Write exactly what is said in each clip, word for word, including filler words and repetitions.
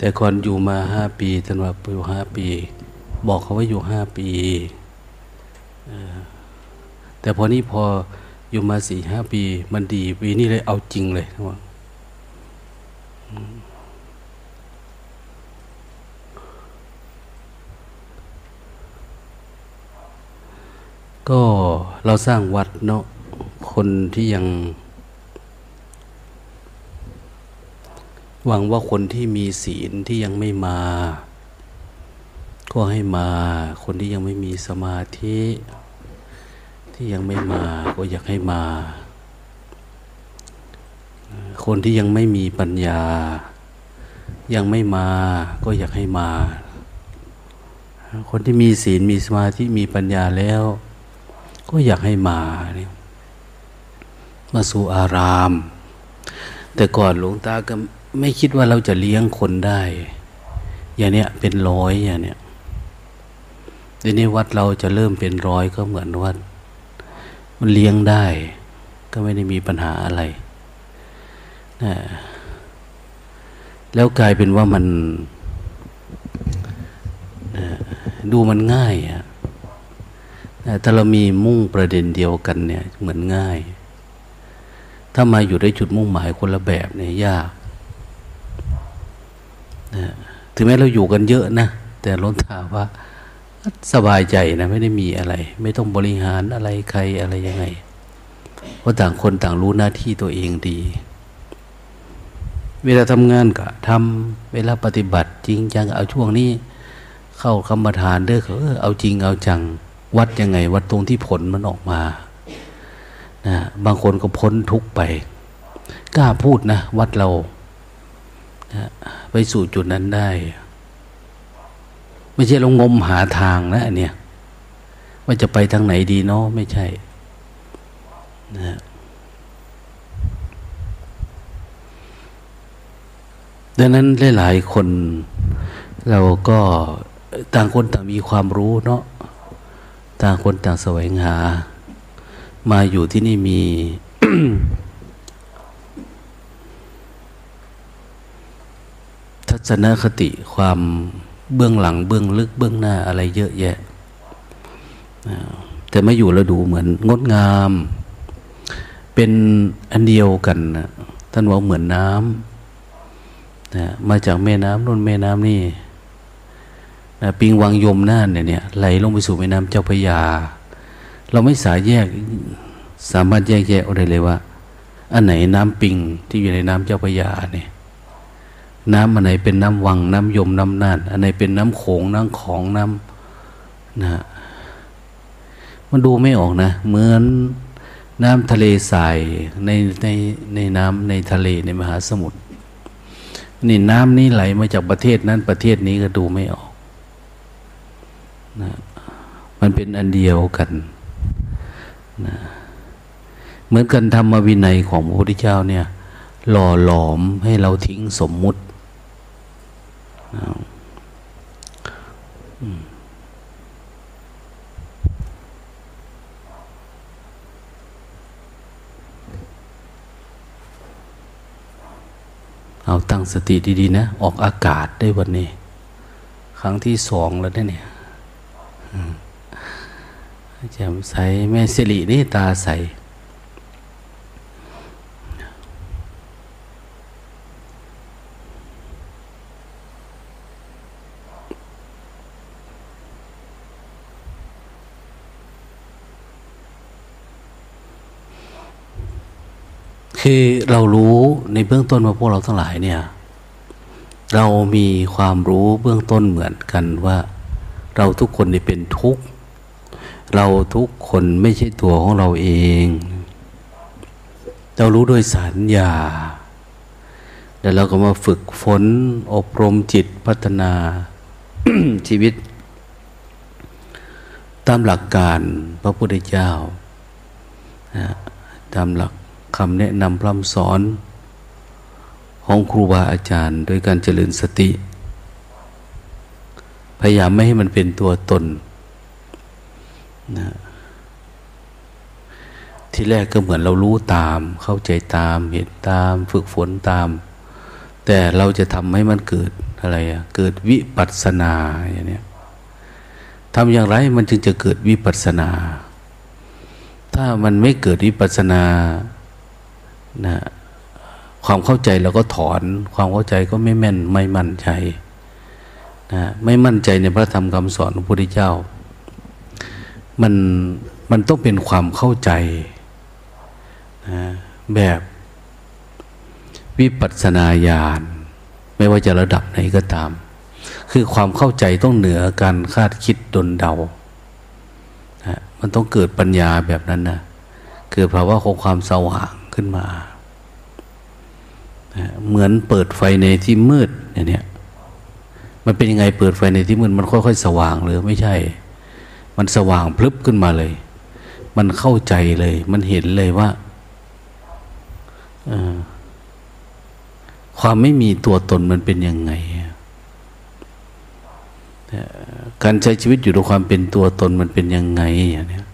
แต่ก่อนอยู่มาห้าปีท่านว่าอยู่ห้าปีบอกเขาว่าอยู่ห้าปีแต่พอนี้พออยู่มาสี่ห้าปีมันดีปีนี้เลยเอาจริงเลยท่านว่าก็เราสร้างวัดเนาะคนที่ยังหวังว่าคนที่มีศีลที่ยังไม่มาก็ให้มาคนที่ยังไม่มีสมาธิที่ยังไม่มาก็อยากให้มาคนที่ยังไม่มีปัญญายังไม่มาก็อยากให้มาคนที่มีศีลมีสมาธิมีปัญญาแล้วก็อยากให้มาเนี่ยมาสู่อารามแต่ก่อนหลวงตาก็ไม่คิดว่าเราจะเลี้ยงคนได้อย่างเนี้ยเป็นร้อยอย่างเนี้ยเดี๋ยวนี้วัดเราจะเริ่มเป็นร้อยก็เหมือนวัดมันเลี้ยงได้ก็ไม่ได้มีปัญหาอะไรนะแล้วกลายเป็นว่ามันนะดูมันง่ายอะถ้าเรามีมุ่งประเด็นเดียวกันเนี่ยเหมือนง่ายถ้ามาอยู่ได้จุดมุ่งหมายคนละแบบเนี่ยยากนะถึงแม้เราอยู่กันเยอะนะแต่หลวงตาว่าสบายใจนะไม่ได้มีอะไรไม่ต้องบริหารอะไรใครอะไรยังไงเพราะต่างคนต่างรู้หน้าที่ตัวเองดีเวลาทำงานก็ทำเวลาปฏิบัติจริงจังเอาช่วงนี้เข้ากรรมฐานเด้อเขาเอาจริงเอาจังวัดยังไงวัดตรงที่ผลมันออกมานะบางคนก็พ้นทุกข์ไปกล้าพูดนะวัดเรานะไปสู่จุดนั้นได้ไม่ใช่เรางมหาทางนะอันเนี้ยว่าจะไปทางไหนดีเนาะไม่ใช่นะดังนั้นหลายๆคนเราก็ต่างคนต่างมีความรู้เนาะต่างคนต่างแสวงหามาอยู่ที่นี่มี ทัศนคติความเบื้องหลังเบื้องลึกเบื้องหน้าอะไรเยอะแยะแต่มาอยู่แล้วดูเหมือนงดงามเป็นอันเดียวกันนะท่านว่าเหมือนน้ำนะมาจากแม่น้ำนู่นแม่น้ำนี่นะปิงวังยมน่านเนี่ยเนี่ยไหลลงไปสู่แม่น้ำเจ้าพระยาเราไม่สามารถแยกสามารถแยกแยะได้เลยว่าอันไหนน้ำปิงที่อยู่ในน้ำเจ้าพระยาเนี่ยน้ำอันไหนเป็นน้ำวังน้ำยมน้ำน่านอันไหนเป็นน้ำโขงน้ำของน้ำนะมันดูไม่ออกนะเหมือนน้ำทะเลทรายในในในน้ำในทะเลในมหาสมุทรนี่น้ำนี้ไหลมาจากประเทศนั้นประเทศนี้ก็ดูไม่ออกนะมันเป็นอันเดียวกันนะเหมือนกันธรรมวินัยของพระพุทธเจ้าเนี่ยหล่อหลอมให้เราทิ้งสมมุติเอาตั้งสติดีๆนะออกอากาศได้วันนี้ครั้งที่สองแล้วเนี่ยแจ่มใสแม่สิรินี่ตาใสคือเรารู้ในเบื้องต้นว่าพวกเราทั้งหลายเนี่ยเรามีความรู้เบื้องต้นเหมือนกันว่าเราทุกคนนี่เป็นทุกข์เราทุกคนไม่ใช่ตัวของเราเองเรารู้ด้วยสัญญาแล้วเราก็มาฝึกฝนอบรมจิตพัฒนา ชีวิตตามหลักการพระพุทธเจ้าตามหลักคำแนะนำพร่ำสอนของครูบาอาจารย์โดยการเจริญสติพยายามไม่ให้มันเป็นตัวตนนะที่แรกก็เหมือนเรารู้ตามเข้าใจตามเห็นตามฝึกฝนตามแต่เราจะทำให้มันเกิดอะไรอะเกิดวิปัสสนาอย่างเนี้ยทำอย่างไรมันจึงจะเกิดวิปัสสนา ถ้ามันไม่เกิดวิปัสสนานะความเข้าใจเราก็ถอนความเข้าใจก็ไม่แม่นไม่มั่นใจนะไม่มั่นใจในพระธรรมคำสอนของพระพุทธเจ้ามันมันต้องเป็นความเข้าใจนะแบบวิปัสสนาญาณไม่ว่าจะระดับไหนก็ตามคือความเข้าใจต้องเหนือการคาดคิดดลเดานะมันต้องเกิดปัญญาแบบนั้นนะเกิดภาวะของความสว่างขึ้นมานะเหมือนเปิดไฟในที่มืดอย่างเนี้ยมันเป็นยังไงเปิดไฟในที่มืดมันค่อยๆสว่างหรือไม่ใช่มันสว่างพลึบขึ้นมาเลยมันเข้าใจเลยมันเห็นเลยว่าความไม่มีตัวตนมันเป็นยังไงการใช้ชีวิตอยู่ด้วยความเป็นตัวตนมันเป็นยังไงอย่างนี้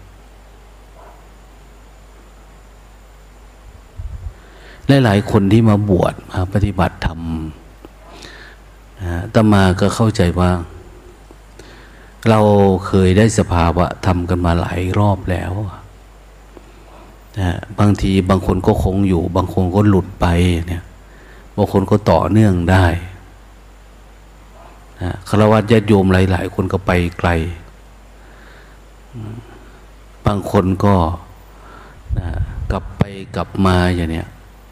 หลายๆคนที่มาบวชมาปฏิบัติธรรมอาตมาก็เข้าใจว่าเราเคยได้สภาวะธรรมกันมาหลายรอบแล้วนะบางทีบางคนก็คงอยู่บางคนก็หลุดไปเนี่ยบางคนก็ต่อเนื่องได้นะฆราวาสญาติโยมหลายๆคนก็ไปไกลบางคนก็นะกลับไปกลับมาอย่างเนี้ย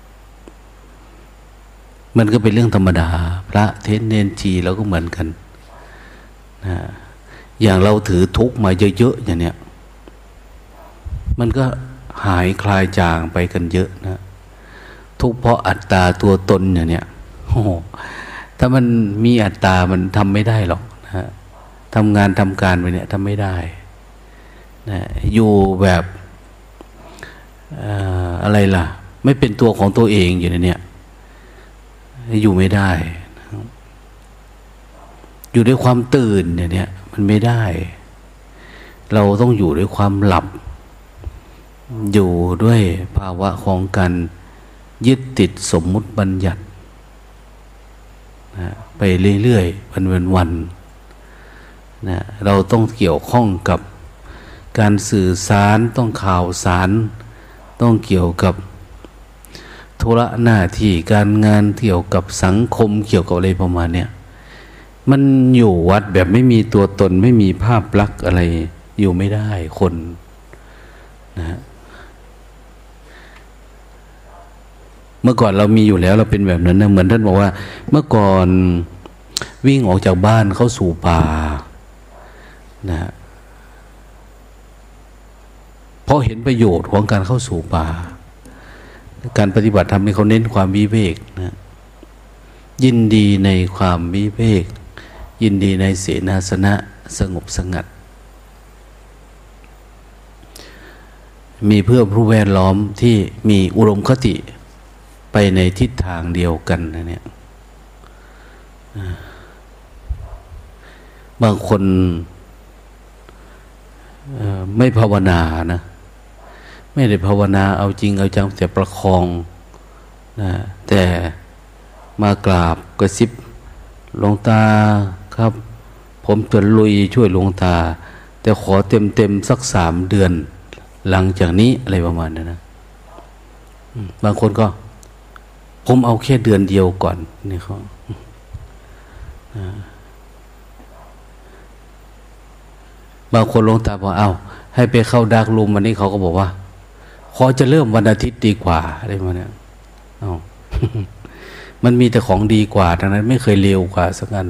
มันก็เป็นเรื่องธรรมดาพระเทศเนนจีเราก็เหมือนกันนะอย่างเราถือทุกข์มาเยอะๆอย่างเนี้ยมันก็หายคลายจางไปกันเยอะนะทุกข์เพราะอัตตาตัวตนอย่างเนี้ยโอ้ถ้ามันมีอัตตามันทำไม่ได้หรอกนะทำงานทำการไปเนี่ยทำไม่ได้นะอยู่แบบอะไรล่ะไม่เป็นตัวของตัวเองอยู่ในเนี้ยอยู่ไม่ได้อยู่ด้วยความตื่นอย่างเนี้ยมันไม่ได้เราต้องอยู่ด้วยความหลับอยู่ด้วยภาวะของการยึดติดสมมุติบัญญัตินะไปเรื่อยๆวันๆนะเราต้องเกี่ยวข้องกับการสื่อสารต้องข่าวสารต้องเกี่ยวกับธุระหน้าที่การงานเกี่ยวกับสังคมเกี่ยวกับอะไรประมาณเนี้ยมันอยู่วัดแบบไม่มีตัวตนไม่มีภาพลักษณ์อะไรอยู่ไม่ได้คนนะฮะเมื่อก่อนเรามีอยู่แล้วเราเป็นแบบนั้นนะเหมือนท่านบอกว่าเมื่อก่อนวิ่งออกจากบ้านเข้าสู่ป่านะฮะเพราะเห็นประโยชน์ของการเข้าสู่ป่าการปฏิบัติธรรมนี่เขาเน้นความวิเวกนะยินดีในความวิเวกยินดีในเสนาสนะสงบสงัดมีเพื่อผู้แวดล้อมที่มีอุดมคติไปในทิศทางเดียวกันนะเนี่ยบางคนไม่ภาวนานะไม่ได้ภาวนาเอาจริงเอาจังแต่ประคองนะแต่มากราบกระซิบหลวงตาครับผมจะลุยช่วยหลวงตาแต่ขอเต็มเต็มสักสามเดือนหลังจากนี้อะไรประมาณนั้นนะบางคนก็ผมเอาแค่เดือนเดียวก่อนนี่เขาบางคนหลวงตาบอกเอาให้ไปเข้าดาร์กรูมวันนี้เขาก็บอกว่าขอจะเริ่มวันอาทิตย์ดีกว่าอะไรมาเนี่ยเอา มันมีแต่ของดีกว่าทั้งนั้นไม่เคยเลวกว่าสักอัน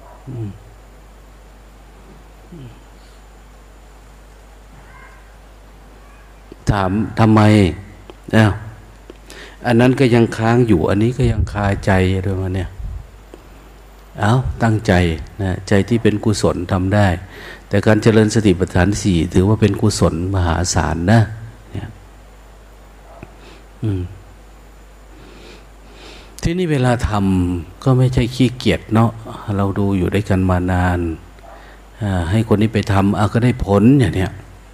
ถามทำไมอ้าวอันนั้นก็ยังค้างอยู่อันนี้ก็ยังคาใจด้วยมาเนี่ยเอาตั้งใจนะใจที่เป็นกุศลทำได้แต่การเจริญสติปัฏฐานสี่ถือว่าเป็นกุศลมหาศาลนะเนี่ยอืมที่นี่เวลาทำก็ไม่ใช่ขี้เกียจเนาะเราดูอยู่ด้วยกันมานานให้คนนี้ไปทำเอาก็ได้ผลอย่างเนี้ย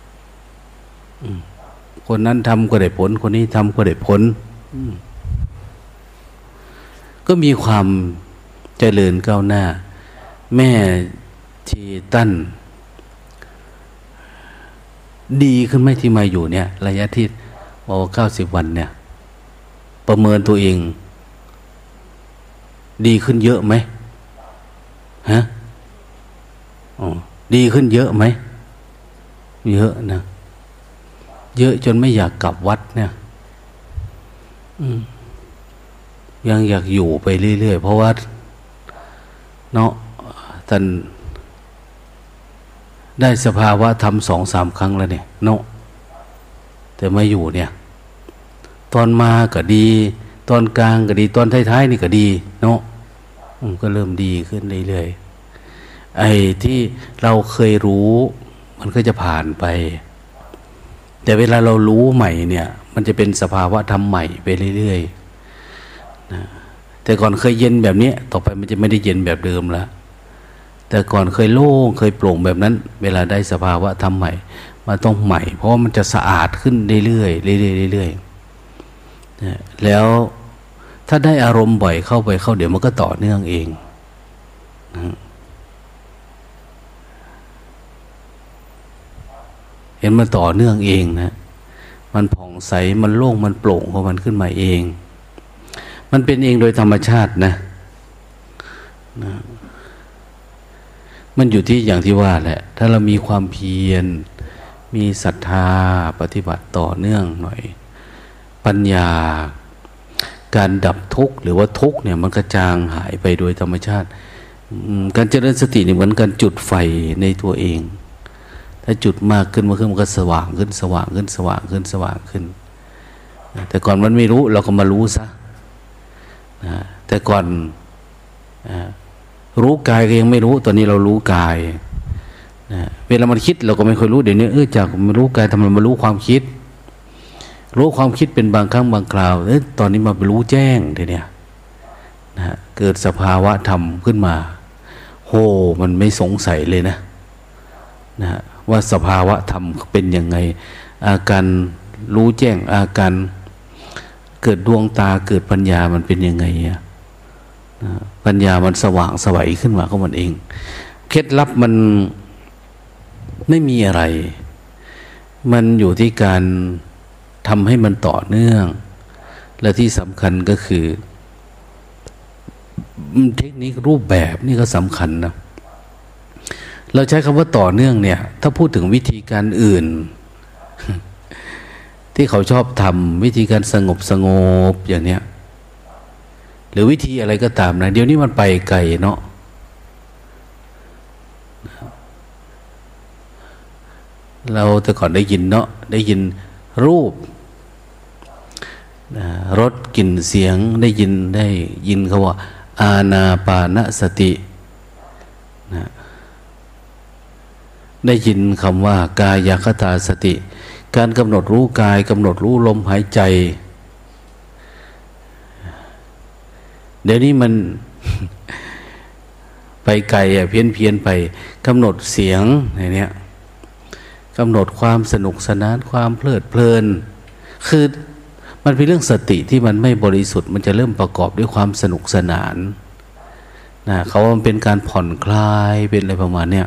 คนนั้นทำก็ได้ผลคนนี้ทำก็ได้ผลก็ก็มีความเจริญก้าวหน้าแม่ชีตั้นดีขึ้นไหมที่มาอยู่เนี่ยระยะที่บอกว่าเก้าสิบวันเนี่ยประเมินตัวเองดีขึ้นเยอะไหมฮะอ๋อดีขึ้นเยอะไหมเยอะนะเยอะจนไม่อยากกลับวัดเนี่ยยังอยากอยู่ไปเรื่อยๆเพราะว่าเนาะท่านได้สภาวะธรรมสองสามครั้งแล้วเนี่ยเนาะแต่มาอยู่เนี่ยตอนมาก็ดีตอนกลางก็ดีตอนท้ายๆนี่ก็ดีเนาะมันก็เริ่มดีขึ้นเรื่อยๆไอ้ที่เราเคยรู้มันก็จะผ่านไปแต่เวลาเรารู้ใหม่เนี่ยมันจะเป็นสภาวะธรรมใหม่ไปเรื่อยๆนะแต่ก่อนเคยเย็นแบบนี้ต่อไปมันจะไม่ได้เย็นแบบเดิมแล้วแต่ก่อนเคยโล่งเคยโปร่งแบบนั้นเวลาได้สภาวะธรรมใหม่มันต้องใหม่เพราะว่ามันจะสะอาดขึ้นเรื่อยๆเรื่อยๆเรื่อยๆนะแล้วถ้าได้อารมณ์บ่อยเข้าไปเข้าเดี๋ยวมันก็ต่อเนื่องเองนะเห็นมันต่อเนื่องเองนะมันผ่องใสมันโล่งมันโปร่งของมันขึ้นมาเองมันเป็นเองโดยธรรมชาตินะนะมันอยู่ที่อย่างที่ว่าแหละถ้าเรามีความเพียรมีศรัทธาปฏิบัติต่อเนื่องหน่อยปัญญาการดับทุกข์หรือว่าทุกข์เนี่ยมันกระจางหายไปโดยธรรมชาติการเจริญสตินี่เหมือนการจุดไฟในตัวเองถ้าจุดมากขึ้นมากขึ้นมันก็สว่างขึ้นสว่างขึ้นสว่างขึ้นสว่างขึ้นแต่ก่อนมันไม่รู้เราก็มารู้ซะนะแต่ก่อนรู้กายก็ยังไม่รู้ตอนนี้เรารู้กายนะเวลามันคิดเราก็ไม่ค่อยรู้เดี๋ยวนี้เออจากไม่รู้กายทำไมมารู้ความคิดรู้ความคิดเป็นบางครั้งบางคราวเออตอนนี้มาไปรู้แจ้งทีเนี้ยนะเกิดสภาวะธรรมขึ้นมาโหมันไม่สงสัยเลยนะนะว่าสภาวะธรรมเป็นยังไงอาการรู้แจ้งอาการเกิดดวงตาเกิดปัญญามันเป็นยังไงอะนะปัญญามันสว่างไสวขึ้นมาของมันเองเคล็ดลับมันไม่มีอะไรมันอยู่ที่การทำให้มันต่อเนื่องและที่สำคัญก็คือเทคนิครูปแบบนี่ก็สำคัญนะเราใช้คำว่าต่อเนื่องเนี่ยถ้าพูดถึงวิธีการอื่นที่เขาชอบทำวิธีการสงบสงบอย่างเนี้ยหรือวิธีอะไรก็ตามนะเดี๋ยวนี้มันไปไกลเนาะเราแต่ก่อนได้ยินเนาะได้ยินรูปรสกลิ่นเสียงได้ยินได้ยินเขาว่าอานาปานสตินะได้ยินคำว่ากายคตาสติการกำหนดรู้กายกำหนดรู้ลมหายใจเดี๋ยวนี้มัน ไปไกลอ่ะเพี้ยนเพียนไปกำหนดเสียงอย่างเนี้ยกำหนดความสนุกสนานความเพลิดเพลินคือมันเป็นเรื่องสติที่มันไม่บริสุทธิ์มันจะเริ่มประกอบด้วยความสนุกสนานนะเขาว่ามันเป็นการผ่อนคลายเป็นอะไรประมาณเนี้ย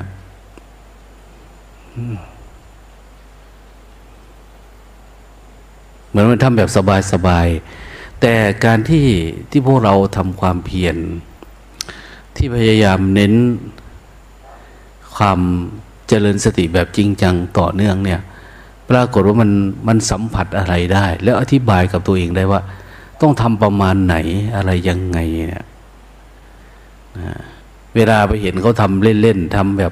เหมือนมันทำแบบสบายๆแต่การที่ที่พวกเราทำความเพียรที่พยายามเน้นความเจริญสติแบบจริงจังต่อเนื่องเนี่ยปรากฏว่ามันมันสัมผัสอะไรได้แล้วอธิบายกับตัวเองได้ว่าต้องทำประมาณไหนอะไรยังไงเนี่ยนะเวลาไปเห็นเขาทำเล่นๆทำแบบ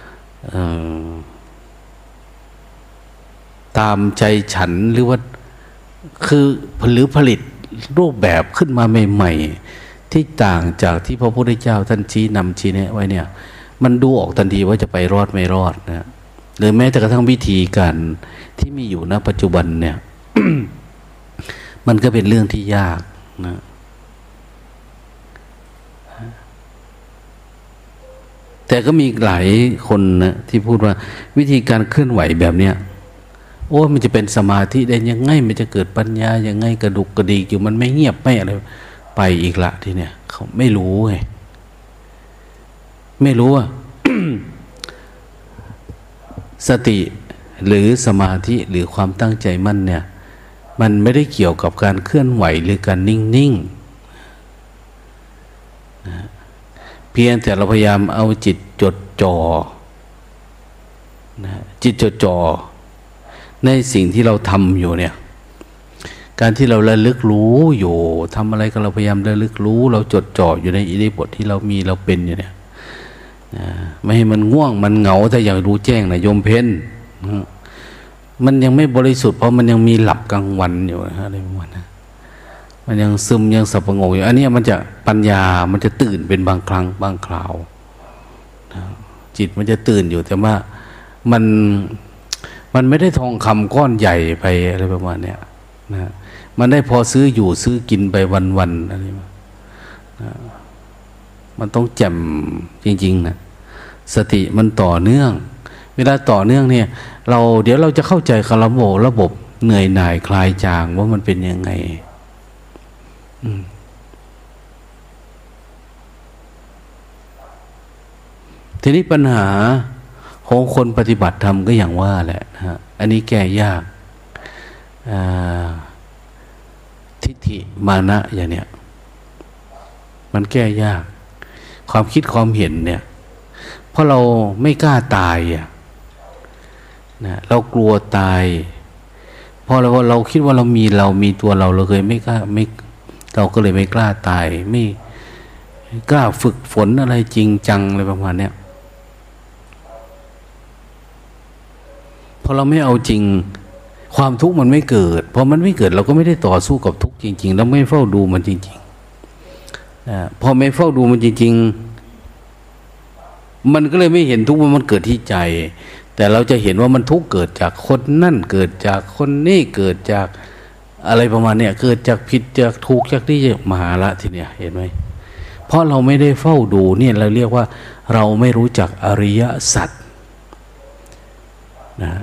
ตามใจฉันหรือว่าคือหรือผลิตรูปแบบขึ้นมาใหม่ๆที่ต่างจากที่พระพุทธเจ้าท่านชี้นำชี้แนะไว้เนี่ยมันดูออกทันทีว่าจะไปรอดไม่รอดนะหรือแม้แต่กระทั่งวิธีการที่มีอยู่ณปัจจุบันเนี่ย มันก็เป็นเรื่องที่ยากนะแต่ก็มีหลายคนนะที่พูดว่าวิธีการเคลื่อนไหวแบบเนี้ยโอ้มันจะเป็นสมาธิได้ยังไงมันจะเกิดปัญญายังไงกระดุกกระดิกอยู่มันไม่เงียบไม่อะไรไปอีกละทีเนี้ยเขาไม่รู้ไงไม่รู้ว่า สติหรือสมาธิหรือความตั้งใจมั่นเนี่ยมันไม่ได้เกี่ยวกับการเคลื่อนไหวหรือการนิ่งๆนะเพียงแต่เราพยายามเอาจิตจดจ่อนะจิตจดจ่อในสิ่งที่เราทำอยู่เนี่ยการที่เราระลึกรู้อยู่ทำอะไรก็เราพยายามระลึกรู้เราจดจ่ออยู่ในอิริยาบถที่เรามีเราเป็นอยู่เนี่ยนะไม่ให้มันง่วงมันเหงาถ้าอยากรู้แจ้งนะโยมเพ้นมันยังไม่บริสุทธิ์เพราะมันยังมีหลับกลางวันอยู่อะไรประมาณนั้นมันยังซึมยังสับประงกอยู่อันนี้มันจะปัญญามันจะตื่นเป็นบางครั้งบางคราวนะจิตมันจะตื่นอยู่แต่ว่ามันมันไม่ได้ทองคำก้อนใหญ่ไปอะไรประมาณเนี้ยนะมันได้พอซื้ออยู่ซื้อกินไปวันๆอะไรมานะมันต้องแจ่มจริงๆนะสติมันต่อเนื่องเวลาต่อเนื่องเนี่ยเราเดี๋ยวเราจะเข้าใจระบบระบบเหนื่อยหน่ายคลายจางว่ามันเป็นยังไงทีนี้ปัญหาของคนปฏิบัติธรรมก็อย่างว่าแหละนะฮะอันนี้แก้ยากทิฏฐิมานะอย่างเนี้ยมันแก้ยากความคิดความเห็นเนี่ยเพราะเราไม่กล้าตายอ่ะนะเรากลัวตายเพราะเราเราคิดว่าเรามีเรามีตัวเราเราเคยไม่กล้าไม่เราก็เลยไม่กล้าตายไม่กล้าฝึกฝนอะไรจริงจังอะไรประมาณเนี้ยพอเราไม่เอาจริงความทุกข์มันไม่เกิดพอมันไม่เกิดเราก็ไม่ได้ต่อสู้กับทุกข์จริงๆเราไม่เฝ้าดูมันจริงๆนะพอไม่เฝ้าดูมันจริงๆมันก็เลยไม่เห็นทุกข์ว่ามันเกิดที่ใจแต่เราจะเห็นว่ามันทุกข์เกิดจากคนนั่นเกิดจากคนนี้เกิดจากอะไรประมาณเนี้ยเกิดจากผิดจากถูกจากที่มหาละทีเนี้ยเห็นไหมเพราะเราไม่ได้เฝ้าดูเนี่ยเราเรียกว่าเราไม่รู้จักอริยสัจนะ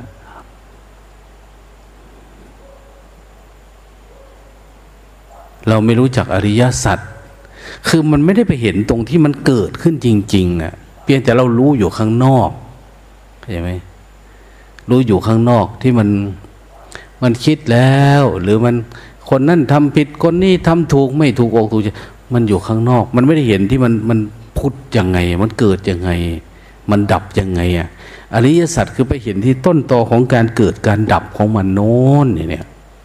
เราไม่รู้จักอริยสัจคือมันไม่ได้ไปเห็นตรงที่มันเกิดขึ้นจริงๆอ่ะเพียงแต่เรารู้อยู่ข้างนอกเข้าใจไหมรู้อยู่ข้างนอกที่มันมันคิดแล้วหรือมันคนนั่นทำผิดคนนี้ทำถูกไม่ถูกอกถูกใจมันอยู่ข้างนอกมันไม่ได้เห็นที่มันมันพุทธยังไงมันเกิดยังไงมันดับยังไงอ่ะอริยสัจคือไปเห็นที่ต้นตอของการเกิดการดับของมันโน้นเนี่ย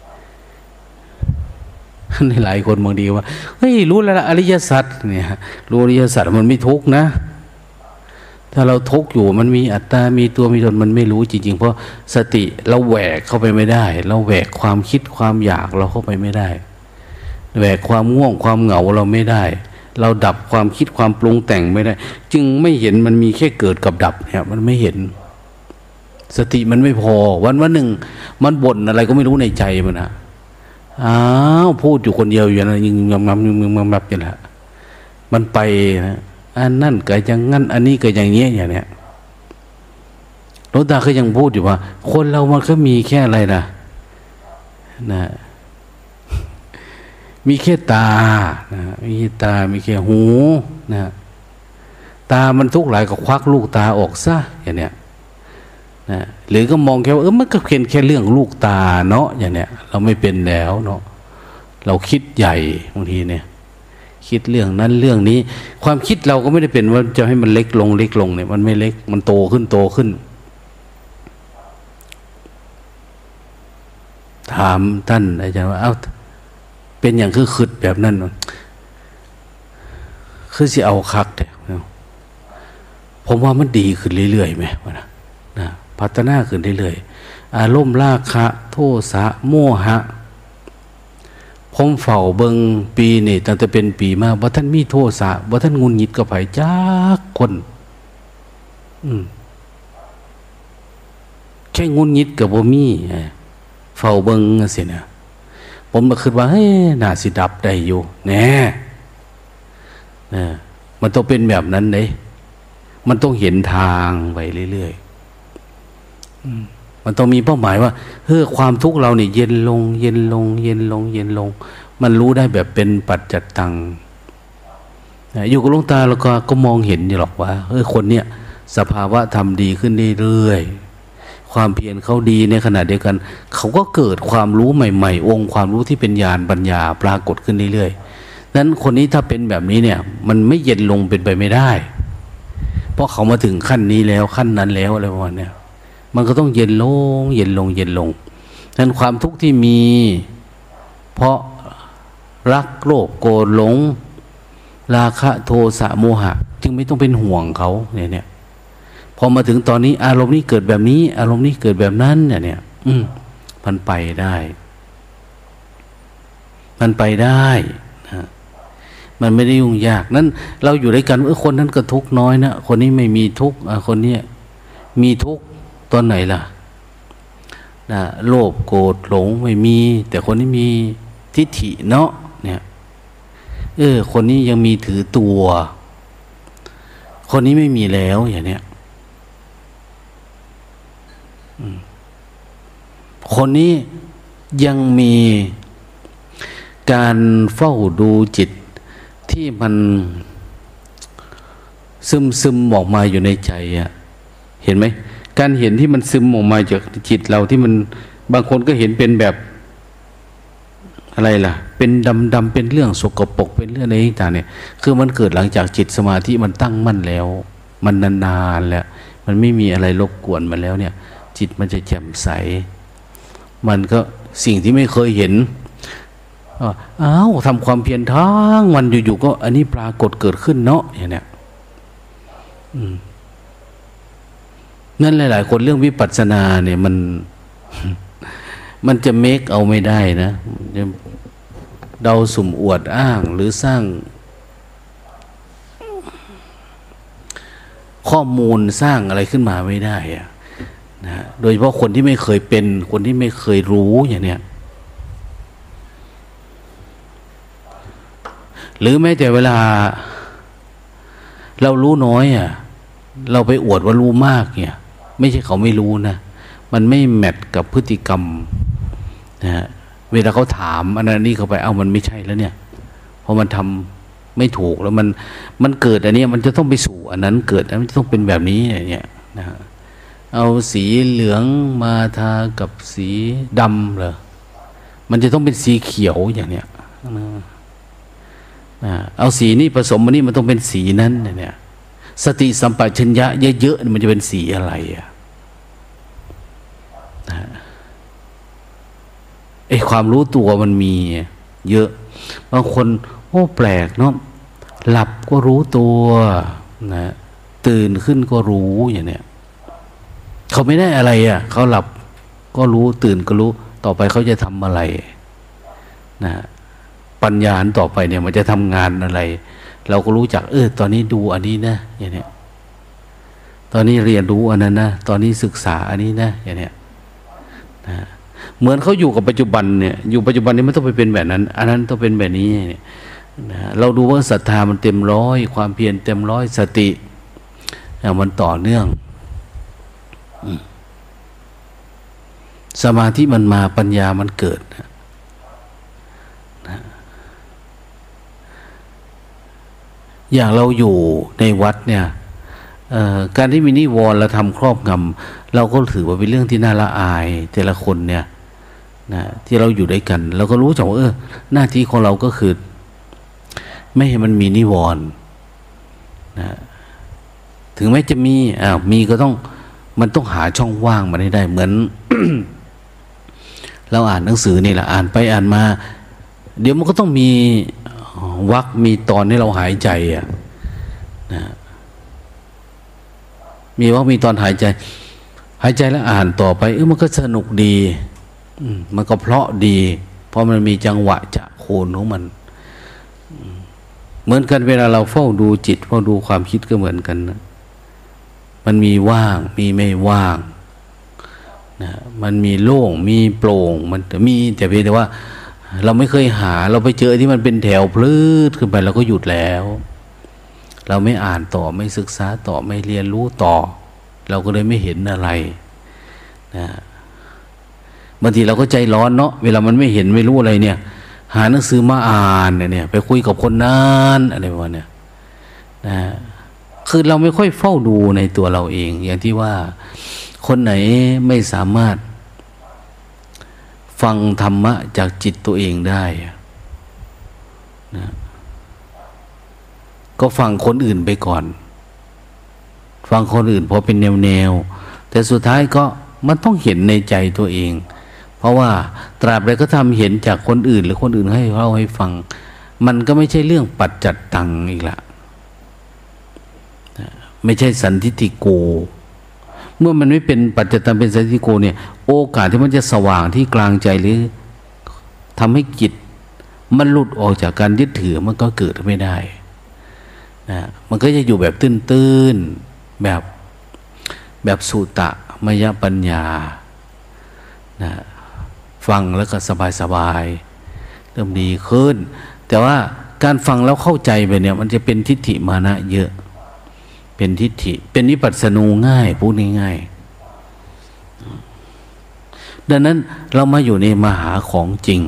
นี่หลายคนบางทีว่าเฮ้ยรู้แล้วอริยสัจเนี่ยรู้อริยสัจมันไม่ทุกข์นะถ้าเราทุกข์อยู่มันมีอัตตามีตัวมีตนมันไม่รู้จริงๆเพราะสติเราแหวกเข้าไปไม่ได้เราแหวกความคิดความอยากเราเข้าไปไม่ได้แหวกความง่วงความเหงาเราไม่ได้เราดับความคิดความปรุงแต่งไม่ได้จึงไม่เห็นมันมีแค่เกิดกับดับเนี่ยมันไม่เห็นสติมันไม่พอวันวันหนึ่งมันบ่นอะไรก็ไม่รู้ในใจมันนะอ้าวพูดอยู่คนเดียวอยู่นะยิงงำงำยิงงำงำแบบนี้แหละมันไปนะอันนั่นก็อย่างงั้นอันนี้ก็อย่างเงี้ยอย่างเนี้ยหลวงตาก็ยังพูดอยู่ว่าคนเรามันก็มีแค่อะไรนะนะมีแค่ตานะมีแค่ตามีแค่หูนะตามันทุกข์หลายก็ควักลูกตาออกซะอย่างเนี้ยนะหรือก็มองแค่ว่าเออมันก็เพียงแค่เรื่องลูกตาเนาะอย่างเนี้ยเราไม่เป็นแล้วเนาะเราคิดใหญ่บางทีเนี่ยคิดเรื่องนั้นเรื่องนี้ความคิดเราก็ไม่ได้เป็นว่าจะให้มันเล็กลงเล็กลงเนี่ยมันไม่เล็กมันโตขึ้นโตขึ้นถามท่านอาจารย์ว่าเอ้าเป็นอย่างคือขึ้นแบบนั้นคือสิเอาคักแต่ผมว่ามันดีขึ้นเรื่อยๆไหมวะนะนะพัฒนาขึ้นเรื่อยๆอารมณ์ราคะโทสะโมหะผมเฝ้าเบิงปีนี่ตั้งแต่เป็นปีมาว่าท่านมีโทสะว่าท่านงุนหงิดกับไผจักคนอืมแค่งุนหงิดกับบ่มีเฝ้าเบิงสินะผมก็คิดว่าเฮ้ยน่าสิดับได้อยู่แน่นะมันต้องเป็นแบบนั้นเลยมันต้องเห็นทางไปเรื่อยๆมันต้องมีเป้าหมายว่าเฮ้ยความทุกข์เราเนี่ยเย็นลงเย็นลงเย็นลงเย็นลงมันรู้ได้แบบเป็นปัจจัตตังอยู่กับหลวงตาเราก็ก็มองเห็นอยู่หรอกว่าเออคนเนี้ยสภาวะทำดีขึ้นเรื่อยๆความเพียรเขาดีในขณะเดียวกันเขาก็เกิดความรู้ใหม่ๆองค์ความรู้ที่เป็นญาณปัญญาปรากฏขึ้นเรื่อยๆนั้นคนนี้ถ้าเป็นแบบนี้เนี่ยมันไม่เย็นลงเป็นไปไม่ได้เพราะเขามาถึงขั้นนี้แล้วขั้นนั้นแล้วอะไรประมาณเนี้ยมันก็ต้องเย็นลงเย็นลงเย็นลงนั้นความทุกข์ที่มีเพราะรักโลภโกรธหลงราคะโทสะโมหะจึงไม่ต้องเป็นห่วงเขาเนี่ยเนี่ยพอมาถึงตอนนี้อารมณ์นี้เกิดแบบนี้อารมณ์นี้เกิดแบบนั้นเนี่ยเนี่ยอืมมันไปได้มันไปได้นะมันไม่ได้ยุ่งยากนั้นเราอยู่ด้วยกันเออคนนั้นก็ทุกข์น้อยนะคนนี้ไม่มีทุกข์คนนี้มีทุกข์ตอนไหนล่ะนะโลภโกรธหลงไม่มีแต่คนนี้มีทิฏฐิเนาะเนี่ยเออคนนี้ยังมีถือตัวคนนี้ไม่มีแล้วอย่างเนี้ยคนนี้ยังมีการเฝ้าดูจิตที่มันซึมซึมออกมาอยู่ในใจอะเห็นไหมการเห็นที่มันซึมออกมาจากจิตเราที่มันบางคนก็เห็นเป็นแบบอะไรล่ะเป็นดำดำเป็นเรื่องสกปรกเป็นเรื่องอะไรต่างเนี่ยคือมันเกิดหลังจากจิตสมาธิมันตั้งมั่นแล้วมันนานๆแล้วมันไม่มีอะไรรบกวนมันแล้วเนี่ยจิตมันจะแจ่มใสมันก็สิ่งที่ไม่เคยเห็นอ้าวทำความเพียรทั้งวันอยู่ๆก็อันนี้ปรากฏเกิดขึ้นเนาะอย่างเนี้ยนั่นหลายๆคนเรื่องวิปัสสนาเนี่ยมันมันจะเมคเอาไม่ได้นะเดาสุ่มอวดอ้างหรือสร้างข้อมูลสร้างอะไรขึ้นมาไม่ได้อะนะโดยเฉพาะคนที่ไม่เคยเป็นคนที่ไม่เคยรู้อย่างเนี้ยหรือแม้แต่เวลาเรารู้น้อยอ่ะเราไปอวดว่ารู้มากเนี่ยไม่ใช่เขาไม่รู้นะมันไม่แมทกับพฤติกรรมนะฮะเวลาเขาถามอันนั้นนี่เขาไปเอ้ามันไม่ใช่แล้วเนี่ยเพราะมันทำไม่ถูกแล้วมันมันเกิดอันนี้มันจะต้องไปสู่อันนั้นเกิดมันจะต้องเป็นแบบนี้อย่างเงี้ยนะเอาสีเหลืองมาทากับสีดำเหรอมันจะต้องเป็นสีเขียวอย่างเนี้ยนะเอาสีนี้ผสมอันนี้มันต้องเป็นสีนั้นเนี่ยสติสัมปชัญญะเยอะๆมันจะเป็นสีอะไรอะนะไอ้ความรู้ตัวมันมีเยอะบางคนโอ้แปลกเนาะหลับก็รู้ตัวนะตื่นขึ้นก็รู้อย่างเนี้ยเขาไม่ได้อะไรอ่ะเขาหลับก็รู้ตื่นก็รู้ต่อไปเขาจะทำอะไรนะปัญญาต่อไปเนี่ยมันจะทำงานอะไรเราก็รู้จักเออตอนนี้ดูอันนี้นะอย่างเนี้ยตอนนี้เรียนรู้อันนั้นนะตอนนี้ศึกษาอันนี้นะอย่างเนี้ยนะเหมือนเขาอยู่กับปัจจุบันเนี่ยอยู่ปัจจุบันนี้ไม่ต้องไปเป็นแบบนั้นอันนั้นต้องเป็นแบบนี้เนี่ยนะเราดูว่าศรัทธามันเต็มร้อยความเพียรเต็มร้อยสติมันต่อเนื่องสมาธิมันมาปัญญามันเกิดนะอย่างเราอยู่ในวัดเนี่ยการที่มีนิวรณ์และทำครอบงำเราก็ถือว่าเป็นเรื่องที่น่าละอายแต่ละคนเนี่ยนะที่เราอยู่ด้วยกันเราก็รู้จักว่าเออหน้าที่ของเราก็คือไม่ให้มันมีนิวรณ์นะถึงแม้จะมีอ้าวมีก็ต้องมันต้องหาช่องว่างมาให้ได้เหมือน เราอ่านหนังสือนี่แหละอ่านไปอ่านมาเดี๋ยวมันก็ต้องมีวรรคมีตอนที่เราหายใจอ่ะนะมีวรรคมีตอนหายใจหายใจแล้วอ่านต่อไปเออมันก็สนุกดีมันก็เพราะดีเพราะมันมีจังหวะจะโคนของมันเหมือนกันเวลาเราเฝ้าดูจิตเฝ้าดูความคิดก็เหมือนกันนะมันมีว่างมีไม่ว่างนะมันมีโล่งมีโปร่งมันมีแต่เพียงแต่ว่าเราไม่เคยหาเราไปเจอที่มันเป็นแถวพลื้ดขึ้นไปเราก็หยุดแล้วเราไม่อ่านต่อไม่ศึกษาต่อไม่เรียนรู้ต่อเราก็เลยไม่เห็นอะไรนะบางทีเราก็ใจร้อนเนาะเวลามันไม่เห็นไม่รู้อะไรเนี่ยหาหนังสือมาอ่านเนี่ยไปคุยกับคนนั้นอะไรประมาณเนี่ยนะคือเราไม่ค่อยเฝ้าดูในตัวเราเองอย่างที่ว่าคนไหนไม่สามารถฟังธรรมะจากจิตตัวเองได้นะก็ฟังคนอื่นไปก่อนฟังคนอื่นพอเป็นแนวๆแต่สุดท้ายก็มันต้องเห็นในใจตัวเองเพราะว่าตราบใดก็ทำเห็นจากคนอื่นหรือคนอื่นให้เล่าให้ฟังมันก็ไม่ใช่เรื่องปัจจัตตังอีกละไม่ใช่สันทิฏฐิโกเมื่อมันไม่เป็นปัจจัตตังเป็นสันทิฏฐิโกเนี่ยโอกาสที่มันจะสว่างที่กลางใจหรือทำให้จิตมันหลุดออกจากการยึดถือมันก็เกิดไม่ได้นะมันก็จะอยู่แบบตื้นๆแบบแบบสุตะมยปัญญานะฟังแล้วก็สบายๆเริ่มดีขึ้นแต่ว่าการฟังแล้วเข้าใจไปเนี่ยมันจะเป็นทิฏฐิมานะเยอะเป็นทิฏฐิเป็นวิปัสสนูง่ายพูดง่ายๆดังนั้นเรามาอยู่ในมหาของจริง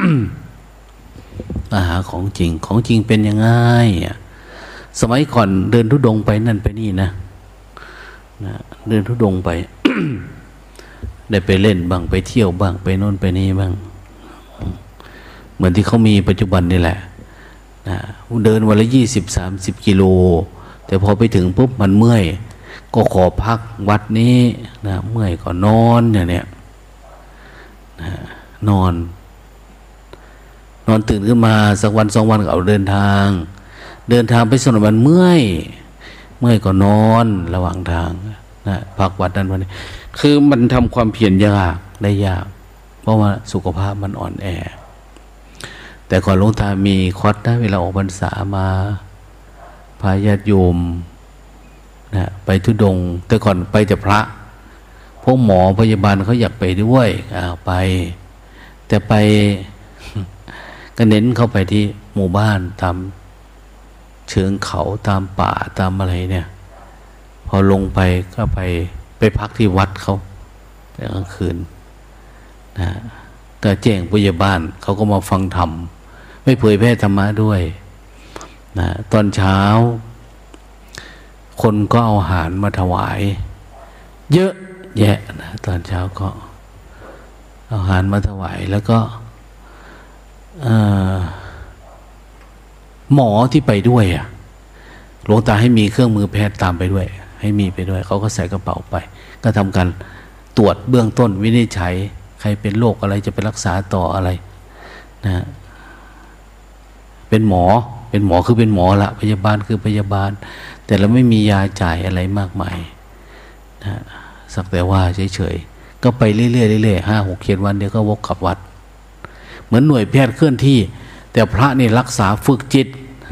มหาของจริงของจริงเป็นยังไงอ่ะสมัยก่อนเดินธุดงค์ไปนั่นไปนี่นะนะเดินธุดงค์ไป ได้ไปเล่นบ้างไปเที่ยวบ้างไปโน่นไปนี่บ้างเหมือนที่เขามีปัจจุบันนี่แหละนะเดินวันละยี่สิบสามสิบกิโลแต่พอไปถึงปุ๊บมันเมื่อยก็ขอพักวัดนี้นะเมื่อยก็นอนอย่างเนี้ยนะนอนนอนตื่นขึ้นมาสักวันสองวันก็เอาเดินทางเดินทางไปสนามมันเมื่อยเมื่อยก็นอนระหว่างทางนะพักวัดนั้นวันนี้คือมันทำความเพียรยากได้ยากเพราะว่าสุขภาพมันอ่อนแอแต่ก่อนหลวงตามีคอร์สนะเวลาออกพรรษามาพาญาติโยมนะไปธุดงค์แต่ก่อนไปแต่พระพวกหมอพยาบาลเขาอยากไปด้วยอ้าวไปแต่ไปก็เน้นเข้าไปที่หมู่บ้านตามเชิงเขาตามป่าตามอะไรเนี่ยพอลงไปก็ไปไปพักที่วัดเขาแต่กลางคืนนะก็แจ้งพยาบาลเขาก็มาฟังธรรมไม่เผยแพร่ธรรมะด้วยนะตอนเช้าคนก็เอาอาหารมาถวายเยอะแยะนะตอนเช้าก็เอาอาหารมาถวายแล้วก็หมอที่ไปด้วยอ่ะหลวงตาให้มีเครื่องมือแพทย์ตามไปด้วยให้มีไปด้วยเขาก็ใส่กระเป๋าไปก็ทำการตรวจเบื้องต้นวินิจฉัยใครเป็นโรคอะไรจะไปรักษาต่ออะไรนะเป็นหมอเป็นหมอคือเป็นหมอละพยาบาลคือพยาบาลแต่เราไม่มียาจ่ายอะไรมากมายนะสักแต่ว่าเฉยๆก็ไปเรื่อยๆเรื่อยๆห้าหกเจ็ดวันเดียวก็วกกลับวัดเหมือนหน่วยแพทย์เคลื่อนที่แต่พระนี่รักษาฝึกจิต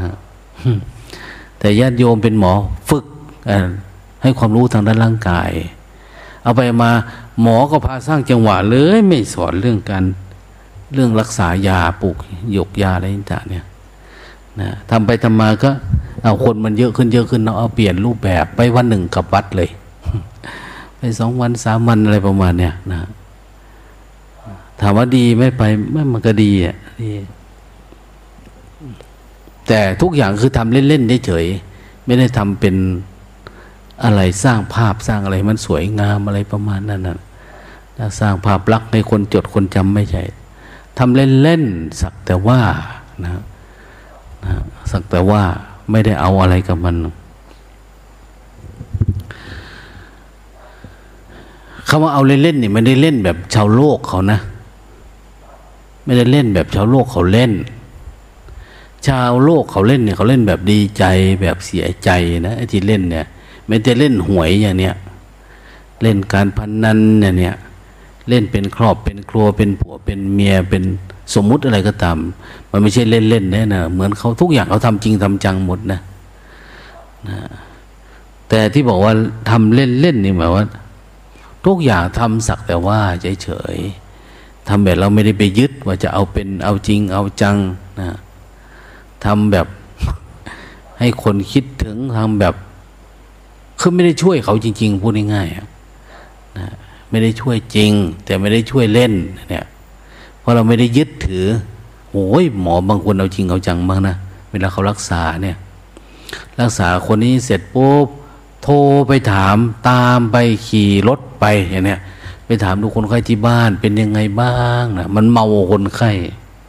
แต่ญาติโยมเป็นหมอฝึกให้ความรู้ทางด้านร่างกายเอาไปมาหมอก็พาสร้างจังหวะเลยไม่สอนเรื่องการเรื่องรักษายาปลูกหยกยาอะไรต่างๆเนี่ยนะทำไปทำมาก็เอาคนมันเยอะขึ้นเยอะขึ้นเนาะเอาเปลี่ยนรูปแบบไปวันหนึ่งกับวัดเลยไปสองวันสามวันอะไรประมาณเนี่ยนะถามว่าดีไม่ไปไม่มันก็ดีอ่ะดีแต่ทุกอย่างคือทำเล่นๆเฉยๆไม่ได้ทำเป็นอะไรสร้างภาพสร้างอะไรมันสวยงามอะไรประมาณนั้นนะสร้างภาพลักษณ์ให้คนจดคนจำไม่ใช่ทำเล่นๆสักแต่ว่านะนะสักแต่ว่าไม่ได้เอาอะไรกับมันคำว่าเอาเล่นๆนี่ไม่ได้เล่นแบบชาวโลกเขานะไม่ได้เล่นแบบชาวโลกเขาเล่นชาวโลกเขาเล่นเนี่ยเขาเล่นแบบดีใจแบบเสียใจนะไอ้ที่เล่นเนี่ยไม่ได้เล่นหวยอย่างเนี้ยเล่นการพนันเนี่ยเนี่ยเล่นเป็นครอบเป็นครัวเป็นผัวเป็นเมียเป็นสมมุติอะไรก็ตามมันไม่ใช่เล่นเล่นแน่นะเหมือนเขาทุกอย่างเขาทำจริงทำจังหมดนะนะแต่ที่บอกว่าทำเล่นเล่นนี่หมายว่าทุกอย่างทำสักแต่ว่าเฉยๆทำแบบเราไม่ได้ไปยึดว่าจะเอาเป็นเอาจริงเอาจังนะทำแบบให้คนคิดถึงทำแบบคือไม่ได้ช่วยเขาจริงๆพูดง่ายๆนะไม่ได้ช่วยจริงแต่ไม่ได้ช่วยเล่นเนี่ยเพราะเราไม่ได้ยึดถือโอ้ยหมอบางคนเอาจริงเอาจังบ้างนะเวลาเขารักษาเนี่ยรักษาคนนี้เสร็จปุ๊บโทรไปถามตามไปขี่รถไปอย่างเนี้ยไปถามดูคนไข้ที่บ้านเป็นยังไงบ้างนะมันเมาคนไข้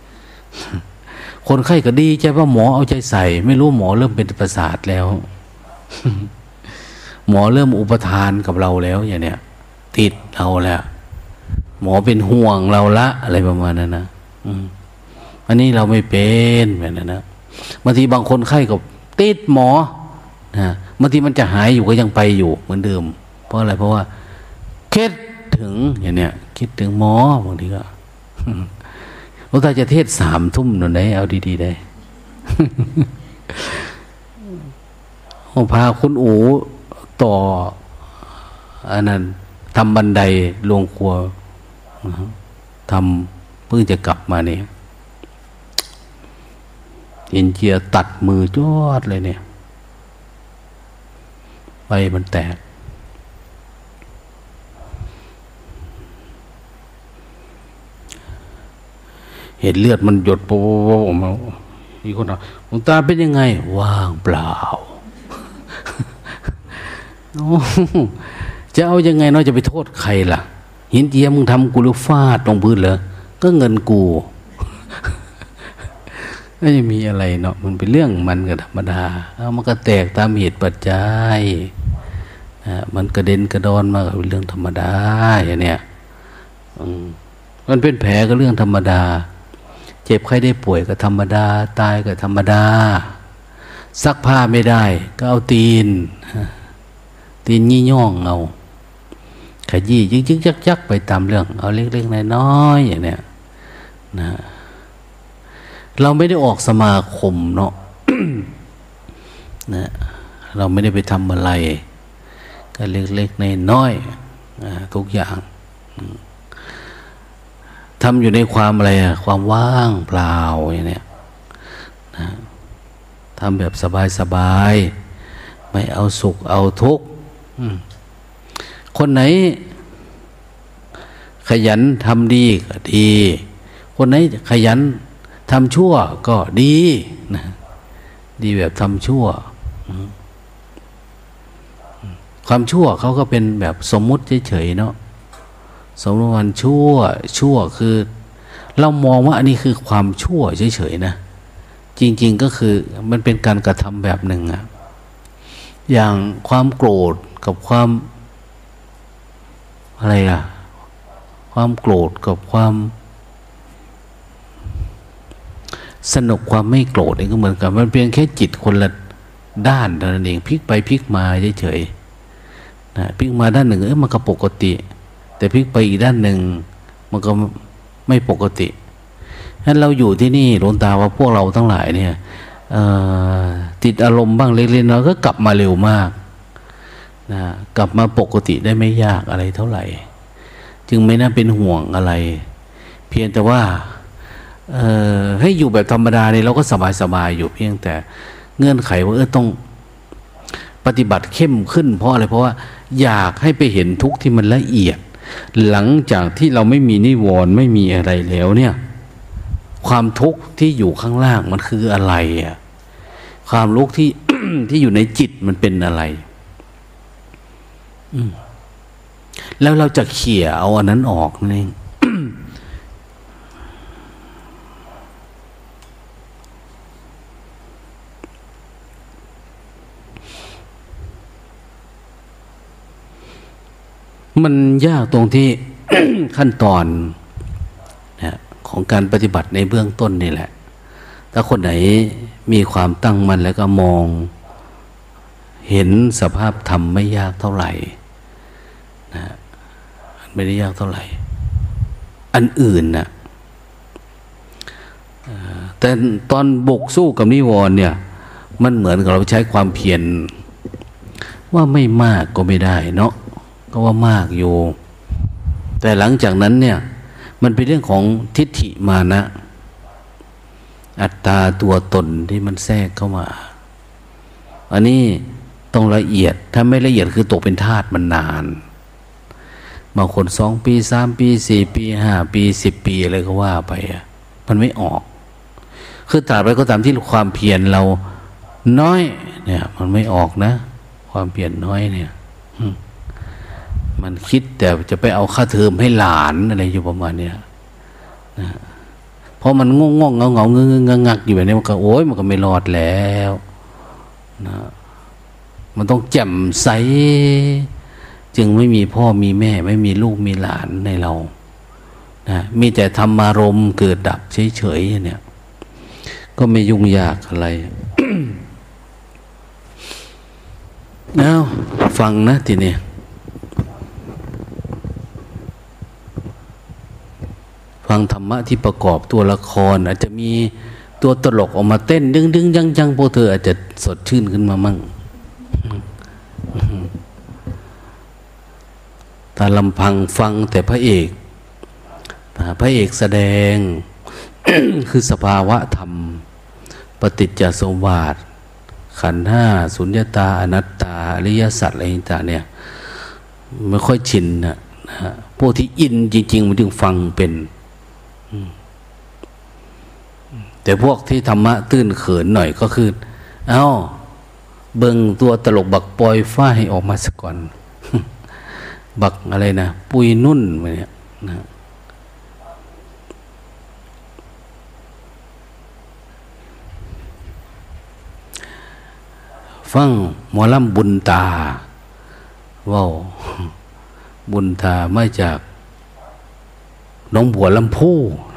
คนไข้ก็ดีใจว่าหมอเอาใจใส่ไม่รู้หมอเริ่มเป็นประสาทแล้วหมอเริ่มอุปทานกับเราแล้วอย่างเนี้ยติดเราแล้วหมอเป็นห่วงเราละอะไรประมาณนั้นนะอันนี้เราไม่เป็นแบบนั้นนะบางทีบางคนไข้ก็ติดหมอนะบางทีมันจะหายอยู่ก็ยังไปอยู่เหมือนเดิมเพราะอะไรเพราะว่าคิดถึงอย่างเนี้ยคิดถึงหมอบางทีก็หลวงตาจะเทศสามทุ่มหน่อยได้เอาดีๆได้พาคุณอู๋ต่ออันนั้นทำบันไดลงครัวทำเพิ่งจะกลับมาเนี่ยเอ็นเจียตัดมือจอดเลยเนี่ยใบมันแตกเห็นเลือดมันหยดโป๊ะออกมาอีกคนบอกหลวงตาเป็นยังไงว่างเปล่าจะเอายังไงเนาะจะไปโทษใครล่ะหินเจียมึงทำกูหรือฟาดลงพื้นเหรอก็เงินกูไม่มีอะไรเนาะมันเป็นเรื่องมันก็ธรรมดาเอามันก็แตกตามเหตุปัจจัยมันกระเด็นกระดอนมาก็เป็นเรื่องธรรมดาอย่างเนี้ยมันเป็นแผลก็เรื่องธรรมดาเจ็บไข้ได้ป่วยก็ธรรมดาตายก็ธรรมดาซักผ้าไม่ได้ก็เอาตีนตีนยี่ย่องเอาขยี้ยึกยึกยักยักไปตามเรื่องเอาเล็กๆน้อยๆอย่างเนี้ยนะเราไม่ได้ออกสมาคมเนาะ นะเราไม่ได้ไปทำอะไรก็เล็กๆน้อยๆทุกอย่างทำอยู่ในความอะไรอะความว่างเปล่าอย่างเนี้ยนะทำแบบสบายๆไม่เอาสุขเอาทุกข์คนไหนขยันทำดีก็ดีคนไหนขยันทำชั่วก็ดีนะดีแบบทำชั่วความชั่วเขาก็เป็นแบบสมมุติเฉยๆเนาะสมมติว่าชั่วชั่วคือเรามองว่าอันนี้คือความชั่วเฉยๆนะจริงๆก็คือมันเป็นการกระทำแบบหนึ่งอะอย่างความโกรธกับความอะไรล่ะความโกรธกับความสนุกความไม่โกรธนี่ก็เหมือนกันมันเพียงแค่จิตคนละด้านเท่านั้นเองพลิกไปพลิกมาเฉยๆนะพลิกมาด้านหนึ่งเออมันก็ปกติแต่พลิกไปอีกด้านหนึ่งมันก็ไม่ปกติฉะนั้นเราอยู่ที่นี่หลวงตาว่าพวกเราทั้งหลายเนี่ยติดอารมณ์บ้างเล็กๆน้อยก็กลับมาเร็วมากนะกลับมาปกติได้ไม่ยากอะไรเท่าไหร่จึงไม่น่าเป็นห่วงอะไรเพียงแต่ว่าให้อยู่แบบธรรมดาเนี่ยเราก็สบายๆอยู่เพียงแต่เงื่อนไขว่าเออต้องปฏิบัติเข้มขึ้นเพราะอะไรเพราะว่าอยากให้ไปเห็นทุกข์ที่มันละเอียดหลังจากที่เราไม่มีนิวรณ์ไม่มีอะไรแล้วเนี่ยความทุกข์ที่อยู่ข้างล่างมันคืออะไรอ่ะความทุกข์ที่ ที่อยู่ในจิตมันเป็นอะไรแล้วเราจะเขี่ยเอาอันนั้นออกนั่นเอง มันยากตรงที่ ขั้นตอนนะของการปฏิบัติในเบื้องต้นนี่แหละถ้าคนไหนมีความตั้งมั่นแล้วก็มองเห็นสภาพธรรมไม่ยากเท่าไหร่นะไม่ได้ยากเท่าไหร่อันอื่นนะแต่ตอนบุกสู้กับนิวรณ์เนี่ยมันเหมือนกับเราใช้ความเพียรว่าไม่มากก็ไม่ได้เนาะก็ว่ามากอยู่แต่หลังจากนั้นเนี่ยมันเป็นเรื่องของทิฏฐิมานะอัตตาตัวตนที่มันแทรกเข้ามาอันนี้ต้องละเอียดถ้าไม่ละเอียดคือตกเป็นทาสมันนานบางคนสองปีสามปีสี่ปีห้าปีสิบปีอะไรก็ว่าไปอ่ะมันไม่ออกคือตราบใดก็ตามที่ความเพียรเราน้อยเนี่ยมันไม่ออกนะความเปลี่ยนน้อยเนี่ยมันคิดแต่จะไปเอาค่าเทอมให้หลานอะไรอยู่ประมาณเนี้ยนะเพราะมันง่วงง่วงเงาเงาเงื้องักอยู่แบบนี้มันก็โอ๊ยมันก็ไม่รอดแล้วนะมันต้องแจ่มใสจึงไม่มีพ่อมีแม่ไม่มีลูกมีหลานในเรานะมีแต่ธรรมารมณ์เกิดดับเฉยๆเนี่ยก็ไม่ยุ่งยากอะไร แล้วฟังนะทีนี้ฟังธรรมะที่ประกอบตัวละครอาจจะมีตัวตลกออกมาเต้นดึงดึงยังยังพวกเธออาจจะสดชื่นขึ้นมามั่งแต่ลำพังฟังแต่พระเอกพระเอกแสดง คือสภาวะธรรมปฏิจจสมุปบาทขันธ์ห้าสุญญตาอนัตตาอริยสัจอะไรต่างๆเนี่ยไม่ค่อยชินนะนะพวกที่อินจริงๆมันจึงฟังเป็นแต่พวกที่ธรรมะตื้นเขินหน่อยก็คือเอ้าเบิ่งตัวตลกบักปอยฟ้าให้ออกมาสักก่อน บักอะไรนะปุยนุ่นมาเนี่ยนะฟังหมอลำบุญตาว้าวบุญตามาจากหนองบัวลำพู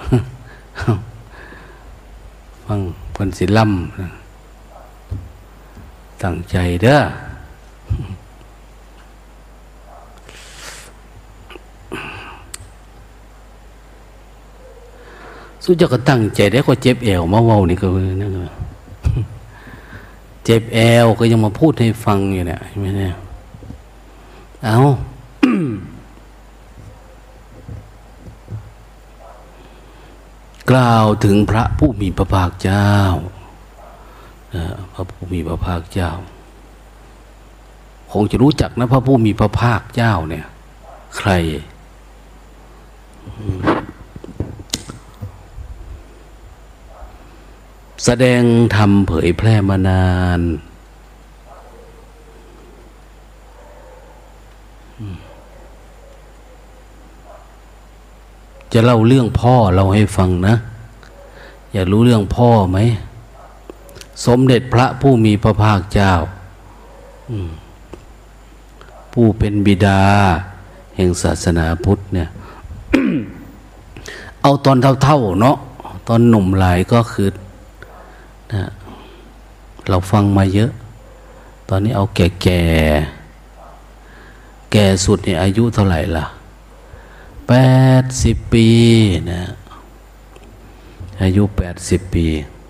ฟังเพิ่นสิล่ำตั้งใจเด้อสู้จะก็ตั้งใจได้ก็เจ็บแอวมาเว้านี่ก็นั่นก็เจ็บแอวก็ยังมาพูดให้ฟังอยู่เนี่ยใช่ไหมเนี่ยเอา กล่าวถึงพระผู้มีพระภาคเจ้าพระผู้มีพระภาคเจ้าคงจะรู้จักนะพระผู้มีพระภาคเจ้าเนี่ยใครแสดงธรรมเผยแพร่มานานจะเล่าเรื่องพ่อเราให้ฟังนะอยากรู้เรื่องพ่อไหมสมเด็จพระผู้มีพระภาคเจ้าผู้เป็นบิดาแห่งศาสนาพุทธเนี่ย เอาตอนเท่าๆเนาะตอนหนุ่มหลายก็คือนะเราฟังมาเยอะตอนนี้เอาแก่แก่แก่สุดเนี่ยอายุเท่าไหร่ล่ะแปดสิบปีนะอายุแปดสิบปี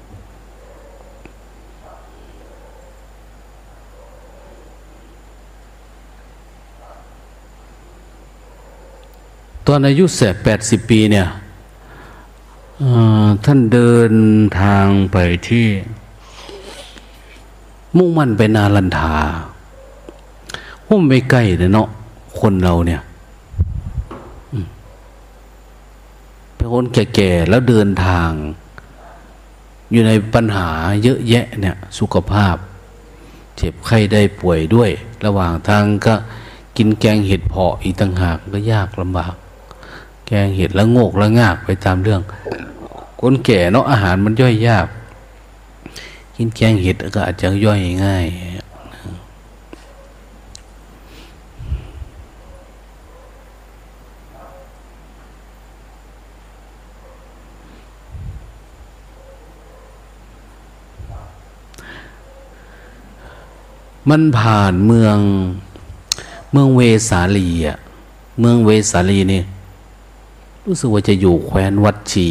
ตอนอายุแสบแปดสิบปีเนี่ยท่านเดินทางไปที่มุ่งมั่นไปนาลันทาห้มไม่ใกล้เลยเนาะคนเราเนี่ยเป็นคนแก่ๆแล้วเดินทางอยู่ในปัญหาเยอะแยะเนี่ยสุขภาพเจ็บไข้ได้ป่วยด้วยระหว่างทางก็กินแกงเห็ดเผาะอีกต่างหากก็ยากลำบากแกงเห็ดละโงกละงากไปตามเรื่องคนแก่เนาะอาหารมันย่อยยากกินแกงเห็ดก็อาจจะย่อยง่ายมันผ่านเมืองเมืองเวสาลีอ่ะเมืองเวสาลีนี่รู้สึกว่าจะอยู่แคว้นวัดชี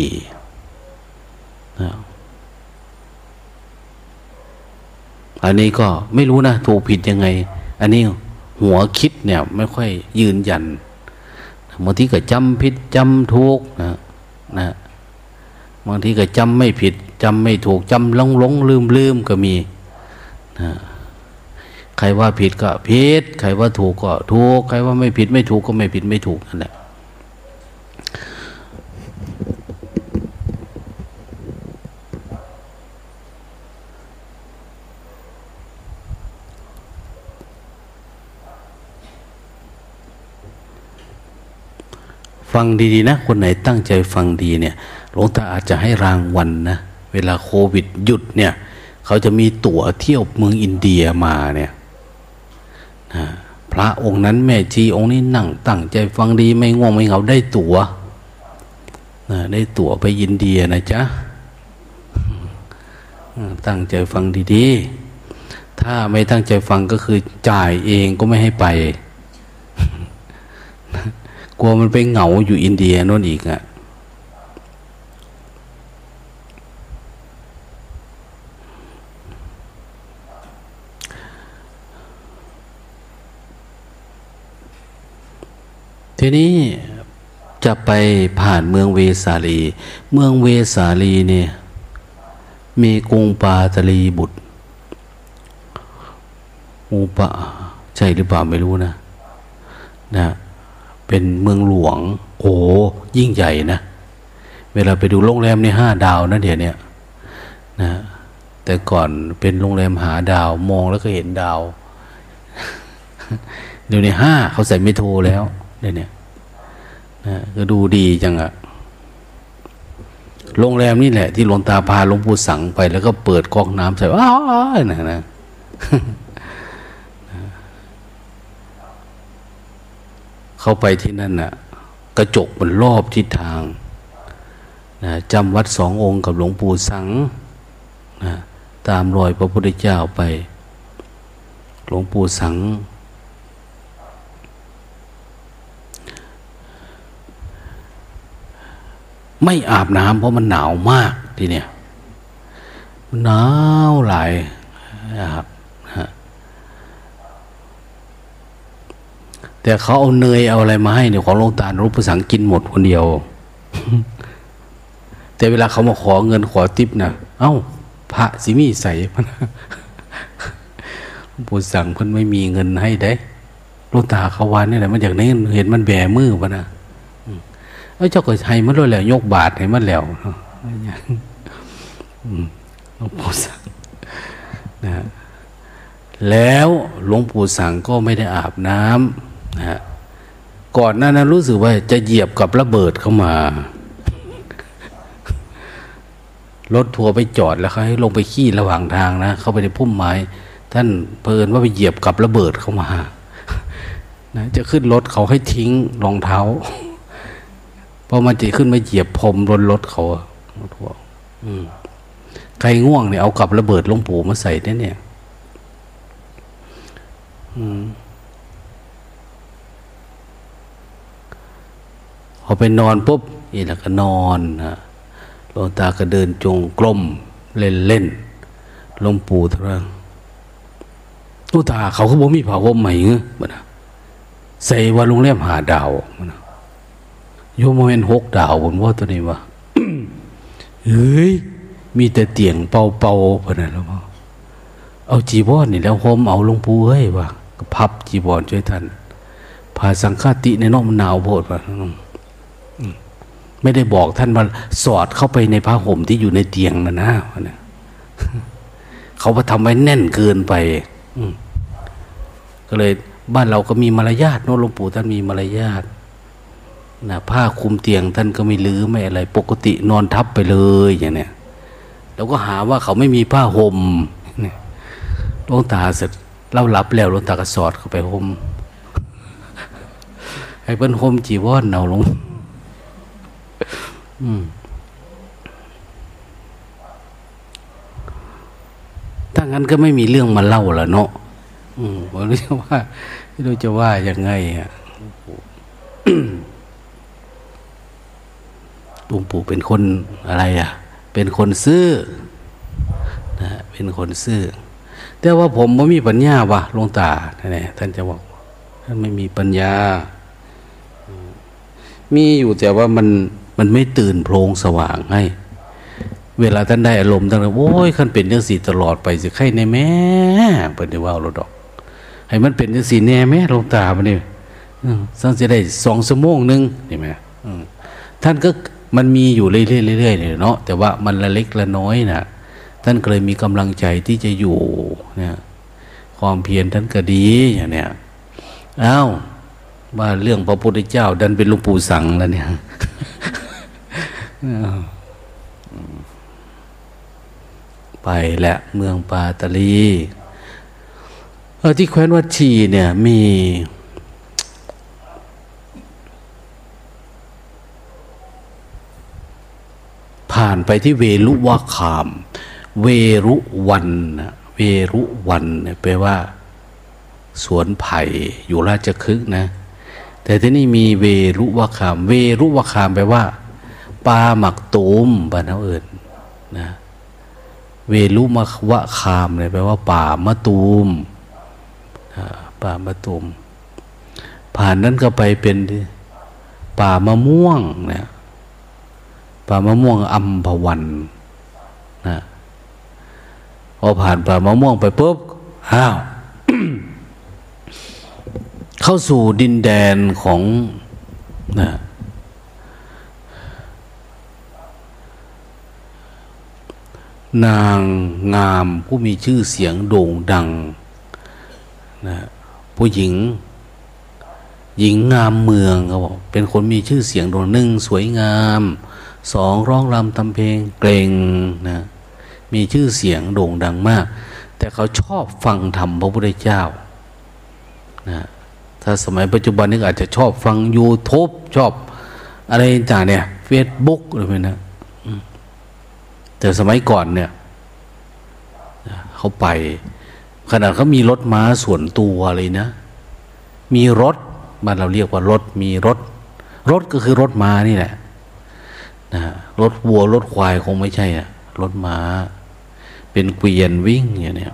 อันนี้ก็ไม่รู้นะถูกผิดยังไงอันนี้หัวคิดเนี่ยไม่ค่อยยืนยันบางทีก็จำผิดจำถูกนะนะบางทีก็จำไม่ผิดจำไม่ถูกจำหลงหลงลืมลืมก็มีนะใครว่าผิดก็ผิดใครว่าถูกก็ถูกใครว่าไม่ผิดไม่ถูกก็ไม่ผิดไม่ถูกนั่นแหละฟังดีๆนะคนไหนตั้งใจฟังดีเนี่ยหลวงตาอาจจะให้รางวัลนะเวลาโควิดหยุดเนี่ยเขาจะมีตั๋วเที่ยวเมืองอินเดียมาเนี่ยนะพระองค์นั้นแม่ชีองค์นี้นั่งตั้งใจฟังดีไม่ง่วงไม่เหงาได้ตั๋วนะได้ตั๋วไปอินเดียนะจ๊ะตั้งใจฟังดีๆถ้าไม่ตั้งใจฟังก็คือจ่ายเองก็ไม่ให้ไปกลัวมันไปเหงาอยู่อินเดียโน่นอีกอ่ะทีนี้จะไปผ่านเมืองเวสาลีเมืองเวสาลีเนี่ยมีกรุงปาตลีบุตรอุปะใช่หรือเปล่าไม่รู้นะนะเป็นเมืองหลวงโอ้ยิ่งใหญ่นะเวลาไปดูโรงแรมในห้าดาวนะเดี๋ยวนี้นะแต่ก่อนเป็นโรงแรมหาดาวมองแล้วก็เห็นดาวเดี๋ยวนี้ห้าเขาใส่เมโทรแล้วเดี๋ยวนี้นะก็ดูดีจังอะโรงแรมนี่แหละที่หลวงตาพาหลวงปู่สังไปแล้วก็เปิดก๊อกน้ำใส่อ้าวนะนะเข้าไปที่นั่นน่ะกระจกมันรอบทิศทางนะจำวัดสององค์กับหลวงปู่สังนะตามรอยพระพุทธเจ้าไปหลวงปู่สังไม่อาบน้ำเพราะมันหนาวมากทีเนี้ยหนาวหลายนะครับแต่เขาเอาเนยเอาอะไรมาให้เนี่ยของหลวงตาหลวงปู่สังกินหมดคนเดียว แต่เวลาเขามาขอเงินขอทิปนะเอ้าพระสิมีใส่พนะหลวงปู่สังเพิ่นไม่มีเงินให้ได้หลวงตาเขาวานนี่แหละมันอย่างนี้เห็นมันแบมือพนะเอ้าเจ้าก็ให้มันเลยแล้วยกบาทให้มันแล้วหลวงปู่สังนะแล้วหลวงปู่สังก็ไม่ได้อาบน้ำนะฮะก่อนหน้านั้นรู้สึกว่าจะเหยียบกับระเบิดเข้ามารถทัวร์ไปจอดแล้วเขาให้ลงไปขี้ระหว่างทางนะเข้าไปในพุ่มไม้ท่านเพลินว่าไปเหยียบกับระเบิดเข้ามานะจะขึ้นรถเขาให้ทิ้งรองเท้าเพราะมันจะขึ้นมาเหยียบพรมบนรถเขาทัวร์ใครง่วงเนี่ยเอากับระเบิดหลวงปู่มาใส่เนี่ยเนี่ยพอไปนอนปุ๊บนี่แล้วก็นอนนะหลวงตาก็เดินจงกรมเล่นเล่นหลวงปู่ทุกครั้งหลวงตาเขาก็บอกมีผ้าห่มใหม่เงี้ยบ่นะใส่ว่าโรงแรมหาดาวบ่นะโยมมาเป็นหกดาวผมว่าตัวนี้วะ เฮ้ยมีแต่เตียงเป่าเป่าพอนั้นแล้วมั้งเอาจีวรนี่แล้วห่มเอาหลวงปู่เฮ้ยวะก็พับจีวรช่วยท่านผ่าสังฆาติในนอกมันหนาวโพดวะไม่ได้บอกท่านว่าสอดเข้าไปในผ้าห่มที่อยู่ในเตียงนะนะนะเขาไปทำไว้แน่นเกินไปก็เลยบ้านเราก็มีมารยาทเนอะหลวงปู่ท่านมีมารยาทนะผ้าคลุมเตียงท่านก็ไม่ลื้อไม่อะไรปกตินอนทับไปเลยอย่างเนี้ยแล้วก็หาว่าเขาไม่มีผ้าห่มเนี่ยหลวงตาเสร็จเล่าหลับแล้วหลวงตาก็สอดเข้าไปห่มให้เพิ่นห่มจีวรเอาลงอืมถ้างั้นก็ไม่มีเรื่องมาเล่าละเนาะอืมไม่รู้จะว่าไม่รู้จะว่ายังไงอ่ะหลวงปู่เป็นคนอะไรอ่ะเป็นคนซื่อนะเป็นคนซื่อแต่ว่าผมไม่มีปัญญาวะหลวงตาเนี่ยท่านจะบอกท่านไม่มีปัญญามีอยู่แต่ว่ามันมันไม่ตื่นโพลงสว่างให้เวลาท่านได้อารมณ์ท่านก็โอ้ยขั้นเป็นจังสีตลอดไปสิใครในแม่เปิดได้ว่าเราดอกให้มันเป็นจังสีแน่แม่หลวงตาบัดนี้สังสิได้สองชั่วโมงนึงเห็นไหมท่านก็มันมีอยู่เรื่อยๆเนาะแต่ว่ามันละเล็กละน้อยนะท่านก็เลยมีกำลังใจที่จะอยู่เนี่ยความเพียรท่านก็ดีอย่างเนี้ยอ้าวว่าเรื่องพระพุทธเจ้าดันเป็นหลวงปู่สังแล้วเนี่ยไปแหละเมืองปาตาลีเออที่แคว้นวัดชีเนี่ยมีผ่านไปที่เวรุวคาม เวรุวันนะเวรุวันเนี่ยแปลว่าสวนไผ่อยู่ราชคฤห์นะแต่ที่นี่มีเวรุวคาม เวรุวคามแปลว่าปลาหมักตูมบ้านเขาเอิญนะเวรุมวะคามเนี่ยแปลว่าป่ามะตูมป่ามะตูมผ่านนั้นก็ไปเป็นป่ามะม่วงเนี่ยป่ามะม่วงอัมพวันนะพอผ่านป่ามะม่วงไปปุ๊บอ้าว เข้าสู่ดินแดนของนะนางงามผู้มีชื่อเสียงโด่งดังนะผู้หญิงหญิงงามเมืองเขาบอกเป็นคนมีชื่อเสียงโด่งหนึ่งสวยงามสองร้องรำทำเพลงเกรงนะมีชื่อเสียงโด่งดังมากแต่เขาชอบฟังธรรมพระพุทธเจ้านะถ้าสมัยปัจจุบันนี้อาจจะชอบฟัง YouTube ชอบอะไรต่างเนี่ย Facebook อะไรแบบนั้นแต่สมัยก่อนเนี่ยเขาไปขนาดเขามีรถม้าส่วนตัวเลยนะมีรถบ้านเราเรียกว่ารถมีรถรถก็คือรถม้านี่แหละนะรถวัวรถควายคงไม่ใช่อะรถม้าเป็นเกวียนวิ่งอย่างเนี้ย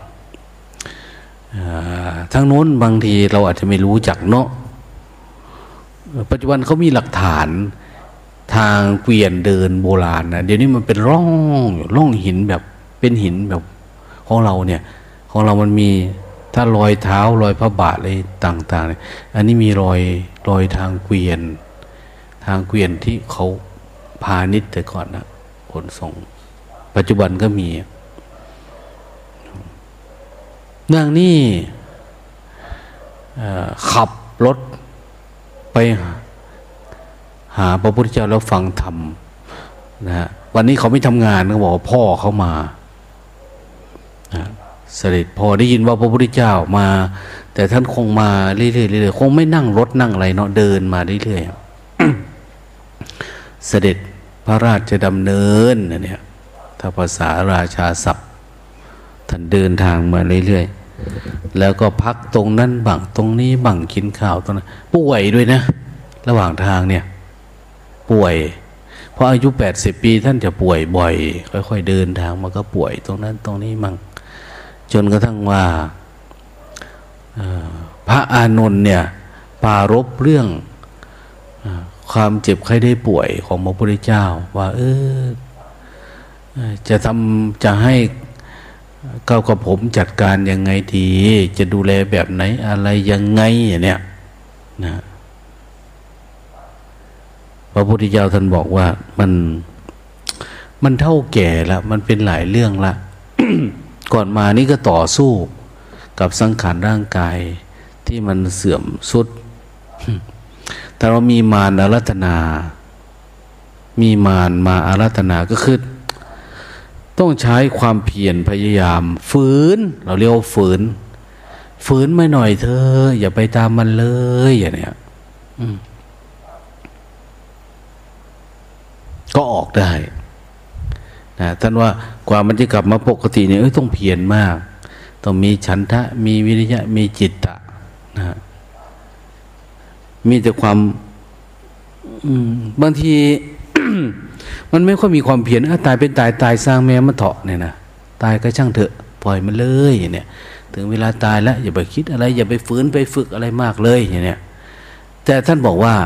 ทั้งโน้นบางทีเราอาจจะไม่รู้จักเนาะปัจจุบันเขามีหลักฐานทางเกวียนเดินโบราณนะเดี๋ยวนี้มันเป็นร่องร่องหินแบบเป็นหินแบบของเราเนี่ยของเรามันมีถ้ารอยเท้ารอยพระบาทอะไรต่างๆเนี่ยอันนี้มีรอยรอยทางเกวียนทางเกวียนที่เขาพาณิชย์แต่ก่อนนะขนส่งปัจจุบันก็มีนางนี่ขับรถไปหาพระพุทธเจ้าแล้วฟังธรรมนะฮะวันนี้เขาไม่ทำงานเขาบอกพ่อเขามานะเสด็จพอได้ยินว่าพระพุทธเจ้ามาแต่ท่านคงมาเรื่อยๆเรื่อยๆคงไม่นั่งรถนั่งอะไรเนาะเดินมาเรื่อยๆ เสด็จพระราชดำเนินเนี่ยถ้าภาษาราชาศัพท์ท่านเดินทางมาเรื่อยๆแล้วก็พักตรงนั้นบังตรงนี้บังกินข้าวตรงนั้นป่วยด้วยนะระหว่างทางเนี่ยป่วยเพราะอายุแปดสิบปีท่านจะป่วยบ่อยค่อยๆเดินทางมาก็ป่วยตรงนั้นตรงนี้มั่งจนกระทั่งว่าพระอานนท์เนี่ยปรารภเรื่องความเจ็บไข้ได้ป่วยของพระพุทธเจ้าว่าเออจะทำจะให้เก้ากับผมจัดการยังไงดีจะดูแลแบบไหนอะไรยังไงอย่างเนี้ยนะพระพุทธเจ้าท่านบอกว่ามันมันเท่าแก่ละมันเป็นหลายเรื่องละ ก่อนมานี่ก็ต่อสู้กับสังขารร่างกายที่มันเสื่อมทรุด แต่เรามีมารอารัธนามีมารมาอารัธนาก็คือต้องใช้ความเพียรพยายามฝืนเราเรียกว่าฝืนฝืนไม่หน่อยเธออย่าไปตามมันเลยอย่างเนี้ยก็ออกได้นะท่านว่ากว่ามันจะกลับมาปกติเนี่ยต้องเพียรมากต้องมีฉันทะมีวิริยะมีจิตตะนะมีแต่ความบางที มันไม่ค่อยมีความเพียรตายเป็นตายตายสร้างแม่มันเถาะเนี่ยนะตายก็ช่างเถอะปล่อยมันเลยอย่างเนี้ยถึงเวลาตายแล้วอย่าไปคิดอะไรอย่าไปฝืนไปฝึกอะไรมากเลยอย่างเนี้ยแต่ท่านบอกว่า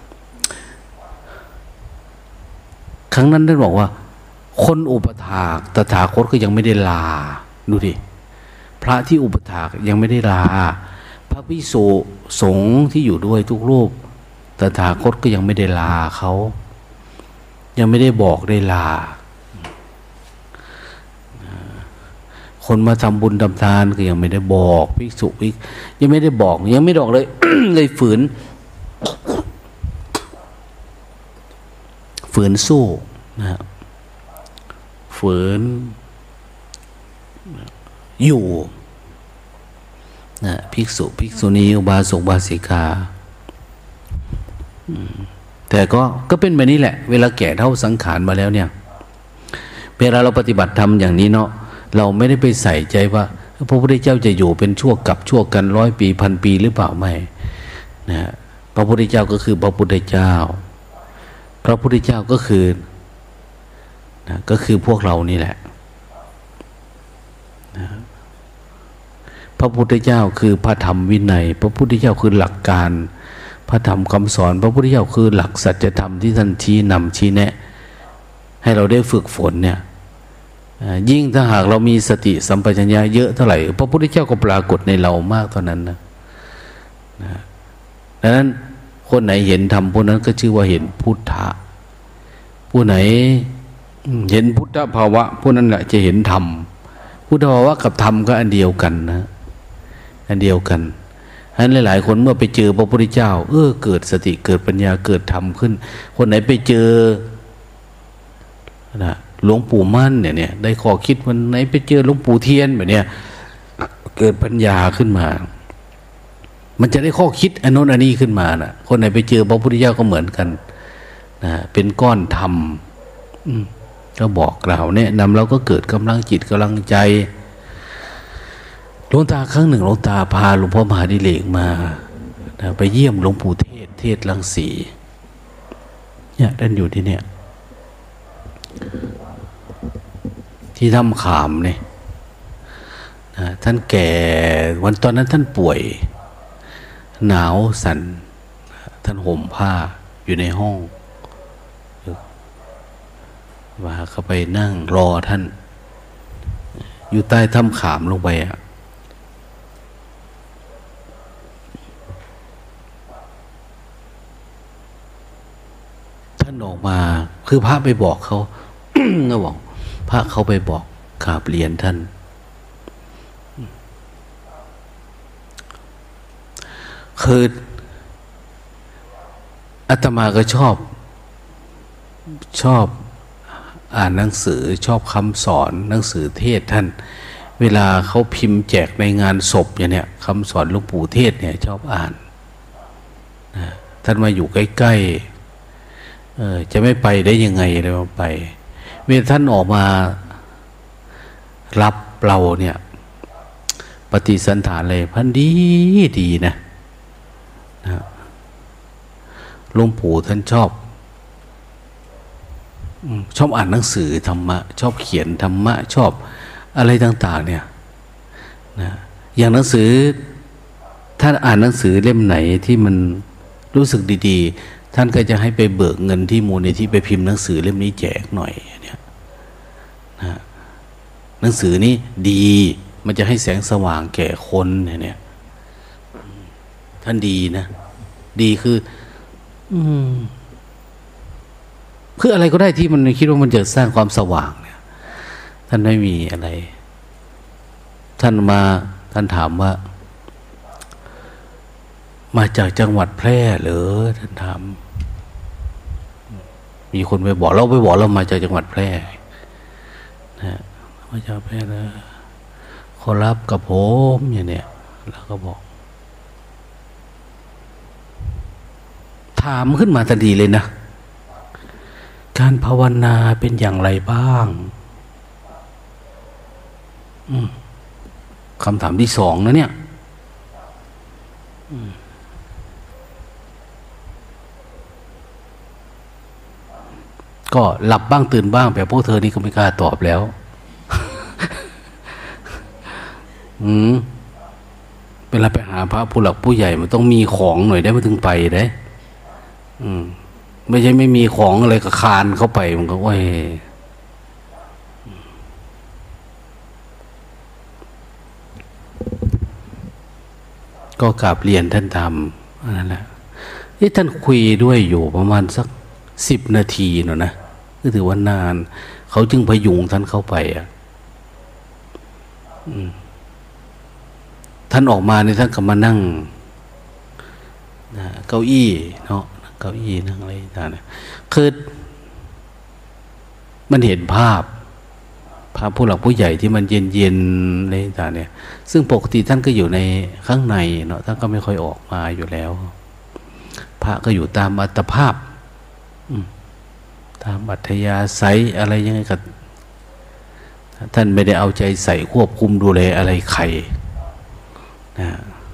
ครั้งนั้นท่านบอกว่าคนอุปถากตถาคตก็ยังไม่ได้ลาดูดิพระที่อุปถากยังไม่ได้ลาพระภิกษุสงฆ์ที่อยู่ด้วยทุกรูปตถาคตก็ยังไม่ได้ลาเขายังไม่ได้บอกได้ลาคนมาทำบุญทำทานก็ยังไม่ได้บอกภิกษุภิกยังไม่ได้บอกยังไม่บอกเลย เลยฝืนฝืนสู้นะฝืนอยู่นะภิกษุภิกษุณีอุบาสกอุบาสิกาแต่ก็ก็เป็นแบบนี้แหละเวลาแก่เท่าสังขารมาแล้วเนี่ยเวลาเราปฏิบัติธรรมอย่างนี้เนาะเราไม่ได้ไปใส่ใจว่าพระพุทธเจ้าจะอยู่เป็นชั่วกับชั่วกันร้อยปีพันปีหรือเปล่าไม่นะพระพุทธเจ้าก็คือพระพุทธเจ้าพระพุทธเจ้าก็คือนะก็คือพวกเรานี่แหละนะพระพุทธเจ้าคือพระธรรมวินัยพระพุทธเจ้าคือหลักการพระธรรมคำสอนพระพุทธเจ้าคือหลักสัจธรรมที่ท่านชี้นำชี้แนะให้เราได้ฝึกฝนเนี่ยยิ่งถ้าหากเรามีสติสัมปชัญญะเยอะเท่าไหร่พระพุทธเจ้าก็ปรากฏในเรามากเท่านั้นนะนะดังนั้นคนไหนเห็นธรรมผู้นั้นก็ชื่อว่าเห็นพุทธะผู้ไหนเห็นพุทธภาวะผู้นั้นแหละจะเห็นธรรมพุทธภาวะกับธรรมก็อันเดียวกันนะอันเดียวกันฉะนั้นหลายๆคนเมื่อไปเจอพระพุทธเจ้าเออเกิดสติเกิดปัญญาเกิดธรรมขึ้นคนไหนไปเจอนะหลวงปู่มั่นเนี่ยเนี่ยได้ข้อคิดวันไหนไปเจอหลวงปู่เทียนแบบเนี้ยเกิดปัญญาขึ้นมามันจะได้ข้อคิดอันโน้นอันนี้ขึ้นมานะคนไหนไปเจอพระพุทธเจ้าก็เหมือนกันนะเป็นก้อนธรรมก็บอกกล่าวแนะนำเราก็เกิดกำลังจิตกำลังใจหลวงตาครั้งหนึ่งหลวงตาพาหลวงพ่อมหาดิเรกมานะไปเยี่ยมหลวงปู่เทศเทศรังสีเนี่ยท่านอยู่ที่เนี่ยที่ถ้ำขามเนี่ยนะท่านแก่วันตอนนั้นท่านป่วยหนาวสั่นท่านห่มผ้าอยู่ในห้องว่าเข้าไปนั่งรอท่านอยู่ใต้ถ้ำขามลงไปอ่ะท่านออกมาคือพระไปบอกเขา ก็บอกพระเขาไปบอกกราบเรียนท่านคืออาตมาก็ชอบชอบอ่านหนังสือชอบคำสอนหนังสือเทศท่านเวลาเขาพิมพ์แจกในงานศพอย่างเนี้ยคำสอนหลวงปู่เทศเนี่ยชอบอ่านนะท่านมาอยู่ใกล้ๆเออจะไม่ไปได้ยังไงเลยมาไปเมื่อท่านออกมารับเราเนี่ยปฏิสันถานเลยพันดีดีนะนะหลวงปู่ท่านชอบชอบอ่านหนังสือธรรมะชอบเขียนธรรมะชอบอะไรต่างๆเนี่ยนะอย่างหนังสือถ้าอ่านหนังสือเล่มไหนที่มันรู้สึกดีๆท่านก็จะให้ไปเบิกเงินที่มูลนิธิไปพิมพ์หนังสือเล่มนี้แจกหน่อยเนี่ยนะหนังสือนี้ดีมันจะให้แสงสว่างแก่คนเนี่ยท่านดีนะดีคืออืมคืออะไรก็ได้ที่มันคิดว่ามันจะสร้างความสว่างเนี่ยท่านไม่มีอะไรท่านมาท่านถามว่ามาจากจังหวัดแพร่เหรอท่านถามมีคนไปบอกเราไปบอกเรามาจากจังหวัดแพร่นะมาจากแพร่แล้วขอรับกับผมอย่างเนี้ยแล้วก็บอกถามขึ้นมาทันทีเลยนะการภาวนาเป็นอย่างไรบ้างคำถามที่สองนะเนี่ยก็หลับบ้างตื่นบ้างแบบพวกเธอนี่ก็ไม่กล้าตอบแล้ว อืมเวลาไปหาพระผู้หลักผู้ใหญ่มันต้องมีของหน่อยได้มาถึงไปได้อืมไม่ใช่ไม่มีของอะไรก็คานเข้าไปมันก็โอ้ยก็กราบเรียนท่านทำนั่นแหละที่ท่านคุยด้วยอยู่ประมาณสักสิบนาทีเนอะนะก็ถือว่านานเขาจึงพยุงท่านเข้าไปอ่ะท่านออกมาเนี่ยท่านก็มานั่งนะเก้าอี้เนาะเก้าอี้นั่งอะไรต่างๆคือมันเห็นภาพภาพผู้หลักผู้ใหญ่ที่มันเย็นเย็นในต่างเนี่ยซึ่งปกติท่านก็อยู่ในข้างในเนาะท่านก็ไม่ค่อยออกมาอยู่แล้วพระก็อยู่ตามอัตภาพตามอัธยาศัยอะไรยังไงกับท่านไม่ได้เอาใจใส่ควบคุมดูแลอะไรใครนะ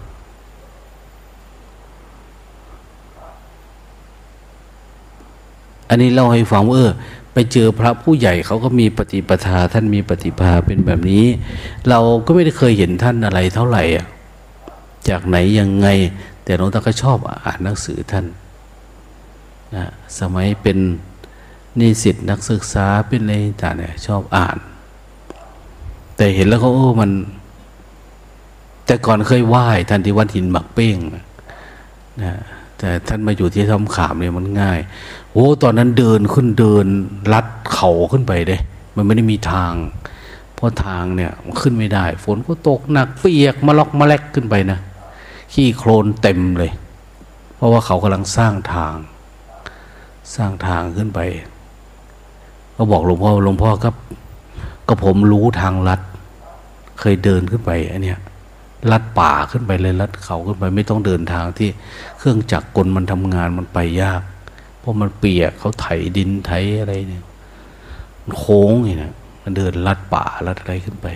อันนี้เล่าให้ฟังว่าเออไปเจอพระผู้ใหญ่เขาก็มีปฏิปทาท่านมีปฏิภาเป็นแบบนี้ เราก็ไม่ได้เคยเห็นท่านอะไรเท่าไหร่อ่ะจากไหนยังไงแต่หลวงตาก็ชอบอ่านหนังสือท่านนะสมัยเป็นนิสิตนักศึกษาเป็นอะไรต่างเนี่ยชอบอ่านแต่เห็นแล้วเขาเออมันแต่ก่อนเคยไหว้ท่านที่วัดหินหมักเป้งนะแต่ท่านมาอยู่ที่ทำขามเนี่ยมันง่ายโอ้ตอนนั้นเดินขึ้นเดินลัดเขาขึ้นไปเด้มันไม่ได้มีทางเพราะทางเนี่ยมันขึ้นไม่ได้ฝนก็ตกหนักเปียกมาล็อกมาแลกขึ้นไปนะขี้โคลนเต็มเลยเพราะว่าเขากำลังสร้างทางสร้างทางขึ้นไปก็บอกหลวงพ่อหลวงพ่อครับก็ผมรู้ทางลัดเคยเดินขึ้นไปอันเนี้ยลัดป่าขึ้นไปเลยลัดเขาขึ้นไปไม่ต้องเดินทางที่เครื่องจักรกลมันทำงานมันไปยากเพราะมันเปียกเขาไถดินไถอะไรเนี่ยมันโค้งนี่นะมันเดินลัดป่าลัดอะไรขึ้นไป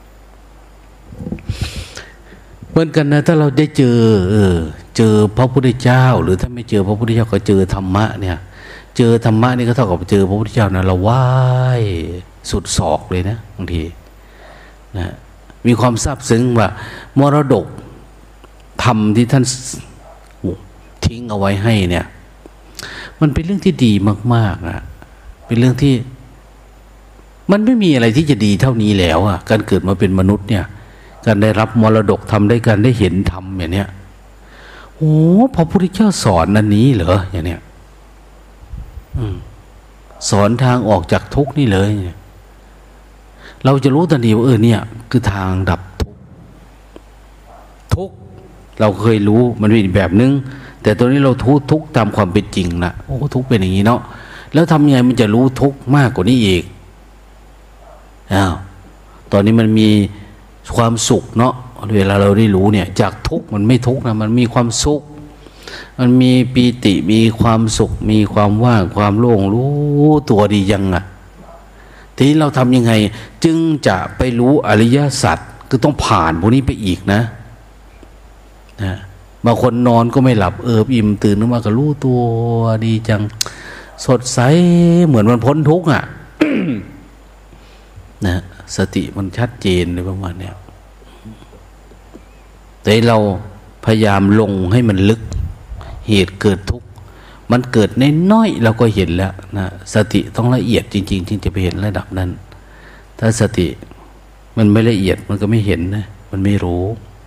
เหมือนกันนะถ้าเราได้เจอเออเจอพระพุทธเจ้าหรือถ้าไม่เจอพระพุทธเจ้าก็เจอธรรมะเนี่ยเจอธรรมะนี่ก็เท่ากับเจอพระพุทธเจ้านะเราไหว้สุดศอกเลยนะบางทีนะมีความซาบซึ้งว่ามรดกธรรมที่ท่านทิ้งเอาไว้ให้เนี่ยมันเป็นเรื่องที่ดีมากๆนะเป็นเรื่องที่มันไม่มีอะไรที่จะดีเท่านี้แล้วอ่ะการเกิดมาเป็นมนุษย์เนี่ยการได้รับมรดกธรรมได้การได้เห็นธรรมอย่างเนี้ยโอ้พระพุทธเจ้าสอนอันนี้เหรออย่างเนี้ยสอนทางออกจากทุกข์นี่เลยเราจะรู้ทันทีว่าเออเนี่ยคือทางดับทุกข์ทุกข์เราเคยรู้มันเป็นแบบนึงแต่ตอนนี้เราทุกทุกข์ตามความเป็นจริงนะโอ้ทุกข์เป็นอย่างนี้เนาะแล้วทำยังไงมันจะรู้ทุกข์มากกว่านี้อีกอ้าวตอนนี้มันมีความสุขเนาะเวลาเราได้รู้เนี่ยจากทุกข์มันไม่ทุกข์นะมันมีความสุขมันมีปีติมีความสุขมีความว่างความโล่งรู้ตัวดียังอ่ะทีนี้เราทำยังไงจึงจะไปรู้อริยสัจคือต้องผ่านพวกนี้ไปอีกนะนะบางคนนอนก็ไม่หลับเอิบอิ่มตื่นขึ้นมาก็รู้ตัวดีจังสดใสเหมือนมันพ้นทุกข์อ่ะ นะสติมันชัดเจนเลยประมาณเนี้ยแต่เราพยายามลงให้มันลึกเหตุเกิดทุกข์มันเกิดน้อยๆเราก็เห็นแล้วนะสติต้องละเอียดจริงๆที่จะไปเห็นระดับนั้นถ้าสติมันไม่ละเอียดมันก็ไม่เห็นนะมันไม่รู้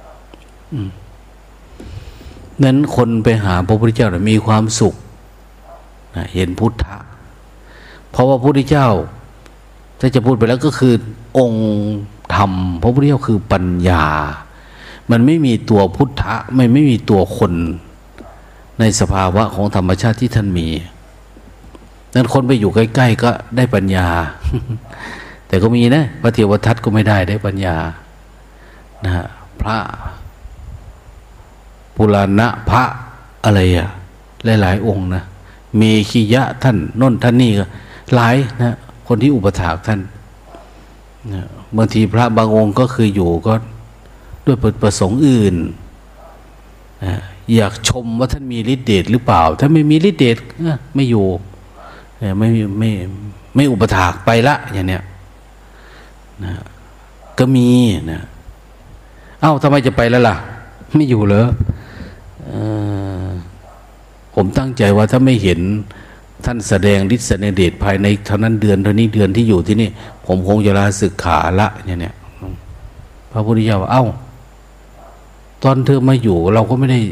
นั้นคนไปหาพระพุทธเจ้าเนี่ยมีความสุขนะเห็นพุทธะเพราะว่าพระพุทธเจ้าถ้าจะพูดไปแล้วก็คือองค์ธรรมพระพุทธเจ้าคือปัญญามันไม่มีตัวพุทธะไม่ไม่มีตัวคนในสภาวะของธรรมชาติที่ท่านมีนั้นคนไปอยู่ใกล้ๆก็ได้ปัญญา แต่ก็มีนะพระเทวทัตก็ไม่ได้ได้ปัญญานะฮะพระปุราณะพระอะไรอะหลายๆองค์นะเมขิยะท่านน้นท่านนี่ก็หลายนะคนที่อุปถากท่านนะบางทีพระบางองค์ก็คืออยู่ก็ด้วยประสงค์อื่นนะอยากชมว่าท่านมีฤทธิ์เดชหรือเปล่าถ้าไม่มีฤทธิ์เดชไม่อยู่ไม่ไม่ไม่อุปถากไปละอย่างเนี้ยนะก็มีนะเอ้าทำไมจะไปแล้วล่ะไม่อยู่เหรอเออผมตั้งใจว่าถ้าไม่เห็นท่านแสดงฤทธิ์แสดงเดชภายในเท่านั้นเดือนเท่านี้เดือนที่อยู่ที่นี่ผมคงจะลาศึกขาละเนี่ยเนี่ยพระพุทธเจ้าว่าเอ้าตอนเธอมาอยู่เราก็ไม่ได้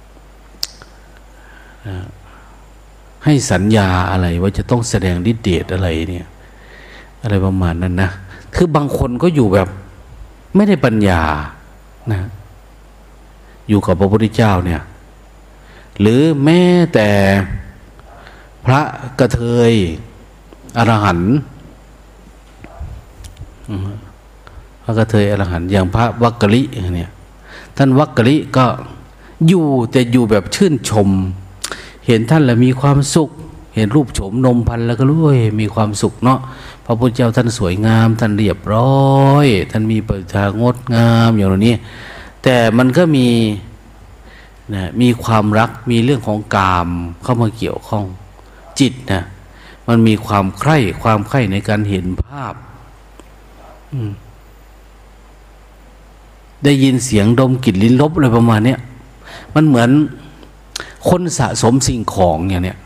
ให้สัญญาอะไรว่าจะต้องแสดงฤทธิ์เดชอะไรเนี่ยอะไรประมาณนั้นนะคือบางคนก็อยู่แบบไม่ได้ปัญญานะอยู่กับพระพุทธเจ้าเนี่ยหรือแม้แต่พระกระเทยอรหันต์พระกฐินอรหันต์อย่างพระวักกะลิเนี่ยท่านวักกะลิก็อยู่แต่อยู่แบบชื่นชมเห็นท่านแล้วมีความสุขเห็นรูปโฉมนมพันแล้วก็รู้ว่ามีความสุขเนาะพระพุทธเจ้าท่านสวยงามท่านเรียบร้อยท่านมีปฏิภาณงดงามอย่างนี้แต่มันก็มีนะมีความรักมีเรื่องของกามเข้ามาเกี่ยวข้องจิตนะมันมีความใคร่ความใคร่ในการเห็นภาพได้ยินเสียงดมกลิ่นลิ้นรสอะไรประมาณเนี้ยมันเหมือนคนสะสมสิ่งของอย่างเนี้ย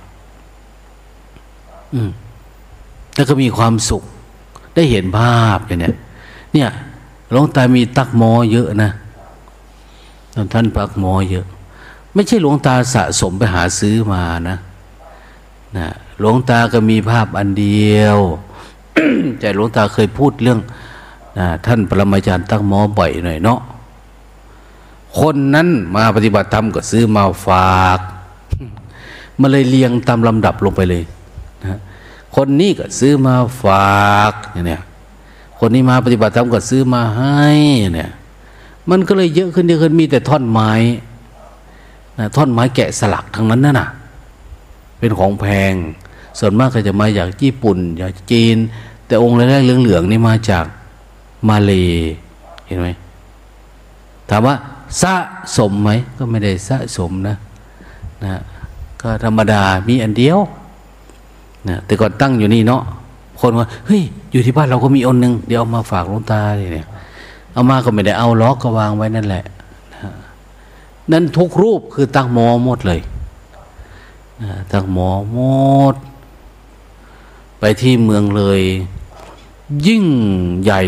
อืมแล้วก็มีความสุขได้เห็นภาพอย่างเนี้ยเนี่ยหลวงตามีตักหมอเยอะนะท่านปักหมอเยอะไม่ใช่หลวงตาสะสมไปหาซื้อมานะนะหลวงตาก็มีภาพอันเดียว แต่หลวงตาเคยพูดเรื่องนะท่านปรมาจารย์ตักหมอบ่อยหน่อยเนาะคนนั้นมาปฏิบัติธรรมก็ซื้อมาฝากมาเลยเรียงตามลำดับลงไปเลยนะคนนี้ก็ซื้อมาฝากเนี่ยคนนี้มาปฏิบัติธรรมก็ซื้อมาให้เนี่ยมันก็เลยเยอะขึ้นเยอะขึ้นมีแต่ท่อนไม้นะท่อนไม้แกะสลักทั้งนั้นน่ะเป็นของแพงส่วนมากก็จะมาจากญี่ปุ่นจากจีนแต่องค์แรกๆเหลืองๆนี่มาจากมาเลเห็นไหมถามว่าสะสมไหมก็ไม่ได้สะสมนะนะก็ธรรมดามีอันเดียวนะแต่ก่อนตั้งอยู่นี่เนาะคนว่าเฮ้ยอยู่ที่บ้านเราก็มีอันนึงเดี๋ยวเอามาฝากหลวงตาเนี่ยเอามาก็ไม่ได้เอาล็อกก็วางไว้นั่นแหละนะนั่นทุกรูปคือตั้งหมอหมดเลยนะตั้งหมอหมดไปที่เมืองเลยยิ่งใหญ่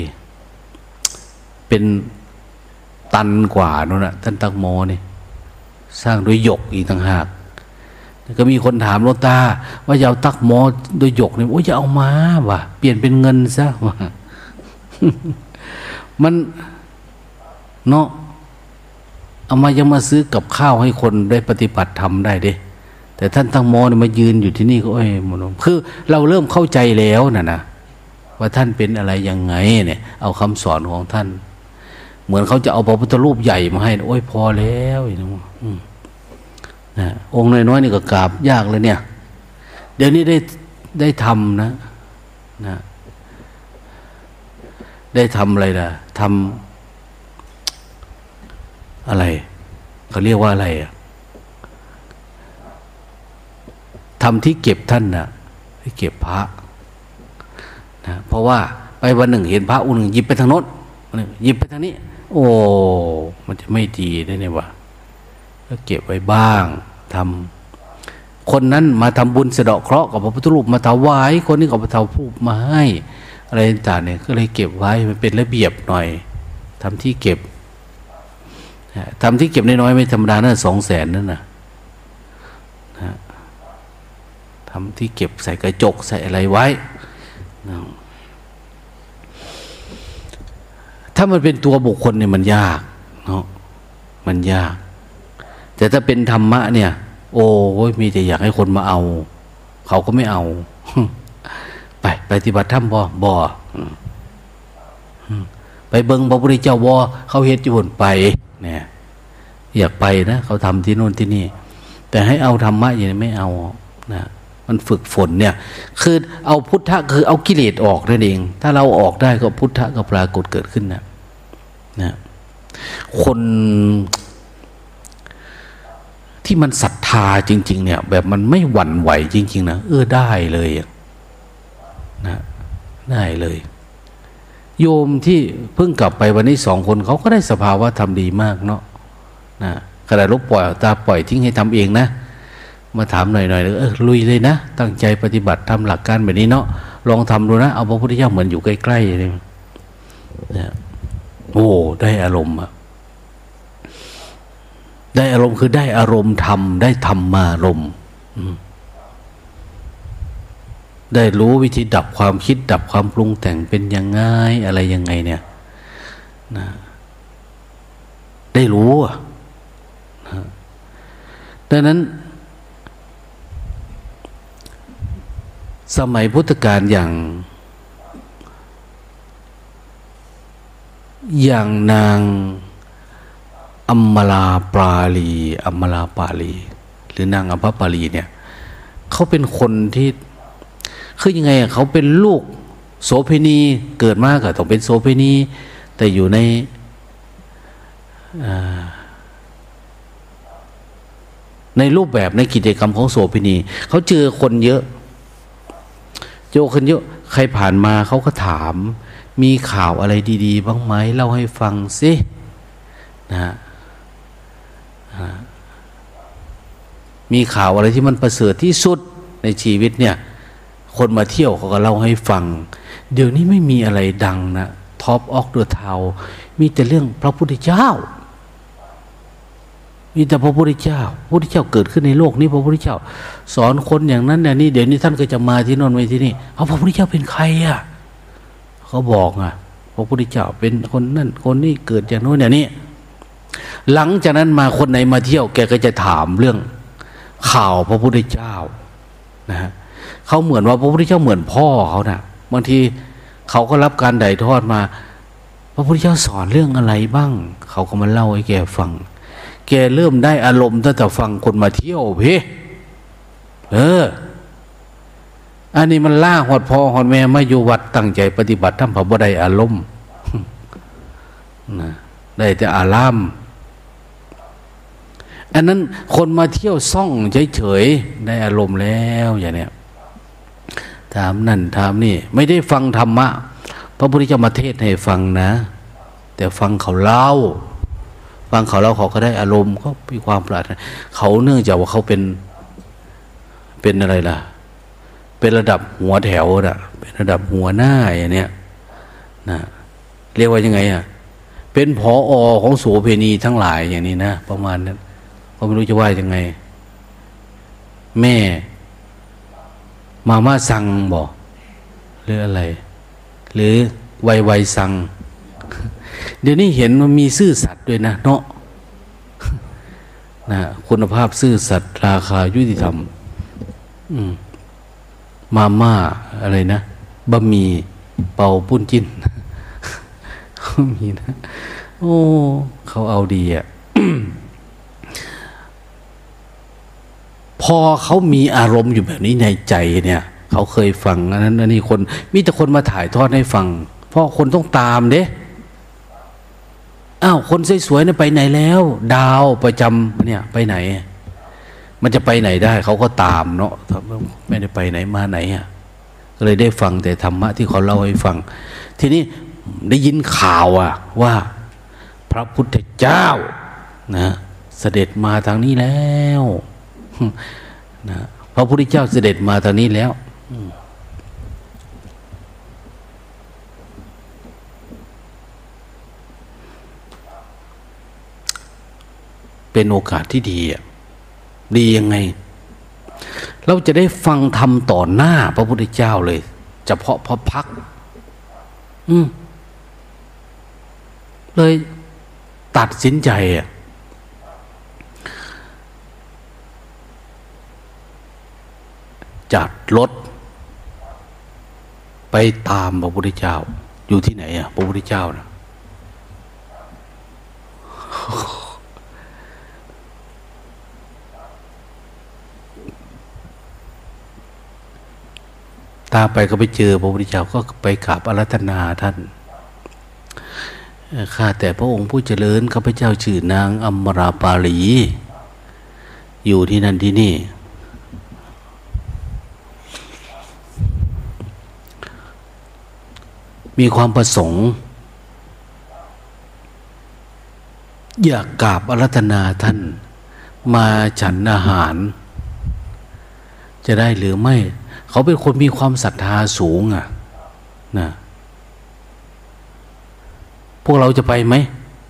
เป็นตันกว่านั่นน่ะท่านตักโมนี่สร้างด้วยหยกอีกต่างหากก็มีคนถามหลวงตาว่าจะเอาตักโมด้วยหยกนี่โอ้ยจะเอามาว่ะเปลี่ยนเป็นเงินซะว่ะ มันเนาะเอามายังมาซื้อกับข้าวให้คนได้ปฏิบัติธรรมได้เด้แต่ท่านตักโมนี่มายืนอยู่ที่นี่ก็โอ้ยมันคือเราเริ่มเข้าใจแล้วน่ะนะว่าท่านเป็นอะไรยังไงเนี่ยเอาคำสอนของท่านเหมือนเขาจะเอาพระพุทธรูปใหญ่มาให้โอ้ยพอแล้วนะองค์น้อยๆนี่ก็กราบยากเลยเนี่ยเดี๋ยวนี้ได้ได้ทำนะนะได้ทำอะไรล่ะทำอะไรเขาเรียกว่าอะไรอะทำที่เก็บท่านนะที่เก็บพระนะเพราะว่าไปวันหนึ่งเห็นพระองค์หนึ่งหยิบไปทางโน้นหยิบไปทางนี้โอ้มันจะไม่ดีได้เนี่ยวะก็เก็บไว้บ้างทำคนนั้นมาทำบุญสะเดาะเคราะห์กับพระพุทธรูปมาถวายคนนี้กับพระเทารูปมาให้อะไรต่างๆเนี่ยก็เลยเก็บไว้มันเป็นระเบียบหน่อยทำที่เก็บทำที่เก็บน้อยๆไม่ธรรมดานะสองแสนนั่นนะนะทำที่เก็บใส่กระจกใส่อะไรไว้ถ้ามันเป็นตัวบุคคลเนี่ยมันยากเนาะมันยากแต่ถ้าเป็นธรรมะเนี่ยโอ้ยมีแต่อยากให้คนมาเอาเขาก็ไม่เอาไปปฏิบัติธรรมบ่บ่ไปเบิ่งพระพุทธเจ้าบ่เขาเฮ็ดอยู่บนไปเนี่ยอยากไปนะเขาทำที่โน่นที่นี่แต่ให้เอาธรรมะอย่างนี้ไม่เอานะมันฝึกฝนเนี่ยคือเอาพุทธะคือเอากิเลสออกนั่นเองถ้าเราออกได้ก็พุทธะก็ปรากฏเกิดขึ้นนะนะคนที่มันศรัทธาจริงๆเนี่ยแบบมันไม่หวั่นไหวจริงๆนะเออได้เลยนะได้เลยโยมที่เพิ่งกลับไปวันนี้สองคนเขาก็ได้สภาวะทำดีมากเนาะนะขณะลบปล่อยตาปล่อยทิ้งให้ทำเองนะมาถามหน่อยๆเออลุยเลยนะตั้งใจปฏิบัติทำหลักการแบบนี้เนาะลองทำดูนะเอาพระพุทธเจ้าเหมือนอยู่ใกล้ๆเลยนะโอ้ได้อารมณ์อะได้อารมณ์คือได้อารมณ์ธรรมได้ธรรมารมณ์ได้รู้วิธีดับความคิดดับความปรุงแต่งเป็นยังไงอะไรยังไงเนี่ยนะได้รู้อ่ะนะดังนั้นสมัยพุทธกาลอย่างอย่างนางอัมมาลาปาลีอัมมาลาปาลีหรือนางอัมพปาลีเนี่ยเขาเป็นคนที่คือยังไงเขาเป็นลูกโสเภณีเกิดมาก็ต้องเป็นโสเภณีแต่อยู่ในในรูปแบบในกิจกรรมของโสเภณีเขาเจอคนเยอะเจอคนเยอะใครผ่านมาเขาก็ถามมีข่าวอะไรดีๆบ้างไหมเล่าให้ฟังสินะมีข่าวอะไรที่มันประเสริฐที่สุดในชีวิตเนี่ยคนมาเที่ยวเขาก็เล่าให้ฟังเดี๋ยวนี้ไม่มีอะไรดังนะท็อปออฟเดอะทาวน์มีแต่เรื่องพระพุทธเจ้ามีแต่พระพุทธเจ้าพระพุทธเจ้าเกิดขึ้นในโลกนี้พระพุทธเจ้าสอนคนอย่างนั้นอย่างนี้เดี๋ยวนี้ท่านก็จะมาที่โน่นไปที่นี่เอาพระพุทธเจ้าเป็นใครอ่ะเขาบอกอ่ะพระพุทธเจ้าเป็นคนนั่นคนนี้เกิดอย่างโน้นอย่างนี้หลังจากนั้นมาคนไหนมาเที่ยวแกก็จะถามเรื่องข่าวพระพุทธเจ้านะฮะเขาเหมือนว่าพระพุทธเจ้าเหมือนพ่อเขานะบางทีเขาก็รับการถ่ายทอดมาพระพุทธเจ้าสอนเรื่องอะไรบ้างเขาก็มาเล่าให้แกฟังแกเริ่มได้อารมณ์ตั้งแต่ฟังคนมาเที่ยวเพ่เอออันนี้มันล่าหอดพ่อหอดแม่มาอยู่วัดตั้งใจปฏิบัติทำพระบ่ได้อารมณ์นะได้แต่อารามอันนั้นคนมาเที่ยวซ่องเฉยๆได้อารมณ์แล้วอย่างเนี้ยถามนั่นถามนี่ไม่ได้ฟังธรรมะพระพุทธเจ้ามาเทศให้ฟังนะแต่ฟังเขาเล่าฟังเขาเล่าเขาก็ได้อารมณ์เขามีความปรารถนาเขาเนื่องจากว่าเขาเป็นเป็นอะไรล่ะเป็นระดับหัวแถวน่ะเป็นระดับหัวหน้าอย่างเนี้ยนะเรียกว่ายังไงอ่ะเป็นผอ.ของโสเภณีทั้งหลายอย่างนี้นะประมาณนั้นก็ไม่รู้จะว่ายังไงแม่มาม่าสั่งบอกหรืออะไรหรือไวไวสั่งเดี๋ยวนี้เห็นมันมีซื่อสัตย์ด้วยนะเนาะนะคุณภาพซื่อสัตย์ราคายุติธรรมอืมมาม่าอะไรนะบะหมี่เป่าปุ้นจิ้นเขามีนะโอ้เขาเอาดีอ่ะ พอเขามีอารมณ์อยู่แบบนี้ในใจเนี่ยเขาเคยฟังอันนั้นอันนี้คนมีแต่คนมาถ่ายทอดให้ฟังเพราะคนต้องตามเด้อ้าวคนสวยๆเนี่ยไปไหนแล้วดาวประจำเนี่ยไปไหนมันจะไปไหนได้เขาก็ตามเนาะไม่ได้ไปไหนมาไหนอ่ะก็เลยได้ฟังแต่ธรรมะที่เขาเล่าให้ฟังทีนี้ได้ยินข่าวอ่ะว่าพระพุทธเจ้านะเสด็จมาทางนี้แล้วนะพระพุทธเจ้าเสด็จมาทางนี้แล้วเป็นโอกาสที่ดีอ่ะดียังไงเราจะได้ฟังธรรมต่อหน้าพระพุทธเจ้าเลยเฉพาะพระพักตร์อืมเลยตัดสินใจอ่ะจัดรถไปตามพระพุทธเจ้าอยู่ที่ไหนอ่ะพระพุทธเจ้านะตาไปก็ไปเจอพระพุทธเจ้าก็ไปกราบอาราธนาท่านข้าแต่พระองค์ผู้เจริญข้าพเจ้าชื่อนางอัมมราปาลีอยู่ที่นั่นที่นี่มีความประสงค์อยากกราบอาราธนาท่านมาฉันอาหารจะได้หรือไม่เขาเป็นคนมีความศรัทธาสูงอ่ะนะพวกเราจะไปไหม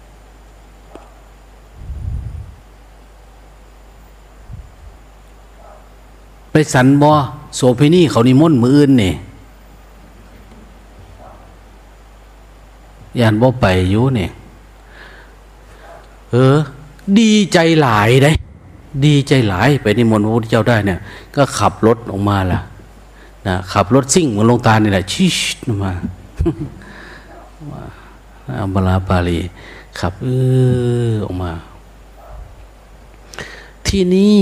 ไปสันบ่โสเภณีเขานิมนต์มื้ออื่นนี่ย่านบ่ไปอยู่นี่เออดีใจหลายได้ดีใจหลายไปนิมนต์พระพุทธเจ้าได้เนี่ยก็ขับรถออกมาล่ะนะขับรถซิ่งเหมือนลงตานี่แหละชิชมาอัมพราปาลีขับเออออกมาที่นี่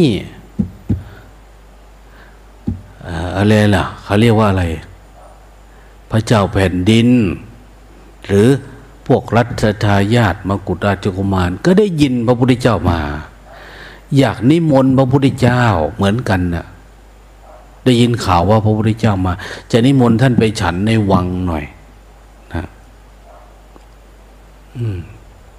อะไรล่ะเขาเรียกว่าอะไรพระเจ้าแผ่นดินหรือพวกรัชทายาทมกุฎราชกุมารก็ได้ยินพระพุทธเจ้ามาอยากนิมนต์พระพุทธเจ้าเหมือนกันน่ะได้ยินข่าวว่าพระพุทธเจ้ามาจะนิมนต์ท่านไปฉันในวังหน่อยนะอืม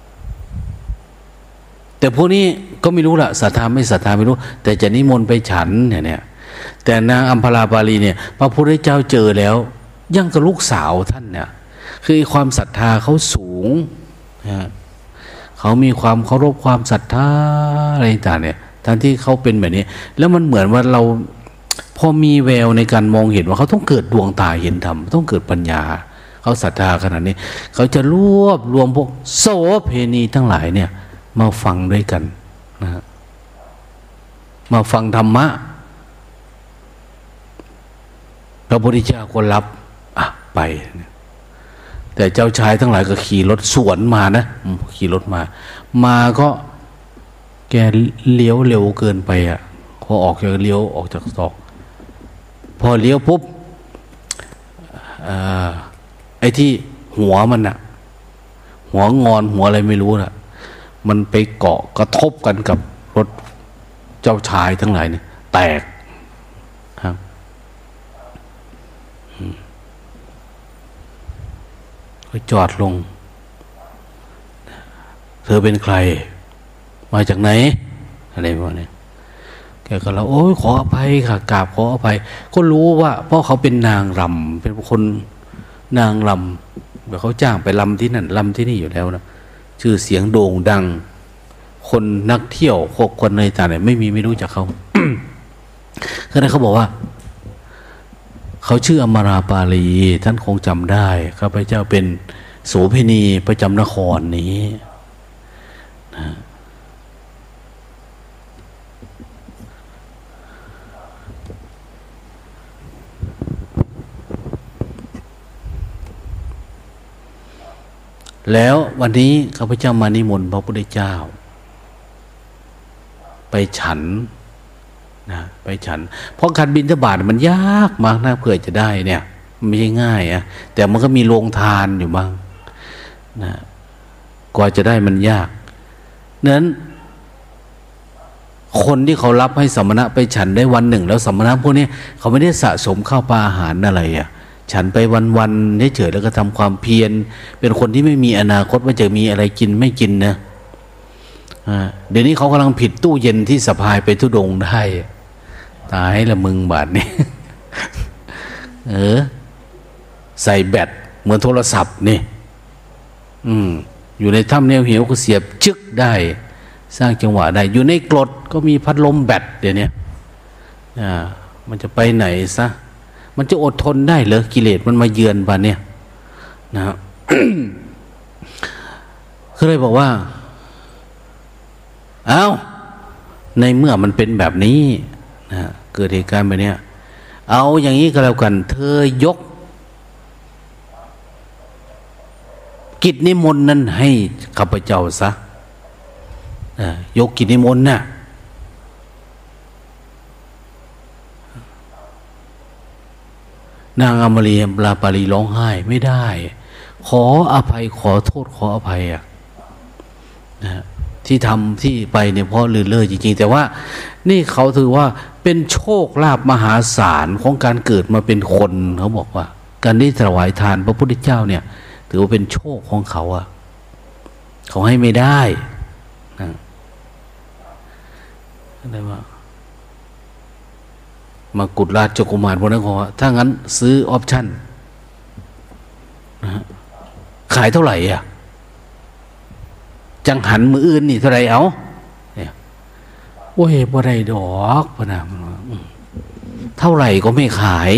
แต่พวกนี้ก็ไม่รู้ละศรัทธาไม่ศรัทธาไม่รู้แต่จะนิมนต์ไปฉันเนี่ยเนี่ยแต่นางอัมพราปาลีเนี่ยพระพุทธเจ้าเจอแล้วยังกับลูกสาวท่านเนี่ยคือความศรัทธาเขาสูงนะเขามีความเคารพความศรัทธาอะไรต่างเนี่ยทั้งที่เขาเป็นแบบนี้แล้วมันเหมือนว่าเราพอมีแววในการมองเห็นว่าเขาต้องเกิดดวงตาเห็นธรรมต้องเกิดปัญญาเขาศรัทธาขนาดนี้เขาจะรวบรวมพวกโสเพณีทั้งหลายเนี่ยมาฟังด้วยกันนะมาฟังธรรมะพระพุทธเจ้าก็รับอ่ะไปแต่เจ้าชายทั้งหลายก็ขี่รถสวนมานะขี่รถมามาก็แกเลี้ยวเร็วเกินไปอ่ะพอออกจากเลี้ยวออกจากศอกพอเลี้ยวปุ๊บอ่าไอ้ที่หัวมันอ่ะหัวงอนหัวอะไรไม่รู้น่ะมันไปเกาะกระทบกันกับรถเจ้าชายทั้งหลายเนี่ยแตกครับก็จอดลงเธอเป็นใครมาจากไหนอะไรประมาณนี้แกก็แล้วโอ้ยขออภัยค่ะกราบขออภัยก็รู้ว่าเพราะเขาเป็นนางรำเป็นคนนางรำแบบเขาจ้างไปรำที่นั่นรำที่นี่อยู่แล้วนะชื่อเสียงโด่งดังคนนักเที่ยวคนในต่างเนี่ยไม่มีไม่รู้จักเขา ก็เลยเขาบอกว่าเขาชื่ออมราปาลีท่านคงจำได้ข้าพเจ้าเป็นโสเภณีประจำนครนี้นะแล้ววันนี้ข้าพเจ้ามานิมนต์พระพุทธเจ้าไปฉันนะไปฉันเพราะการบิณฑบาตมันยากมากนะเพื่อจะได้เนี่ยไม่ใช่ง่ายอะแต่มันก็มีโรงทานอยู่บ้างนะกว่าจะได้มันยากนั้นคนที่เขารับให้สมณะไปฉันได้วันหนึ่งแล้วสมณะพวกนี้เขาไม่ได้สะสมข้าวปลาอาหารอะไรอะฉันไปวันๆเฉยๆแล้วก็ทำความเพียรเป็นคนที่ไม่มีอนาคตว่าจะมีอะไรกินไม่กินนะเดี๋ยวนี้เขากำลังผิดตู้เย็นที่สะพายไปทุดงได้ตายละมึงบาทนี่ เออใส่แบตเหมือนโทรศัพท์นี่อืมอยู่ในถ้ำแนวเหวก็เสียบชึกได้สร้างจังหวะได้อยู่ในกรดก็มีพัดลมแบตเดี๋ยวนี้อ่ามันจะไปไหนซะมันจะอดทนได้เหรอกิเลสมันมาเยือนป่ะเนี่ยนะ ก็เลยบอกว่าเอา้าในเมื่อมันเป็นแบบนี้นะเกิดเหตุการณ์แบบนี้เอาอย่างนี้ก็แล้วกันเธอยกกิจนิมนต์นั้นให้ข้าพเจ้าซะยกกิจนิมนต์น่ะนางอมรีปลาปาลีร้องไห้ไม่ได้ขออภัยขอโทษขออภัยอ่ะนะที่ทำที่ไปเนี่ยเพราะลือเล่อจริงๆแต่ว่านี่เขาถือว่าเป็นโชคลาภมหาศาลของการเกิดมาเป็นคนเขาบอกว่าการได้ถวายทานพระพุทธเจ้าเนี่ยถือว่าเป็นโชคของเขาอ่ะเขาให้ไม่ได้นะได้ว่ามากุฎราชกุมารพวกนั้นเขาว่าถ้างั้นซื้อออปชั่นนะขายเท่าไหร่อ่ะจังหันมืออื่นนี่เท่าไรเอาเนี่ยโอ้ยบ่ได้ดอกพะนะเท่าไหร่ก็ไม่ขาย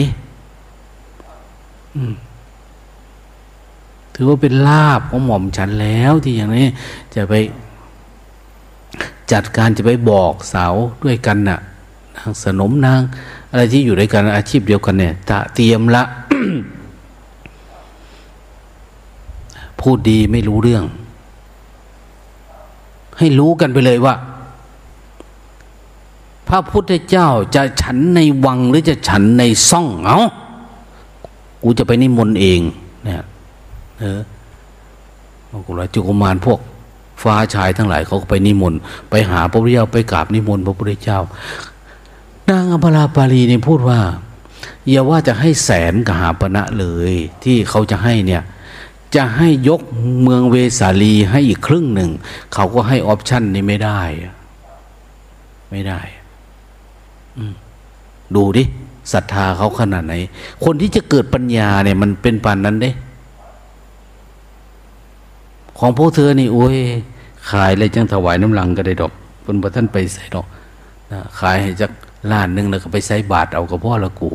ถือว่าเป็นลาภของหม่อมฉันแล้วที่อย่างนี้จะไปจัดการจะไปบอกสาวด้วยกันน่ะนางสนมนางอะไรที่อยู่ด้วยกันอาชีพเดียวกันเนี่ยตะเตรียมละ พพูดดีไม่รู้เรื่องให้รู้กันไปเลยว่าพระพุทธเจ้าจะฉันในวังหรือจะฉันในซ่องเอากูจะไปนิมนต์เองเนี่ยเออกุลจุกุมารพวกฟ้าชายทั้งหลายเขาก็ไปนิมนต์ไปหาพระพุทธเจ้าไปกราบนิมนต์พระพุทธเจ้านางอัมพราปาลีเนี่ยพูดว่าอย่าว่าจะให้แสนกหาปณะเลยที่เขาจะให้เนี่ยจะให้ยกเมืองเวสาลีให้อีกครึ่งหนึ่งเขาก็ให้ออปชั่นนี้ไม่ได้ไม่ได้ดูดิศรัทธาเขาขนาดไหนคนที่จะเกิดปัญญาเนี่ยมันเป็นปานนั้นเด้ของพวกเธอนี่โอ้ยขายอะไรจังถวายน้ำลังก็ได้ดอกเพิ่นบ่ท่านไปใส่ดอกนะขายให้จักล้านนึงแล้วก็ไปใส่บาทเอากับพ่อละกู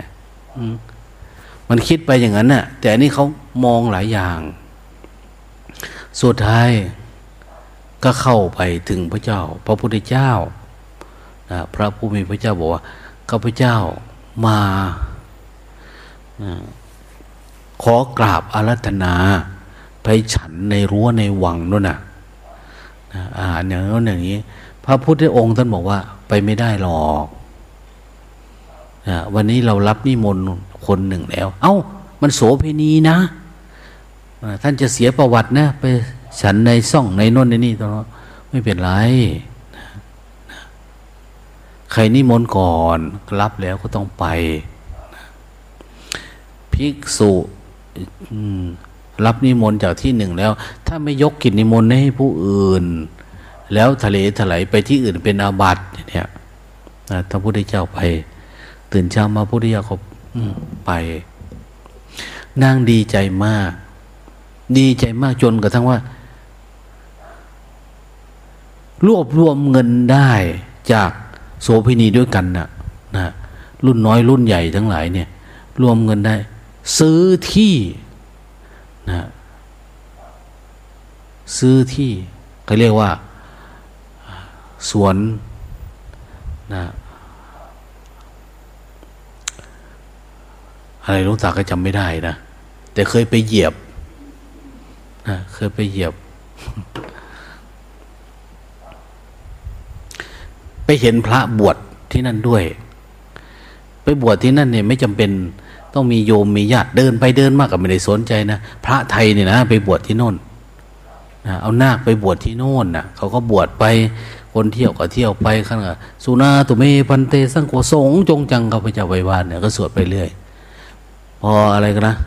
มันคิดไปอย่างนั้นน่ะแต่อันนี้เขามองหลายอย่างสุดท้ายก็เข้าไปถึงพระเจ้าพระพุทธเจ้านะพระผู้มีพระเจ้าบอกว่าข้าพเจ้ามาขอกราบอาราธนาไปฉันในรั้วในวังนู่นน่ะอาหารอย่างนั้นอย่างนี้พระพุทธองค์ท่านบอกว่าไปไม่ได้หรอกวันนี้เรารับนิมนต์คนหนึ่งแล้วเอ้ามันโสเภณีนะท่านจะเสียประวัตินะไปฉันในซ่องในโน่นในนี่ตอนนั้นไม่เป็นไรใครนิมนต์ก่อนรับแล้วก็ต้องไปภิกษุรับนิมนต์จากที่หนึ่งแล้วถ้าไม่ยกกิจนิมนต์ให้ผู้อื่นแล้วทะเลถลายไปที่อื่นเป็นอาบัติเนี่ยถ้าพระพุทธเจ้าไปตื่นเช้ามาพระพุทธเจ้าเขาไปนางดีใจมากดีใจมากจนกระทั่งว่ารวบรวมเงินได้จากโสเภณีด้วยกันนะนะรุ่นน้อยรุ่นใหญ่ทั้งหลายเนี่ยรวมเงินได้ซื้อที่นะซื้อที่เขาเรียกว่าสวนนะอะไรหลวงตาก็จำไม่ได้นะแต่เคยไปเหยียบนะเคยไปเหยียบไปเห็นพระบวชที่นั่นด้วยไปบวชที่นั่นเนี่ยไม่จำเป็นต้องมีโยมมีญาติเดินไปเดินมากก็ไม่ได้สนใจนะพระไทยเนี่ยนะไปบวชที่โน่นนะเอานาคไปบวชที่โน่นนะเขาก็บวชไปคนเที่ยวก็เที่ยวไปข้างหน้าสุนาตุเมพันเตสังโฆสงจงจังข้าพเจ้าไว้วานเนี่ยก็สวดไปเรื่อยพออะไรกันนะ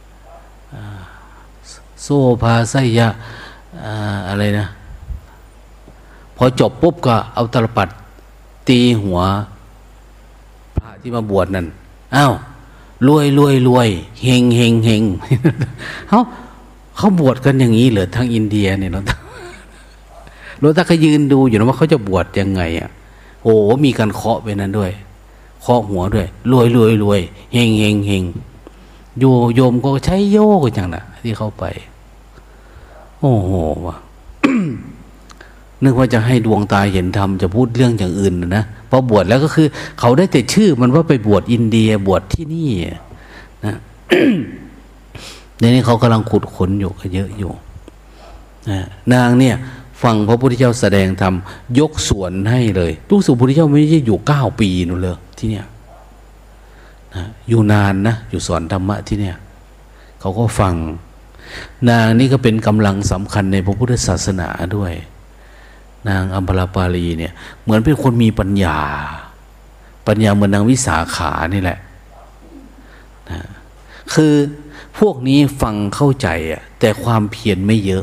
โซภาไสยะอะไรนะพอจบปุ๊บก็เอาตลปัดตีหัวพระที่มาบวชนั่นอ้าวรวยรวยรวยเฮงเฮงเฮงเขาเขาบวชกันอย่างนี้เหรอทางอินเดียเนี่ยเราเราถ้าเขายืนดูอยู่นะว่าเขาจะบวชยังไงอ่ะโอ้มีการเคาะไปนั้นด้วยเคาะหัวด้วยรวยรวยรวยเฮงเฮงเฮงโยโยมก็ใช้โยกอย่างน่ะที่เข้าไปโอ้โหว่ะ นึกว่าจะให้ดวงตาเห็นธรรมจะพูดเรื่องอย่างอื่นนะพอบวชแล้วก็คือเขาได้แต่ชื่อมันว่าไปบวชอินเดียบวชที่นี่นะ ในนี้เขากำลังขุดขนอยู่ก็เยอะอยู่นะนางเนี่ยฟังพระพุทธเจ้าแสดงธรรมยกสวนให้เลยรู้สึกพระพุทธเจ้าไม่ได้อยู่เก้าปีนู่นเลยที่เนี่ยนะอยู่นานนะอยู่สอนธรรมะที่เนี่ยเขาก็ฟังนางนี่ก็เป็นกำลังสำคัญในพระพุทธศาสนาด้วยนางอัมพราปาลีเนี่ยเหมือนเป็นคนมีปัญญาปัญญาเหมือนนางวิสาขานี่แหละนะคือพวกนี้ฟังเข้าใจอะแต่ความเพียรไม่เยอะ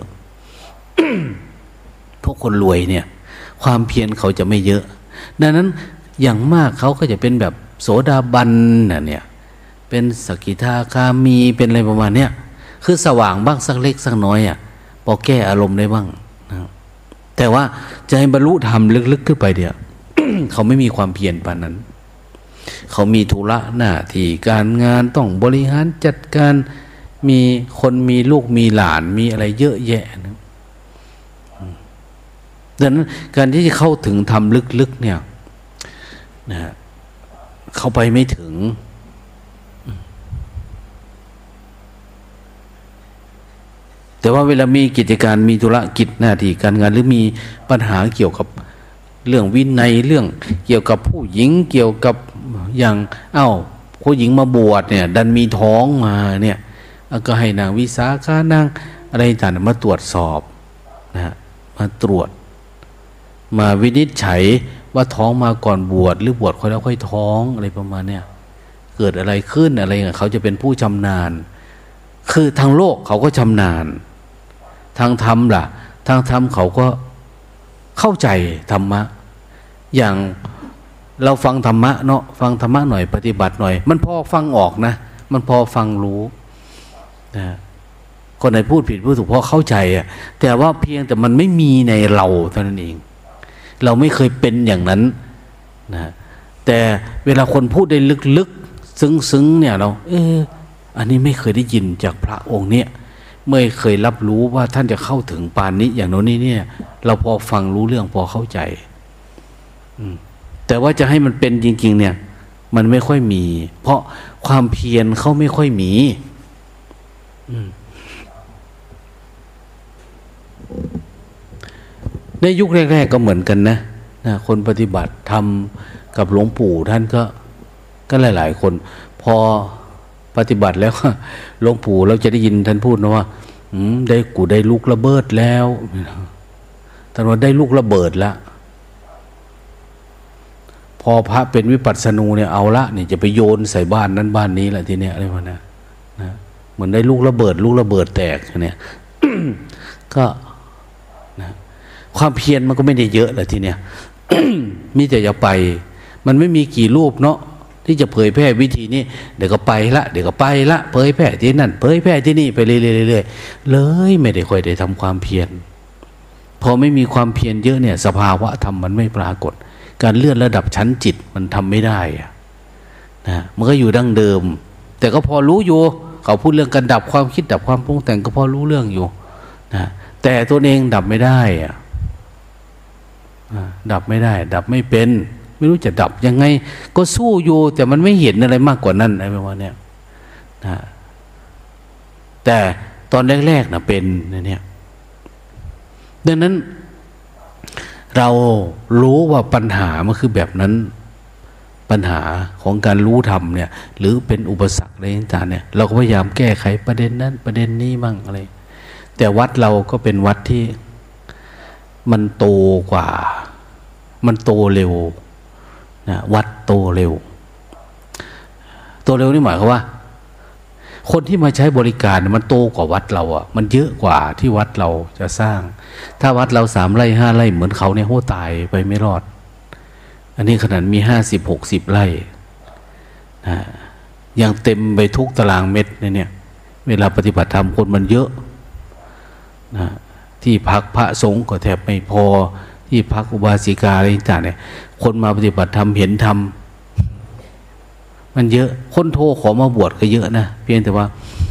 พวกคนรวยเนี่ยความเพียรเขาจะไม่เยอะดังนั้นอย่างมากเขาก็จะเป็นแบบโสดาบันน่ะเนี่ยเป็นสกิทาคามีเป็นอะไรประมาณเนี้ยคือสว่างบ้างสักเล็กสักน้อยอ่ะพอแก้อารมณ์ได้บ้างนะแต่ว่าจะให้บรรลุธรรมลึกๆขึ้นไปเดียว เขาไม่มีความเพียรปานนั้นเขามีธุระหน้าที่การงานต้องบริหารจัดการมีคนมีลูกมีหลานมีอะไรเยอะแยะนะดังนั้นการที่จะเข้าถึงธรรมลึกๆเนี่ยนะเข้าไปไม่ถึงแต่ว่าเวลามีกิจการมีธุรกิจหน้าที่การงานหรือมีปัญหาเกี่ยวกับเรื่องวินัยเรื่องเกี่ยวกับผู้หญิงเกี่ยวกับอย่างเอ้าผู้หญิงมาบวชเนี่ยดันมีท้องมาเนี่ยก็ให้นางวิสาขานางอะไรต่างๆมาตรวจสอบนะมาตรวจมาวินิจฉัยว่าท้องมาก่อนบวชหรือบวชค่อยแล้วค่อยท้องอะไรประมาณเนี้ยเกิดอะไรขึ้นอะไรเงี้ยเขาจะเป็นผู้ชำนาญคือทางโลกเขาก็ชำนาญทางธรรมล่ะทางธรรมเขาก็เข้าใจธรรมะอย่างเราฟังธรรมะเนาะฟังธรรมะหน่อยปฏิบัติหน่อยมันพอฟังออกนะมันพอฟังรู้นะคนไหนพูดผิดพูดถูกพอเข้าใจอ่ะแต่ว่าเพียงแต่มันไม่มีในเราเท่านั้นเองเราไม่เคยเป็นอย่างนั้นนะแต่เวลาคนพูดได้ลึกๆซึ้งๆเนี่ยเราเอออันนี้ไม่เคยได้ยินจากพระองค์เนี้ยไม่เคยรับรู้ว่าท่านจะเข้าถึงปานนี้อย่างโน้นนี่เนี่ยเราพอฟังรู้เรื่องพอเข้าใจแต่ว่าจะให้มันเป็นจริงๆเนี่ยมันไม่ค่อยมีเพราะความเพียรเขาไม่ค่อยมีในยุคแรกๆก็เหมือนกันนะนะคนปฏิบัติทำกับหลวงปู่ท่านก็ก็หลายๆคนพอปฏิบัติแล้วหลวงปู่เราจะได้ยินท่านพูดนะว่าได้กูได้ลูกระเบิดแล้วท่านว่าได้ลูกระเบิดแล้วพอพระเป็นวิปัสสนูเนี่ยเอาละนี่จะไปโยนใส่บ้านนั้นบ้านนี้แหละทีเนี้ยอะไรวะนะนะเหมือนได้ลูกระเบิดลูกระเบิดแตกเนี่ย ก็นะความเพียรมันก็ไม่ได้เยอะเลยทีเนี้ย มีแต่จะไปมันไม่มีกี่รูปเนาะที่จะเผยแพร่วิธีนี้เดี๋ยวก็ไปละเดี๋ยวก็ไปละเผยแพร่ที่นั่นเผยแพร่ที่นี่ไปเรื่อยๆเลยไม่ได้ค่อยได้ทำความเพียรพอไม่มีความเพียรเยอะเนี่ยสภาวะธรรมมันไม่ปรากฏการเลื่อนระดับชั้นจิตมันทำไม่ได้อะนะมันก็อยู่ดั้งเดิมแต่ก็พอรู้อยู่เขาพูดเรื่องการดับความคิดดับความปรุงแต่งก็พอรู้เรื่องอยู่นะแต่ตัวเองดับไม่ได้อะดับไม่ได้ดับไม่เป็นไม่รู้จะดับยังไงก็สู้อยู่แต่มันไม่เห็นอะไรมากกว่านั้นไอ้ประมาณเนี้ยนะแต่ตอนแรกๆนะเป็นเนี่ยดังนั้นเรารู้ว่าปัญหามันคือแบบนั้นปัญหาของการรู้ธรรมเนี่ยหรือเป็นอุปสรรคอะไรต่างๆเนี่ยเราก็พยายามแก้ไขประเด็นนั้นประเด็นนี้บ้างอะไรแต่วัดเราก็เป็นวัดที่มันโตกว่ามันโตเร็วนะวัดโตเร็วโตเร็วนี่หมายความว่าคนที่มาใช้บริการมันโตกว่าวัดเราอ่ะมันเยอะกว่าที่วัดเราจะสร้างถ้าวัดเราสามไร่ห้าไร่เหมือนเขาเนี่ยโหตายไปไม่รอดอันนี้ขนาดมีห้าสิบหกสิบไร่นะยังเต็มไปทุกตารางเมตรเนี่ยเวลาปฏิบัติธรรมคนมันเยอะนะที่พักพระสงฆ์ก็แทบไม่พอที่พักอุบาสิกาอะไรต่างเนี่ยคนมาปฏิบัติธรรมเห็นธรรมมันเยอะคนโทรขอมาบวชก็เยอะนะเพียงแต่ว่า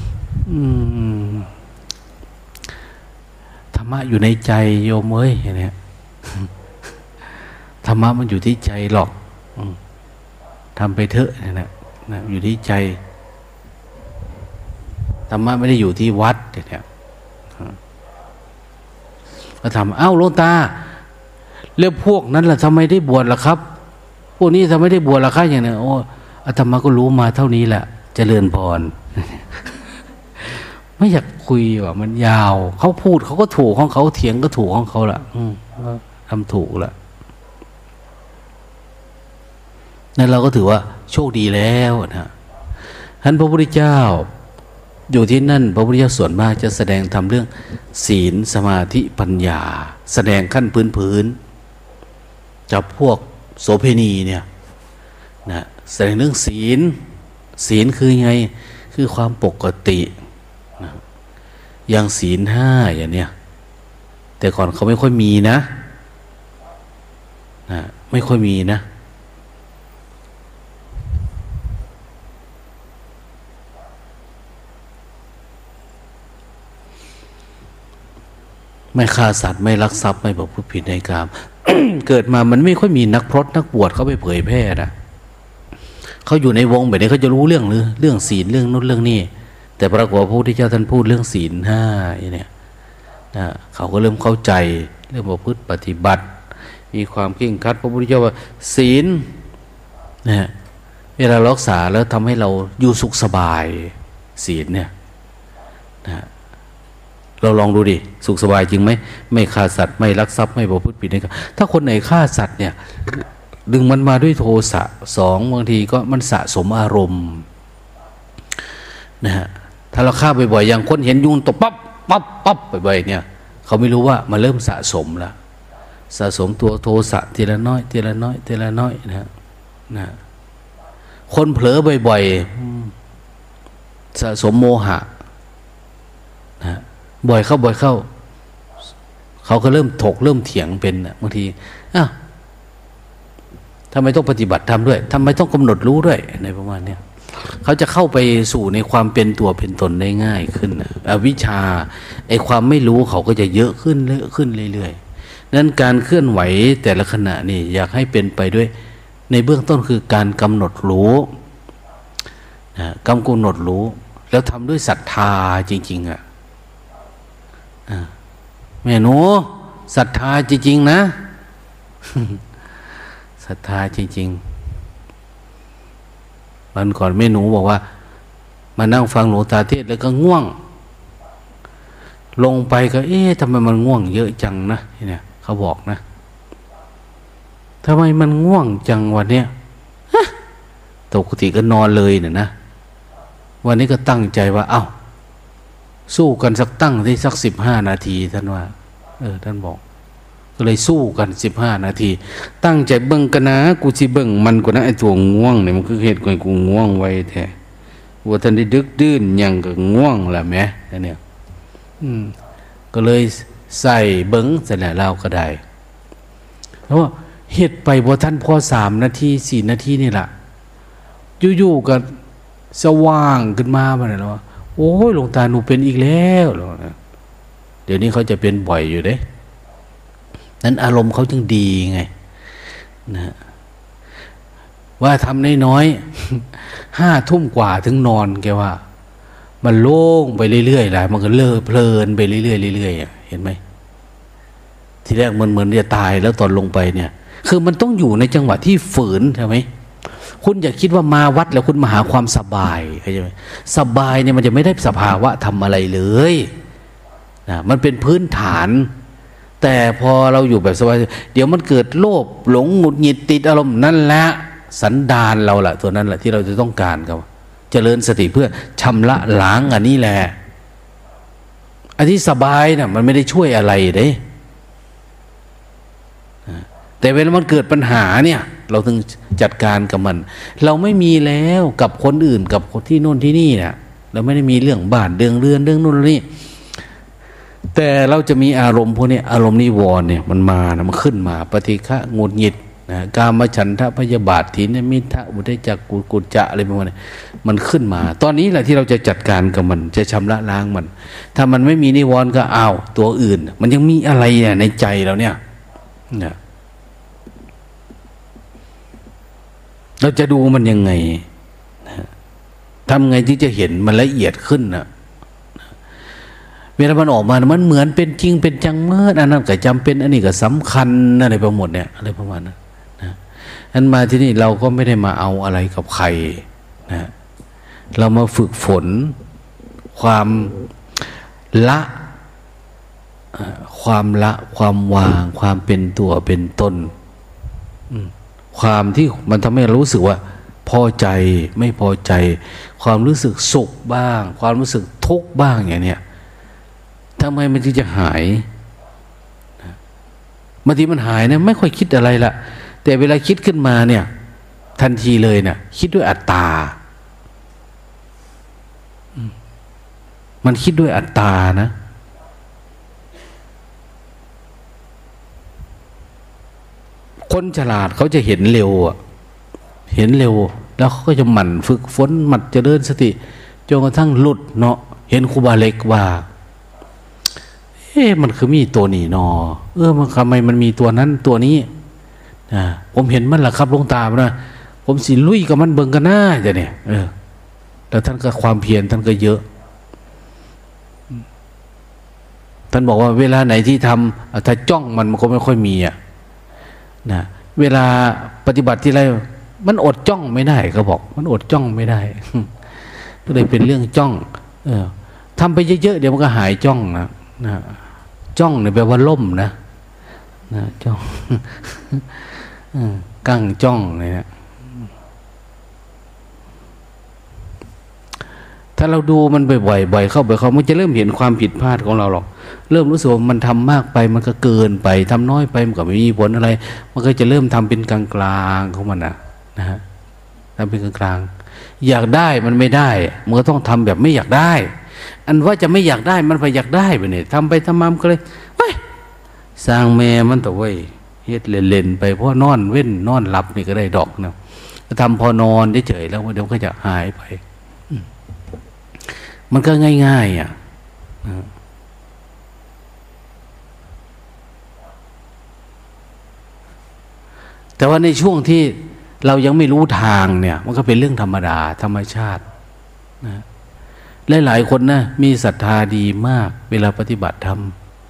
ธรรมะอยู่ในใจโยมเอ้ยเนี่ยธรรมะมันอยู่ที่ใจหรอกทำไปเถอะนะนะอยู่ที่ใจธรรมะไม่ได้อยู่ที่วัดเนี่ยก็ทำเอ้าหลวงตาเรื่องพวกนั้นล่ะทำไมได้บวชล่ะครับพวกนี้ทำไมได้บวชล่ะครับอย่างนี้โอ้อาตมาก็รู้มาเท่านี้แหละเจริญพร ไม่อยากคุยว่ามันยาวเขาพูดเขาก็ถูกของเขาเถียงก็ถูกของเขาละทำถูกละนั่นเราก็ถือว่าโชคดีแล้วนะท่านพระพุทธเจ้าอยู่ที่นั่นพระพุทธเจ้าส่วนมากจะแสดงทำเรื่องศีลสมาธิปัญญาแสดงขั้นพื้นๆจากพวกโสเภณีเนี่ยนะแสดงเรื่องศีลศีลคือไงคือความปกตินะอย่างศีลห้าอย่างเนี้ยแต่ก่อนเขาไม่ค่อยมีนะนะไม่ค่อยมีนะไม่ฆ่าสัตว์ไม่ลักทรัพย์ไม่ประพฤติผิดในกาม เกิดมามันไม่ค่อยมีนักพรตนักบวชเขาไปเผยแพร่นะเขาอยู่ในวงแบบนี้เขาจะรู้เรื่องหรือเรื่องศีลเรื่องนู้นเรื่องนี้แต่ปรากฏพระพุทธเจ้าท่านพูดเรื่องศีลห้าเนี่ยนะเขาก็เริ่มเข้าใจเริ่มประพฤติปฏิบัติมีความเคร่งครัดพระพุทธเจ้าว่าศีลนะเวลารักษาแล้วทำให้เราอยู่สุขสบายศีลเนี่ยนะเราลองดูดิสุขสบายจริงไหมไม่ฆ่าสัตว์ไม่ลักทรัพย์ไม่ประพฤติผิดในกรรมถ้าคนไหนฆ่าสัตว์เนี่ยดึงมันมาด้วยโทสะสองบางทีก็มันสะสมอารมณ์นะฮะถ้าเราฆ่าบ่อยๆอย่างคนเห็นยุงตบปั๊บปั๊บปั๊บบ่อยๆเนี่ยเขาไม่รู้ว่ามันเริ่มสะสมแล้วสะสมตัวโทสะทีละน้อยทีละน้อยทีละน้อยนะฮะนะคนเผลอบ่อยๆสะสมโมหะนะบ่อยเข้าบ่อยเข้าเขาก็เริ่มถกเริ่มเถียงเป็นบางทีอ้าวทำไมต้องปฏิบัติธรรมด้วยทำไมต้องกำหนดรู้ด้วยในประมาณนี้เขาจะเข้าไปสู่ในความเป็นตัวเป็นตนได้ง่ายขึ้นอวิชชาไอความไม่รู้เขาก็จะเยอะขึ้นเยอะขึ้นเรื่อยๆนั้นการเคลื่อนไหวแต่ละขณะนี่อยากให้เป็นไปด้วยในเบื้องต้นคือการกำหนดรู้นะกำหนดรู้แล้วทำด้วยศรัทธาจริงๆอ่ะแม่หนูศรัทธาจริงๆนะศรัทธาจริงๆวันก่อนแม่หนูบอกว่ามานั่งฟังหลวงตาเทศแล้วก็ง่วงลงไปก็เอ๊ะทำไมมันง่วงเยอะจังนะเนี่ยเขาบอกนะทำไมมันง่วงจังวันเนี้ยปกติก็นอนเลยเนี่ยนะวันนี้ก็ตั้งใจว่าเอ้าสู้กันสักตั้งที่สักสิบห้านาทีท่านว่าเออท่านบอกก็เลยสู้กันสิบห้านาทีตั้งใจเบิ่งกันนะกูสิเบิ่งมันกว่านะไอ้ตัวง่วงเนี่ยมันคือเหตุกูง่วงไว้แท้ว่าท่านได้ดึกดื่นยังก็ง่วงแหละแม่เนี่ยอืมก็เลยใส่เบิ่งเสร็จแล้วเราก็ได้แล้วว่าเหตุไปบ่ท่านพอสามนาทีสี่นาทีนี่แหละอยู่ๆก็สว่างขึ้นมาบ่ได้แล้วโอ้ยหลวงตาหนูเป็นอีกแล้วเดี๋ยวนี้เขาจะเป็นบ่อยอยู่เด้นั้นอารมณ์เขาจึงดีไงนะว่าทำน้อยๆห้าทุ่มกว่าถึงนอนแกว่ามันโล่งไปเรื่อยๆแหละมันก็เลิกเพลินไปเรื่อยๆเรื่อยๆเห็นไหมทีแรกมันเหมือนจะตายแล้วตอนลงไปเนี่ยคือมันต้องอยู่ในจังหวะที่ฝืนใช่ไหมคุณอย่าคิดว่ามาวัดแล้วคุณมาหาความสบายเข้าใจไหมสบายเนี่ยมันจะไม่ได้สภาวะทำอะไรเลยนะมันเป็นพื้นฐานแต่พอเราอยู่แบบสบายเดี๋ยวมันเกิดโลภหลงหงุดหงิดติดอารมณ์นั่นแหละสันดานเราแหละตัวนั้นแหละที่เราจะต้องการครับเจริญสติเพื่อชำระล้างอันนี้แหละอันที่สบายน่ะมันไม่ได้ช่วยอะไรเด้แต่เวลามันเกิดปัญหาเนี่ยเราถึงจัดการกับมันเราไม่มีแล้วกับคนอื่นกับคนที่โน่นที่นี่เนี่ยเราไม่ได้มีเรื่องบ้านเรื่องเรือนเรื่องโน่นนี่แต่เราจะมีอารมณ์พวกนี้อารมณ์นิวรณ์เนี่ยมันมานะมันขึ้นมาปฏิฆะงุดหงิดนะกามฉันทะพยาบาทถีนมิทะอุทจักกุกุจจะอะไรประมาณนี้มันขึ้นมาตอนนี้แหละที่เราจะจัดการกับมันจะชำระล้างมันถ้ามันไม่มีนิวรณ์ก็อ้าวตัวอื่นมันยังมีอะไรในใจเราเนี่ยนะเราจะดูมันยังไงนะทำไงที่จะเห็นมันละเอียดขึ้นนะเวลามันออกมามันเหมือนเป็นจริงเป็นจังเมื่ออันนั้นก็จำเป็นอันนี้ก็สำคัญอะไรประหมดเนี่ยอะไรประมาณนั้นนะอันมาที่นี่เราก็ไม่ได้มาเอาอะไรกับใครนะเรามาฝึกฝนความละความละความวางความเป็นตัวเป็นตนความที่มันทำให้เรารู้สึกว่าพอใจไม่พอใจความรู้สึกสุขบ้างความรู้สึกทุกข์บ้างอย่างเนี้ยทำไมมันถึงจะหายบางทีมันหายนะไม่ค่อยคิดอะไรละแต่เวลาคิดขึ้นมาเนี่ยทันทีเลยเนี่ยคิดด้วยอัตตามันคิดด้วยอัตตานะคนฉลาดเขาจะเห็นเร็วอ่ะเห็นเร็วแล้วเขาก็จะหมั่นฝึกฝนหมั่นเจริญสติจนกระทั่งหลุดเนาะเห็นครูบาเล็กว่าเอ๊ะมันคือมีตัวนี้นอเออมันทำไมมันมีตัวนั้นตัวนี้นะผมเห็นมันแหละครับหลวงตานะผมสิลุยกับมันเบิ่งกันหน้าจะเนี่ยเออแล้วท่านก็ความเพียรท่านก็เยอะตท่านบอกว่าเวลาไหนที่ทำถ้าจ้องมันมันก็ไม่ค่อยมีอ่ะนะเวลาปฏิบัติที่ไรมันอดจ้องไม่ได้เขาบอกมันอดจ้องไม่ได้ก็เลยเป็นเรื่องจ้องเออทำไปเยอะๆเดี๋ยวมันก็หายจ้องนะนะจ้องเนี่ยแปลว่าล่มนะนะจ้องกั้งจ้องเลยนะถ้าเราดูมันบ่อยๆบ่อยเข้าไปเขามันจะเริ่มเห็นความผิดพลาดของเราหรอกเริ่มรู้สึกว่ามันทำมากไปมันก็เกินไปทำน้อยไปมันก็ไม่มีผลอะไรมันก็จะเริ่มทำเป็นกลางๆของมันนะนะฮะทำเป็นกลางๆอยากได้มันไม่ได้มันก็ต้องทำแบบไม่อยากได้อันว่าจะไม่อยากได้มันไปอยากได้ไปเนี่ยทำไปทำมามันก็เลยเฮ้ยสร้างแม่มันแต่เว้ยเฮ็ดเล่นๆไปเพราะนอนเว้นนอนหลับนี่ก็ได้ดอกนะทำพอนอนเฉยๆแล้วเดี๋ยวก็จะหายไปมันก็ง่ายๆอ่ะแต่ว่าในช่วงที่เรายังไม่รู้ทางเนี่ยมันก็เป็นเรื่องธรรมดาธรรมชาตินะหลายๆคนนะมีศรัทธาดีมากเวลาปฏิบัติธรรม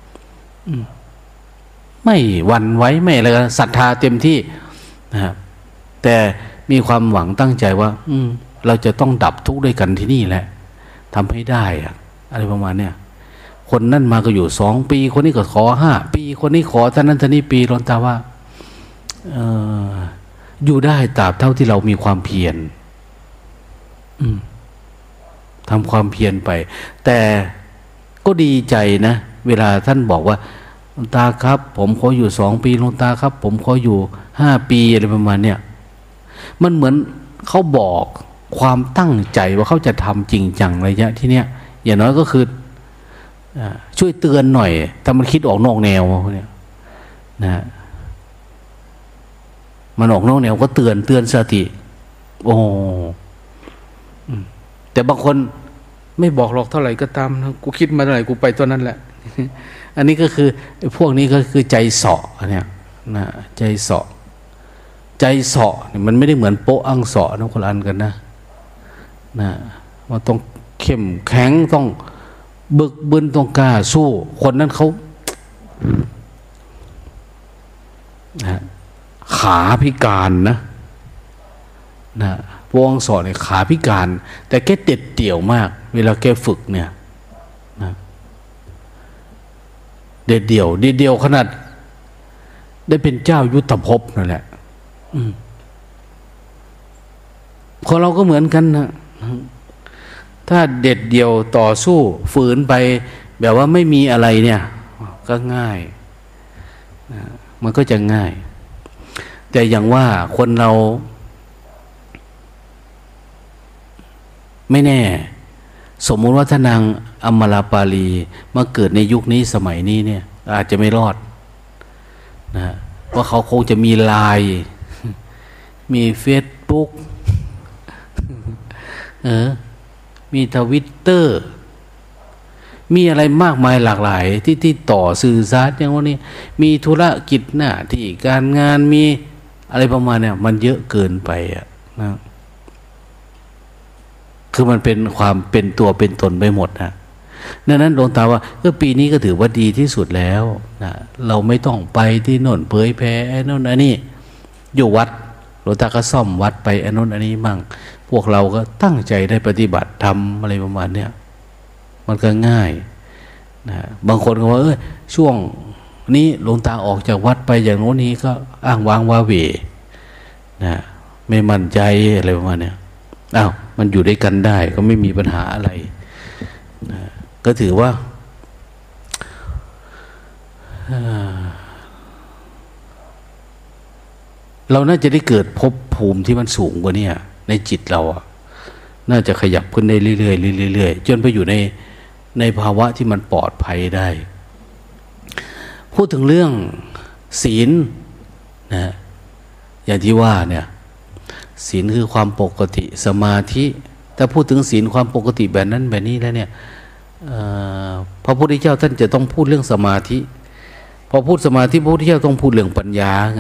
ไม่หวั่นไหวไม่อะไรกันศรัทธาเต็มที่นะครับแต่มีความหวังตั้งใจว่าอืมเราจะต้องดับทุกข์ด้วยกันที่นี่แหละทำให้ได้อะอะไรประมาณเนี้ยคนนั่นมาก็อยู่สองปีคนนี้ก็ขอห้าปีคนนี้ขอท่านนั้นท่านนี้ปีหลวงตาว่าเอออยู่ได้ตราบเท่าที่เรามีความเพียรอืมทำความเพียรไปแต่ก็ดีใจนะเวลาท่านบอกว่าหลวงตาครับผมขออยู่สองปีหลวงตาครับผมขออยู่ห้าปีอะไรประมาณเนี้ยมันเหมือนเขาบอกความตั้งใจว่าเขาจะทำจริงจังระยะที่เนี้ยอย่างน้อยก็คือช่วยเตือนหน่อยถ้ามันคิดออกนอกแนวเนี่ยนะมันออกนอกแนวก็เตือนเตือนสติโอ้แต่บางคนไม่บอกหรอกเท่าไหร่ก็ตามนะกูคิดมาเท่าไหร่กูไปตัวนั้นแหละอันนี้ก็คือพวกนี้ก็คือใจเสาะเนี่ยนะใจเสาะใจเสาะมันไม่ได้เหมือนโป๊ะอังเสาะนะคนละอันกันนะนะมันต้องเข้มแข็งต้องบึกบึนต้องกล้าสู้คนนั้นเขานะขาพิการนะนะโป๊ะอังเสาะเนี่ยขาพิการแต่แกเด็ดเดี่ยวมากเวลาแกฝึกเนี่ยนะเด็ดเดี่ยวเด็ดเดี่ยวขนาดได้เป็นเจ้ายุทธภพนั่นแหละคนเราก็เหมือนกันนะถ้าเด็ดเดี่ยวต่อสู้ฝืนไปแบบว่าไม่มีอะไรเนี่ยก็ง่ายนะมันก็จะง่ายแต่อย่างว่าคนเราไม่แน่สมมุติว่าถ้านางอมราปาลีมาเกิดในยุคนี้สมัยนี้เนี่ยอาจจะไม่รอดนะว่าเขาคงจะมีไลน์มีเฟซบุ๊กเออมีทวิตเตอร์มีอะไรมากมายหลากหลายที่ที่ต่อสื่อสารอย่างว่านี้มีธุรกิจหน้าที่การงานมีอะไรประมาณเนี่ยมันเยอะเกินไปอ่ะนะคือมันเป็นความเป็นตัวเป็นตนไปหมดนะดังนั้นหลวงตาว่าก็ปีนี้ก็ถือว่าดีที่สุดแล้วนะเราไม่ต้องไปที่โน่นเผยแผ่ไอ้โน่นอันนี้อยู่วัดหลวงตาก็ซ่อมวัดไปไอ้โน่นอันนี้มั่งพวกเราก็ตั้งใจได้ปฏิบัติทำอะไรประมาณเนี้ยมันก็ง่ายนะบางคนก็ว่าเออช่วงนี้หลวงตาออกจากวัดไปอย่างโน้นนี้ก็อ้างว้างว้าเหวนะไม่มั่นใจอะไรประมาณเนี้ยอ้าวมันอยู่ด้วยกันได้ก็ไม่มีปัญหาอะไรนะก็ถือว่าเราน่าจะได้เกิดภพภูมิที่มันสูงกว่านี้ในจิตเราอะน่าจะขยับขึ้นได้เรื่อยๆเรื่อยๆจนไปอยู่ในในภาวะที่มันปลอดภัยได้พูดถึงเรื่องศีลนะอย่างที่ว่าเนี่ยศีลคือความปกติสมาธิถ้าพูดถึงศีลความปกติแบบนั้นแบบนี้แล้วเนี่ยพระพุทธเจ้าท่านจะต้องพูดเรื่องสมาธิพอพูดสมาธิพระพุทธเจ้าต้องพูดเรื่องปัญญาไง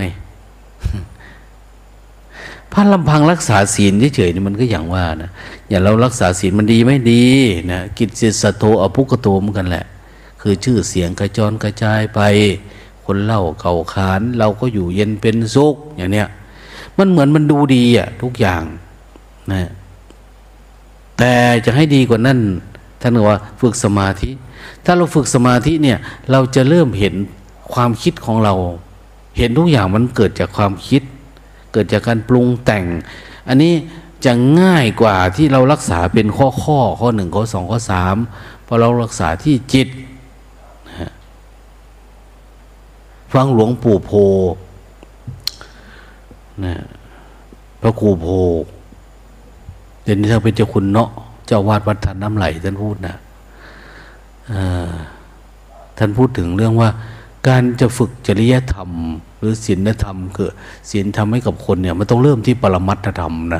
พันลำพังรักษาศีลเฉยๆนี่มันก็อย่างว่านะอย่างเรารักษาศีลมันดีไม่ดีนะกิจสิสัตโตอภุกโตเหมือนกันแหละเคคือชื่อเสียงกระจรกระจายไปคนเล่าเก่าขานเราก็อยู่เย็นเป็นสุขอย่างเนี้ยมันเหมือนมันดูดีอ่ะทุกอย่างนะแต่จะให้ดีกว่านั้นท่านบอกว่าฝึกสมาธิถ้าเราฝึกสมาธิเนี่ยเราจะเริ่มเห็นความคิดของเราเห็นทุกอย่างมันเกิดจากความคิดเกิดจากการปรุงแต่งอันนี้จะง่ายกว่าที่เรารักษาเป็นข้อข้อข้อหนึ่งข้อสองข้อสามพอเรารักษาที่จิตนะฟังหลวงปู่โพนะพระครูโพเดี๋ยวนี้ท่านเป็นเจ้าคุณเนาะเจ้าวาดวัดท่าน้ำไหลท่านพูดนะท่านพูดถึงเรื่องว่าการจะฝึกจริยธรรมหรือศีลธรรมคือศีลธรรมให้กับคนเนี่ยมันต้องเริ่มที่ปรมัตถธรรมนะ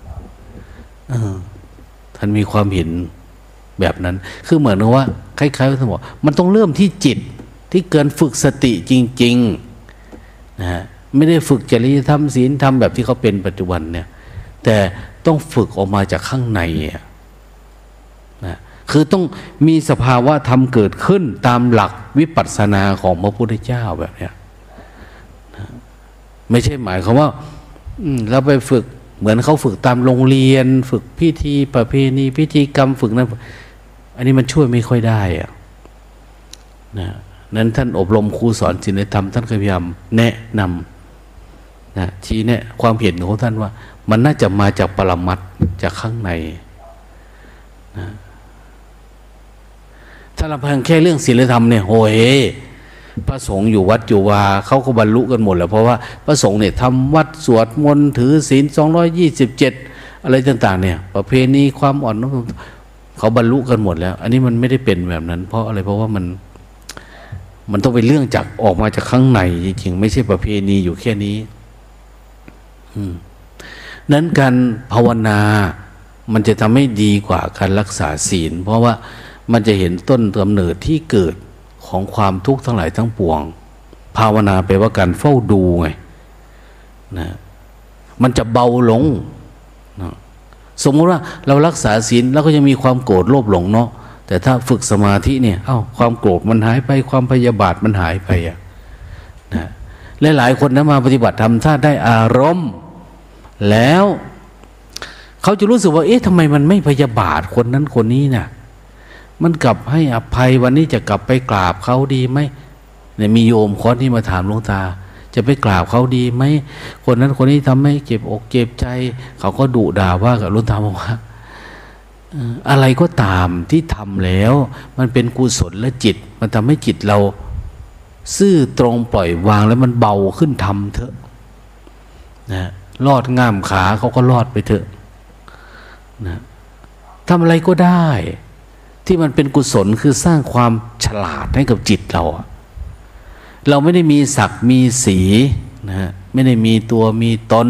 ท่านมีความเห็นแบบนั้นคือเหมือนกับว่าคล้ายๆท่านบอกมันต้องเริ่มที่จิตที่เกินฝึกสติจริงๆนะฮะไม่ได้ฝึกจริยธรรมศีลธรรมแบบที่เขาเป็นปัจจุบันเนี่ยแต่ต้องฝึกออกมาจากข้างในนะคือต้องมีสภาวะธรรมเกิดขึ้นตามหลักวิปัสสนาของพระพุทธเจ้าแบบเนี้ยนะไม่ใช่หมายความว่าเราไปฝึกเหมือนเขาฝึกตามโรงเรียนฝึกพิธีประเพณีพิธีกรรมฝึกนั้นอันนี้มันช่วยไม่ค่อยได้อะนะนั้นท่านอบรมครูสอนศีลธรรมท่านพยายามแนะนำนะชี้แนะความเห็นของท่านว่ามันน่าจะมาจากปรมัตถ์จากข้างในนะถ้าเราเพียงแค่เรื่องศีลธรรมเนี่ยโอ้ยพระสงฆ์อยู่วัดอยู่วาเขาก็บรรลุกันหมดแล้วเพราะว่าพระสงฆ์เนี่ยทำวัดสวดมนต์ถือศีลสองร้อยยี่สิบเจ็ดอะไรต่างๆเนี่ยประเพณีความอ่อนน้อมเขาบรรลุกันหมดแล้วอันนี้มันไม่ได้เป็นแบบนั้นเพราะอะไรเพราะว่ามันมันต้องเป็นเรื่องจากออกมาจากข้างในจริงๆไม่ใช่ประเพณีอยู่แค่นี้นั้นการภาวนามันจะทำให้ดีกว่าการรักษาศีลเพราะว่ามันจะเห็นต้นกำเนิดที่เกิดของความทุกข์ทั้งหลายทั้งปวงภาวนาแปลว่าการเฝ้าดูไงนะมันจะเบาลงนะสมมติว่าเรารักษาศีลแล้วก็ยังมีความโกรธโลภหลงเนาะแต่ถ้าฝึกสมาธิเนี่ยเอ้าความโกรธมันหายไปความพยาบาทมันหายไปอ่ะนะหลายๆคนนะมาปฏิบัติธรรมถ้าได้อารมณ์แล้วเขาจะรู้สึกว่าเอ๊ะทำไมมันไม่พยาบาทคนนั้นคนนี้น่ะมันกลับให้อภัยวันนี้จะกลับไปกราบเขาดีไหมเนี่ยมีโยมคนที่มาถามหลวงตาจะไปกราบเขาดีไหมคนนั้นคนนี้ทำให้เจ็บอกเจ็บใจเขาก็ดุด่าว่ากับหลวงตาบอกว่าอะไรก็ตามที่ทำแล้วมันเป็นกุศลและจิตมันทำให้จิตเราซื่อตรงปล่อยวางแล้วมันเบาขึ้นทำเถอะนะลอดง่ามขาเขาก็ลอดไปเถอะนะทำอะไรก็ได้ที่มันเป็นกุศลคือสร้างความฉลาดให้กับจิตเราเราไม่ได้มีศักดิ์มีสีนะไม่ได้มีตัวมีตน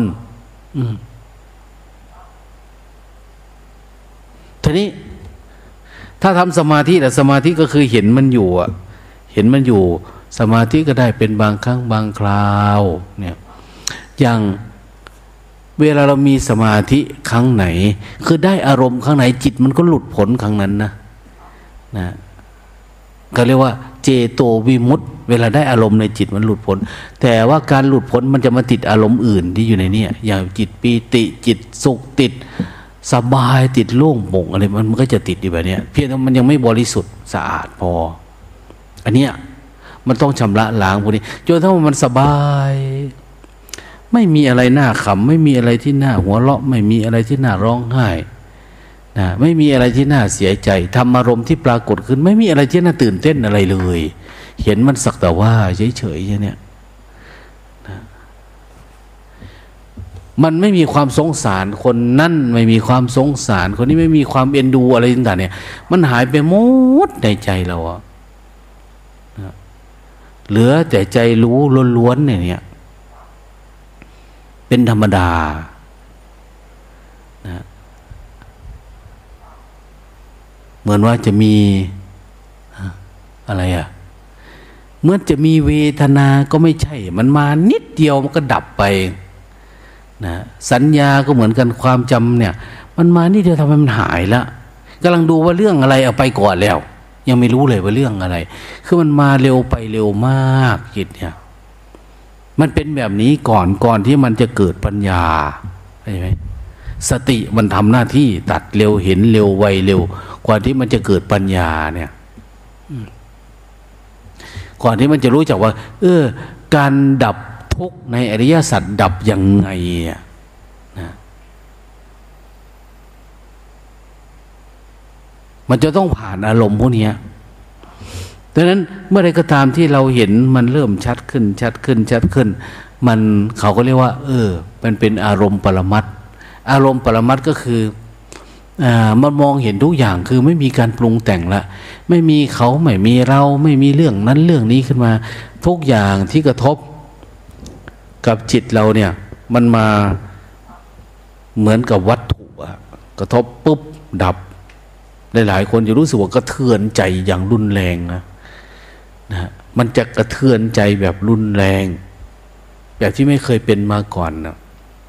ทีนี้ถ้าทำสมาธิแต่สมาธิก็คือเห็นมันอยู่อ่ะเห็นมันอยู่สมาธิก็ได้เป็นบางครั้งบางคราวเนี่ยอย่างเวลาเรามีสมาธิครั้งไหนคือได้อารมณ์ครั้งไหนจิตมันก็หลุดพ้นครั้งนั้นนะนะก็เรียกว่าเจโตวิมุตติเวลาได้อารมณ์ในจิตมันหลุดพ้นแต่ว่าการหลุดพ้นมันจะมาติดอารมณ์อื่นที่อยู่ในนี้อย่างจิตปีติจิตสุขติดสบายติดโล่งโปร่งอะไรมันมันก็จะติดอยู่แบบนี้เพียงแต่มันยังไม่บริสุทธิ์สะอาดพออันเนี้ยมันต้องชำระล้างพวกนี้จนถ้ามันสบายไม่มีอะไรน่าขำไม่มีอะไรที่น่าหัวเราะไม่มีอะไรที่น่าร้องไห้นะไม่มีอะไรที่น่าเสียใจธรรมอารมณ์ที่ปรากฏขึ้นไม่มีอะไรที่น่าตื่นเต้นอะไรเลยเห็นมันสักแต่ว่าเฉยๆเนี่ยนะมันไม่มีความสงสารคนนั่นไม่มีความสงสารคนนี้ไม่มีความเอ็นดูอะไรต่างๆเนี่ยมันหายไปหมดในใจเราอะนะเหลือแต่ใจรู้ล้วนๆเนี่ยเป็นธรรมดานะเหมือนว่าจะมีอะไรอะเมื่อจะมีเวทนาก็ไม่ใช่มันมานิดเดียวมันก็ดับไปนะสัญญาก็เหมือนกันความจำเนี่ยมันมานิดเดียวทำให้มันหายละกำลังดูว่าเรื่องอะไรเอาไปก่อนแล้วยังไม่รู้เลยว่าเรื่องอะไรคือมันมาเร็วไปเร็วมากจิตเนี่ยมันเป็นแบบนี้ก่อนก่อนที่มันจะเกิดปัญญาใช่ไหมสติมันทำหน้าที่ตัดเร็วเห็นเร็วไวเร็วกว่าที่มันจะเกิดปัญญาเนี่ยก่อนที่มันจะรู้จักว่าเออการดับทุกข์ในอริยสัจดับยังไงนะมันจะต้องผ่านอารมณ์พวกนี้ดังนั้นเมื่อใดก็ตามที่เราเห็นมันเริ่มชัดขึ้นชัดขึ้นชัดขึ้นมันเขาก็เรียกว่าเออมันเป็นอารมณ์ปรมัตถ์อารมณ์ปรมัตถ์ก็คืออ่ามันมองเห็นทุกอย่างคือไม่มีการปรุงแต่งละไม่มีเขาไม่มีเราไม่มีเรื่องนั้นเรื่องนี้ขึ้นมาทุกอย่างที่กระทบกับจิตเราเนี่ยมันมาเหมือนกับวัตถุอะกระทบปุ๊บดับหลายๆคนจะรู้สึกว่ากระเทือนใจอย่างรุนแรงนะนะมันจะกระเทือนใจแบบรุนแรงแบบที่ไม่เคยเป็นมาก่อนนะ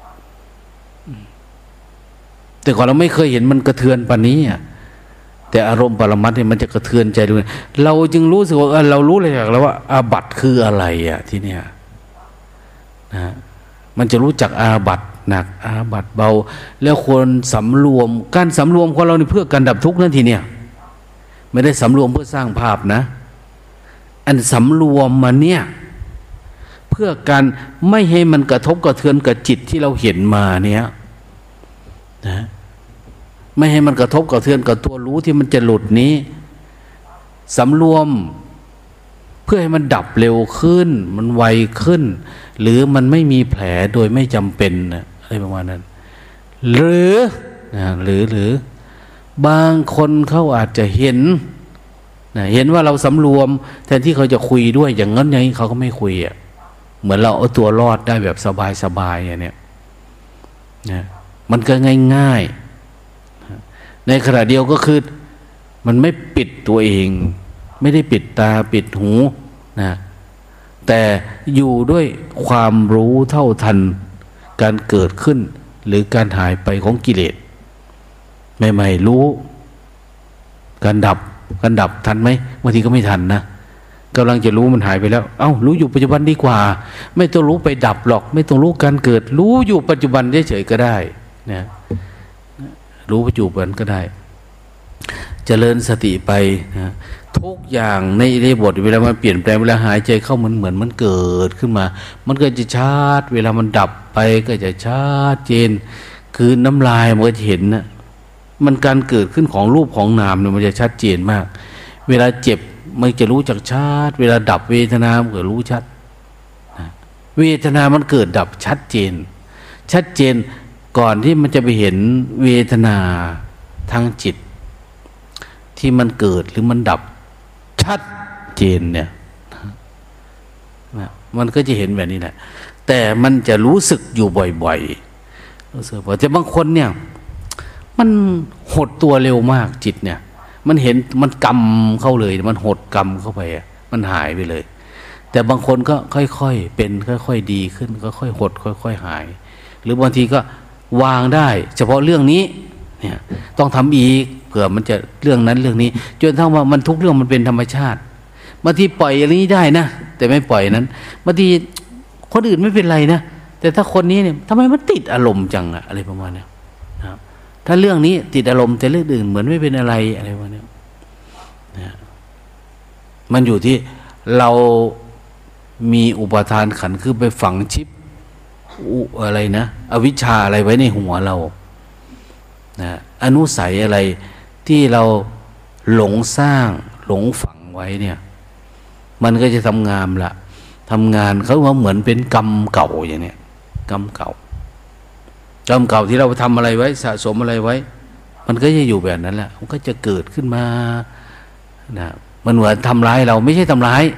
แต่ก่อนเราไม่เคยเห็นมันกระเทือนปานนี้อ่ะแต่อารมณ์ปรมัตถ์เนี่ยมันจะกระเทือนใจด้วยเราจึงรู้สึกว่าเรารู้เลยแล้วว่าอาบัติคืออะไรอ่ะที่เนี่ยนะมันจะรู้จักอาบัติหนักอาบัติเบาแล้วควรสำรวมการสำรวมของเรานี่เพื่อการดับทุกข์นั่นทีเนี่ยไม่ได้สำรวมเพื่อสร้างภาพนะอันสำรวมมาเนี่ยเพื่อการไม่ให้มันกระทบกระเทือนกับจิตที่เราเห็นมาเนี่ยนะไม่ให้มันกระทบกระเทือนกับตัวรู้ที่มันจะหลุดนี้สำรวมเพื่อให้มันดับเร็วขึ้นมันไวขึ้นหรือมันไม่มีแผลโดยไม่จำเป็นนะอะไรประมาณนั้นหรือนะหรือหรือบางคนเขาอาจจะเห็นนะเห็นว่าเราสำรวมแทนที่เขาจะคุยด้วยอย่างนั้นอย่างนี้เขาก็ไม่คุยอ่ะเหมือนเราเอาตัวรอดได้แบบสบายๆอย่างเนี้ยนะมันก็ง่ายๆในขณะเดียวก็คือมันไม่ปิดตัวเองไม่ได้ปิดตาปิดหูนะแต่อยู่ด้วยความรู้เท่าทันการเกิดขึ้นหรือการหายไปของกิเลสใหม่ๆรู้การดับการดับทันไหมบางทีก็ไม่ทันนะกำลังจะรู้มันหายไปแล้วเอ้ารู้อยู่ปัจจุบันดีกว่าไม่ต้องรู้ไปดับหรอกไม่ต้องรู้การเกิดรู้อยู่ปัจจุบันเฉยๆก็ได้นะรู้ปัจจุบันก็ได้เจริญสติไปนะทุกอย่างในในบทเวลามันเปลี่ยนแปลงเวลาหายใจเข้ามันเหมือนมันเกิดขึ้นมามันก็จะชัดเวลามันดับไปก็จะชัดเจนคือน้ำลายมันก็จะเห็นนะมันการเกิดขึ้นของรูปของนามเนี่ยมันจะชัดเจนมากเวลาเจ็บมันจะรู้จักชัดเวลาดับเวทนามันก็รู้ชัดเวทนามันเกิดดับชัดเจนชัดเจนก่อนที่มันจะไปเห็นเวทนาทางจิตที่มันเกิดหรือมันดับชัดเจนเนี่ยนะมันก็จะเห็นแบบนี้แหละแต่มันจะรู้สึกอยู่บ่อยๆรู้สึกว่าแต่บางคนเนี่ยมันหดตัวเร็วมากจิตเนี่ยมันเห็นมันกำเข้าเลยมันหดกำเข้าไปมันหายไปเลยแต่บางคนก็ค่อยๆเป็นค่อยๆดีขึ้นค่อยๆหดค่อยๆหายหรือบางทีก็วางได้เฉพาะเรื่องนี้เนี่ยต้องทำอีกเผื่อมันจะเรื่องนั้นเรื่องนี้จนทั้งว่ามันทุกเรื่องมันเป็นธรรมชาติบางทีปล่อยอย่างนี้ได้นะแต่ไม่ปล่อยนั้นบางทีคนอื่นไม่เป็นไรนะแต่ถ้าคนนี้เนี่ยทำไมมันติดอารมณ์จังอะอะไรประมาณนี้นะครับถ้าเรื่องนี้ติดอารมณ์แต่เรื่องอื่นเหมือนไม่เป็นอะไรอะไรประมาณนี้นะมันอยู่ที่เรามีอุปทานขันธ์คือไปฝังชิปอะไรนะอวิชชาอะไรไว้ในหัวเรานะอนุสัยอะไรที่เราหลงสร้างหลงฝังไว้เนี่ยมันก็จะทำงานละทำงานเขาว่าเหมือนเป็นกรรมเก่าอย่างเนี้ยกรรมเก่ากรรมเก่าที่เราทำอะไรไว้สะสมอะไรไว้มันก็จะอยู่แบบนั้นแหละมันก็จะเกิดขึ้นมานะมันเหมือนทำร้ายเราไม่ใช่ทำร้าย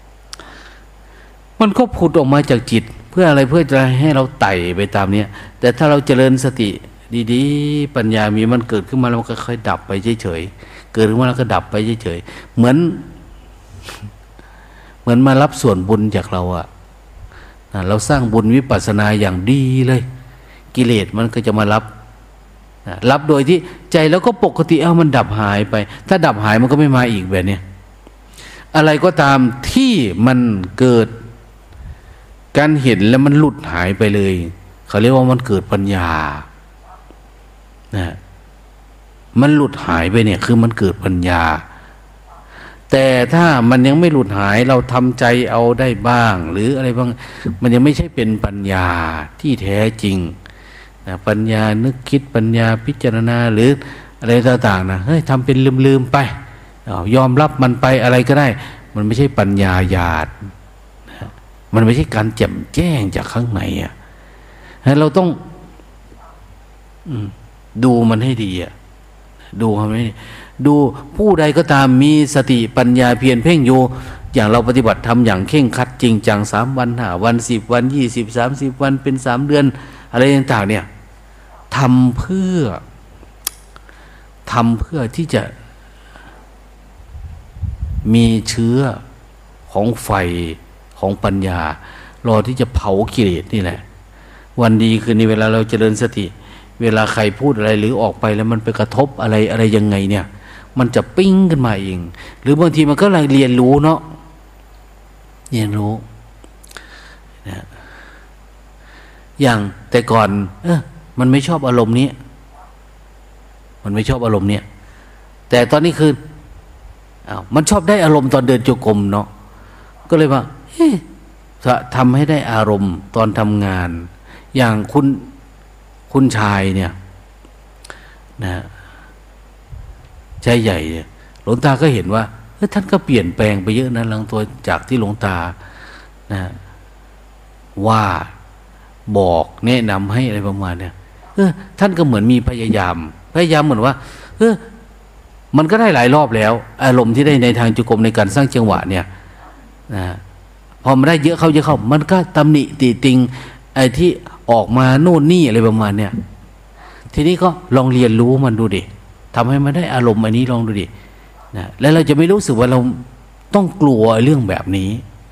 มันก็ผุดออกมาจากจิตเพื่ออะไรเพื่อจะให้เราไต่ไปตามนี้แต่ถ้าเราเจริญสติดีๆปัญญามีมันเกิดขึ้นมาแล้วมันก็ค่อยดับไปเฉยๆเกิดขึ้นมาแล้วก็ดับไปเฉยๆเหมือนเหมือนมารับส่วนบุญจากเราอะเราสร้างบุญวิปัสสนาอย่างดีเลยกิเลสมันก็จะมารับรับโดยที่ใจแล้วก็ปกติเอ้ามันดับหายไปถ้าดับหายมันก็ไม่มาอีกแบบนี้อะไรก็ตามที่มันเกิดการเห็นแล้วมันหลุดหายไปเลยเขาเรียกว่ามันเกิดปัญญานะมันหลุดหายไปเนี่ยคือมันเกิดปัญญาแต่ถ้ามันยังไม่หลุดหายเราทำใจเอาได้บ้างหรืออะไรบ้างมันยังไม่ใช่เป็นปัญญาที่แท้จริงนะปัญญานึกคิดปัญญาพิจารณาหรืออะไรต่างๆนะเฮ้ยทำเป็นลืมๆไปยอมรับมันไปอะไรก็ได้มันไม่ใช่ปัญญาญาณนะมันไม่ใช่การแจ่มแจ้งจากข้างในอ่ะเราต้องดูมันให้ดีอ่ะดูมันให้ดูผู้ใดก็ตามมีสติปัญญาเพียรเพ่งอยู่อย่างเราปฏิบัติทำอย่างเข่งครัดจริงจังสามวันห้าวันสิบวันยี่สิบสามสิบวันเป็นสามเดือนอะไรต่างๆเนี่ยทำเพื่อทำเพื่อที่จะมีเชื้อของไฟของปัญญารอที่จะเผากิเลสนี่แหละวันดีคืนนี้เวลาเราเจริญสติเวลาใครพูดอะไรหรือออกไปแล้วมันไปกระทบอะไรอะไรยังไงเนี่ยมันจะปิ้งขึ้นมาเองหรือบางทีมันก็เลยเรียนรู้เนาะเรียนรู้นะอย่างแต่ก่อนเออมันไม่ชอบอารมณ์นี้มันไม่ชอบอารมณ์เนี้ยแต่ตอนนี้คืออ้าวมันชอบได้อารมณ์ตอนเดินจงกรมเนาะก็เลยว่าเฮ้จะทำให้ได้อารมณ์ตอนทำงานอย่างคุณคุณชายเนี่ยนะชายใหญ่เนี่ยหลวงตาก็เห็นว่าท่านก็เปลี่ยนแปลงไปเยอะนะหลังตัวจากที่หลวงตานะว่าบอกแนะนำให้อะไรประมาณเนี่ยเออท่านก็เหมือนมีพยายามพยายามเหมือนว่าเออมันก็ได้หลายรอบแล้วอารมณ์ที่ได้ในทางจุกรมในการสร้างจังหวะเนี่ยนะพอมันได้เยอะเข้าเยอะเข้ามันก็ตำหนิติติงไอ้ที่ออกมาโน่นนี่อะไรประมาณเนี่ยทีนี้ก็ลองเรียนรู้มันดูดิทำให้มันได้อารมณ์อันนี้ลองดูดินะแล้วเราจะไม่รู้สึกว่าเราต้องกลัวเรื่องแบบนี้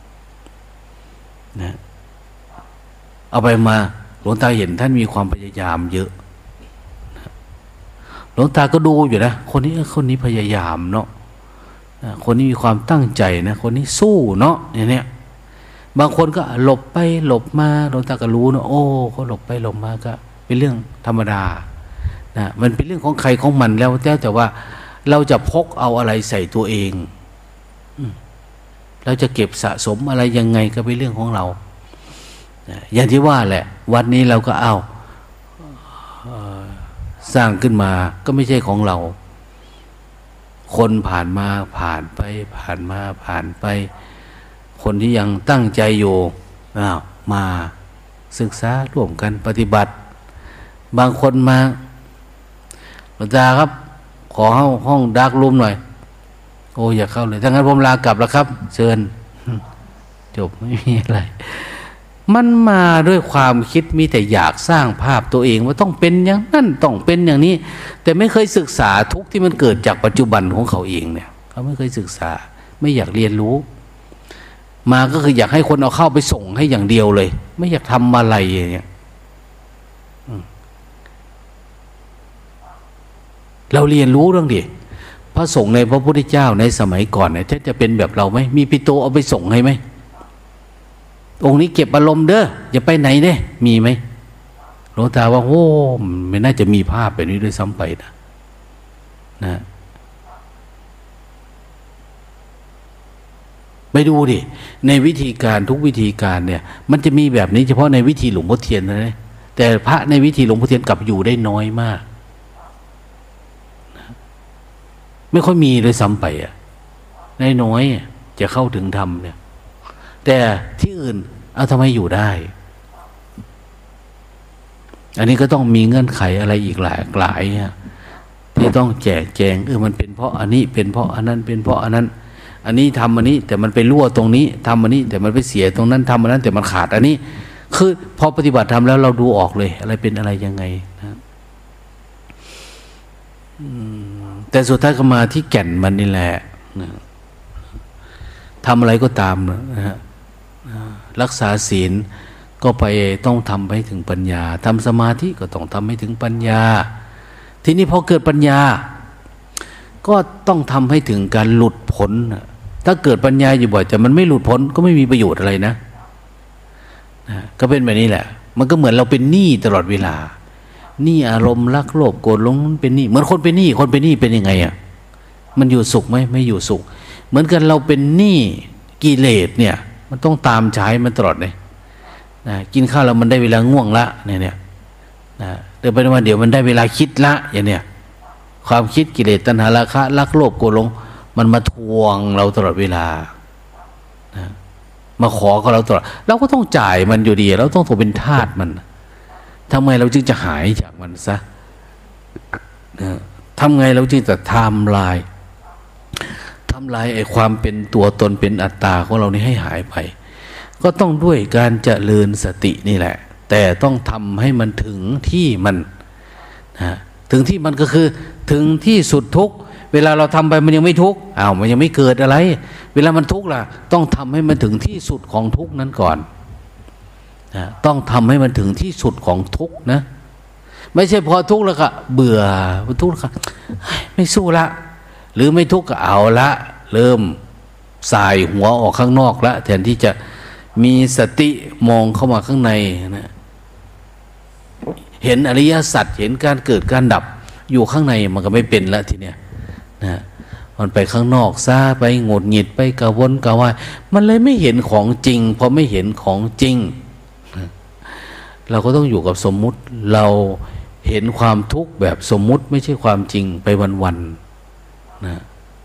นะเอาไปมาหลวงตาเห็นท่านมีความพยายามเยอะนะหลวงตาก็ดูอยู่นะคนนี้คนนี้พยายามเนาะนะคนนี้มีความตั้งใจนะคนนี้สู้เนาะอย่างเนี้ยบางคนก็หลบไปหลบมาหลวงตาก็รู้นะโอ้เขาหลบไปหลบมาก็เป็นเรื่องธรรมดานะมันเป็นเรื่องของใครของมันแล้วแต่แต่ว่าเราจะพกเอาอะไรใส่ตัวเองเราจะเก็บสะสมอะไรยังไงก็เป็นเรื่องของเรานะอย่างที่ว่าแหละวัดนี้เราก็เอาสร้างขึ้นมาก็ไม่ใช่ของเราคนผ่านมาผ่านไปผ่านมาผ่านไปคนที่ยังตั้งใจอยู่อ้าวมาศึกษาร่วมกันปฏิบัติบางคนมาหลวงตาครับขอเข้าห้องดาร์กรูมหน่อยโอ้อยากเข้าเลยถ้างั้นผมลากลับแล้วครับเชิญจบไม่มีอะไรมันมาด้วยความคิดมีแต่อยากสร้างภาพตัวเองว่าต้องเป็นอย่างนั้นต้องเป็นอย่างนี้แต่ไม่เคยศึกษาทุกที่มันเกิดจากปัจจุบันของเขาเองเนี่ยเขาไม่เคยศึกษาไม่อยากเรียนรู้มาก็คืออยากให้คนเอาเข้าไปส่งให้อย่างเดียวเลยไม่อยากทำอะไรอย่างเงี้ยเราเรียนรู้เรื่องดิพระสงฆ์ในพระพุทธเจ้าในสมัยก่อนเนี่ยจะเป็นแบบเราไหมมีปิโตเอาไปส่งให้ไหมองค์นี้เก็บอารมณ์เด้ออย่าไปไหนเนี่ยมีไหมหลวงตาว่าโอ้ไม่น่าจะมีภาพแบบนี้ด้วยซ้ำไปนะนะไปดูดิในวิธีการทุกวิธีการเนี่ยมันจะมีแบบนี้เฉพาะในวิธีหลวงพ่อเทียนนะแต่พระในวิธีหลวงพ่อเทียนกลับอยู่ได้น้อยมากนะไม่ค่อยมีเลยซ้ำไปอ่ะได้น้อยจะเข้าถึงธรรมเนี่ยแต่ที่อื่นเอาทำไมอยู่ได้อันนี้ก็ต้องมีเงื่อนไขอะไรอีกหลายหลายที่ต้องแจกแจงเออมันเป็นเพราะอันนี้เป็นเพราะอันนั้นเป็นเพราะอันนั้นอันนี้ทำอันนี้แต่มันไปรั่วตรงนี้ทำอันนี้แต่มันไปเสียตรงนั้นทำอันนั้นแต่มันขาดอันนี้คือพอปฏิบัติทำแล้วเราดูออกเลยอะไรเป็นอะไรยังไงนะแต่สุดท้ายก็มาที่แก่นมันนี่แหละนะทำอะไรก็ตามนะฮะรักษาศีลก็ไปต้องทำให้ถึงปัญญาทำสมาธิก็ต้องทำให้ถึงปัญญาทีนี้พอเกิดปัญญาก็ต้องทำให้ถึงการหลุดพ้นถ้าเกิดปัญญาอยู่บ่อยแต่มันไม่หลุดพ้นก็ไม่มีประโยชน์อะไรนะนะก็เป็นแบบนี้แหละมันก็เหมือนเราเป็นหนี้ตลอดเวลาหนี้อารมณ์รักโลภโกรธหลงเป็นหนี้เหมือนคนเป็นหนี้คนเป็นหนี้เป็นยังไงอ่ะมันอยู่สุขไหมไม่อยู่สุขเหมือนกันเราเป็นหนี้กิเลสเนี่ยมันต้องตามใช้มันตลอดเลยนะกินข้าวแล้วมันได้เวลาง่วงละเนี่ยเนี่ยนะเดี๋ยวไปวันเดี๋ยวมันได้เวลาคิดละอย่างเนี้ยความคิดกิเลสตัณหาราคะรักโลภโกรธหลงมันมาทวงเราตลอดเวลานะมาขอกับเราตลอดเราก็ต้องจ่ายมันอยู่ดีเราต้องถูกเป็นทาสมันทำไงเราจึงจะหายจากมันซะนะทำไงเราจึงจะทำลายทำลายไอ้ความเป็นตัวตนเป็นอัตตาของเรานี่ให้หายไปก็ต้องด้วยการเจริญสตินี่แหละแต่ต้องทำให้มันถึงที่มันนะถึงที่มันก็คือถึงที่สุดทุกข์เวลาเราทำไปมันยังไม่ทุกข์อ้าวมันยังไม่เกิดอะไรเวลามันทุกข์ล่ะต้องทำให้มันถึงที่สุดของทุกข์นั้นก่อนนะต้องทำให้มันถึงที่สุดของทุกข์นะไม่ใช่พอทุกข์แล้วก็เบื่อทุกข์แล้วก็ไม่สู้ละหรือไม่ทุกข์ก็เอาละเริ่มสายหัวออกข้างนอกละแทนที่จะมีสติมองเข้ามาข้างในนะเห็นอริยสัจเห็นการเกิดการดับอยู่ข้างในมันก็ไม่เป็นละทีเนี้ยนะมันไปข้างนอกซะไปหงุดหงิดไปกระวนกระวายมันเลยไม่เห็นของจริงพอไม่เห็นของจริงนะเราก็ต้องอยู่กับสมมุติเราเห็นความทุกข์แบบสมมุติไม่ใช่ความจริงไปวันๆนะ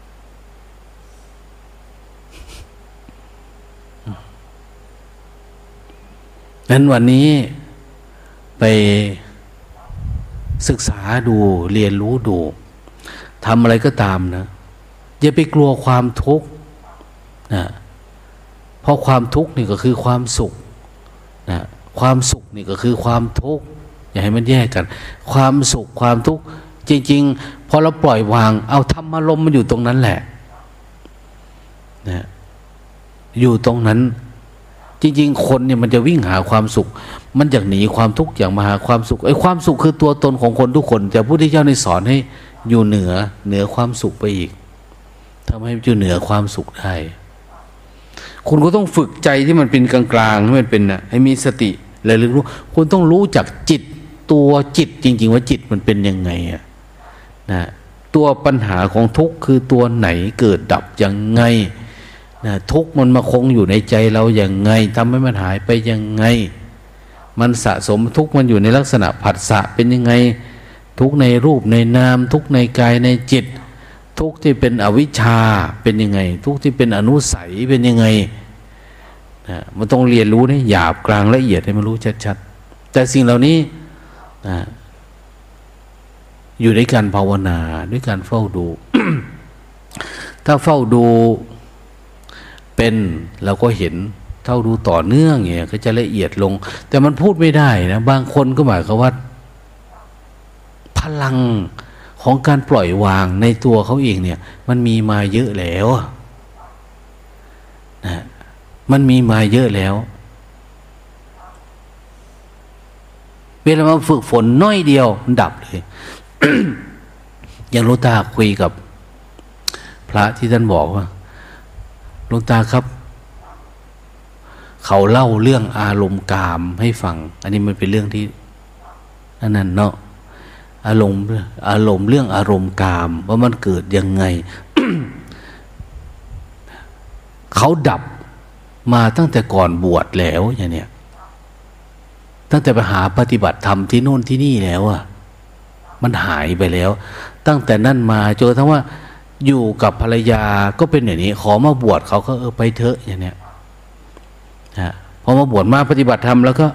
นั้นวันนี้ไปศึกษาดูเรียนรู้ดูทำอะไรก็ตามนะอย่าไปกลัวความทุกข์นะเพราะความทุกข์นี่ก็คือความสุขนะความสุขนี่ก็คือความทุกข์อย่าให้มันแยกกันความสุขความทุกข์จริงๆพอเราปล่อยวางเอาธรรมารมณ์มันอยู่ตรงนั้นแหละนะอยู่ตรงนั้นจริงๆคนเนี่ยมันจะวิ่งหาความสุขมันอยากหนีความทุกข์อย่างมาหาความสุขไอ้ความสุขคือตัวตนของคนทุกคนแต่พระพุทธเจ้าได้สอนให้อยู่เหนือเหนือความสุขไปอีกทำให้อยู่เหนือความสุขได้คุณก็ต้องฝึกใจที่มันเป็นกลางๆให้มันเป็นนะให้มีสติและรู้คุณต้องรู้จักจิตตัวจิตจริงๆว่าจิตมันเป็นยังไงอะนะตัวปัญหาของทุกข์คือตัวไหนเกิดดับยังไงนะทุกข์มันมาคงอยู่ในใจเราอย่างไงทำให้มันหายไปยังไงมันสะสมทุกข์มันอยู่ในลักษณะผัสสะเป็นยังไงทุกข์ในรูปในนามทุกข์ในกายในจิตทุกข์ที่เป็นอวิชชาเป็นยังไงทุกข์ที่เป็นอนุสัยเป็นยังไงนะมันต้องเรียนรู้นี่หยาบกลางละเอียดให้มันรู้ชัดๆแต่สิ่งเหล่านี้นะอยู่ในการภาวนาด้วยการเฝ้าดู ถ้าเฝ้าดูเป็นเราก็เห็นเท่าดูต่อเนื่องอย่างเงี้ยก็จะละเอียดลงแต่มันพูดไม่ได้นะบางคนก็หมายความว่าพลังของการปล่อยวางในตัวเขาเองเนี่ยมันมีมาเยอะแล้วนะมันมีมาเยอะแล้วเวลามาฝึกฝนน้อยเดียวมันดับเลย อย่างหลวงตาคุยกับพระที่ท่านบอกว่าหลวงตาครับเขาเล่าเรื่องอารมณ์กามให้ฟังอันนี้มันเป็นเรื่องที่อันนั้นเนาะอารมณ์อารมณ์เรื่องอารมณ์กามว่ามันเกิดยังไง เขาดับมาตั้งแต่ก่อนบวชแล้วอย่างเนี้ยตั้งแต่ไปหาปฏิบัติธรรมที่โน่นที่นี่แล้วอะมันหายไปแล้วตั้งแต่นั้นมาจนทั้งว่าอยู่กับภรรยาก็เป็นอย่างนี้ขอมาบวชเขาก็เออไปเถอะอย่างเนี้ยนะพอมาบวชมาปฏิบัติธรรมแล้วก็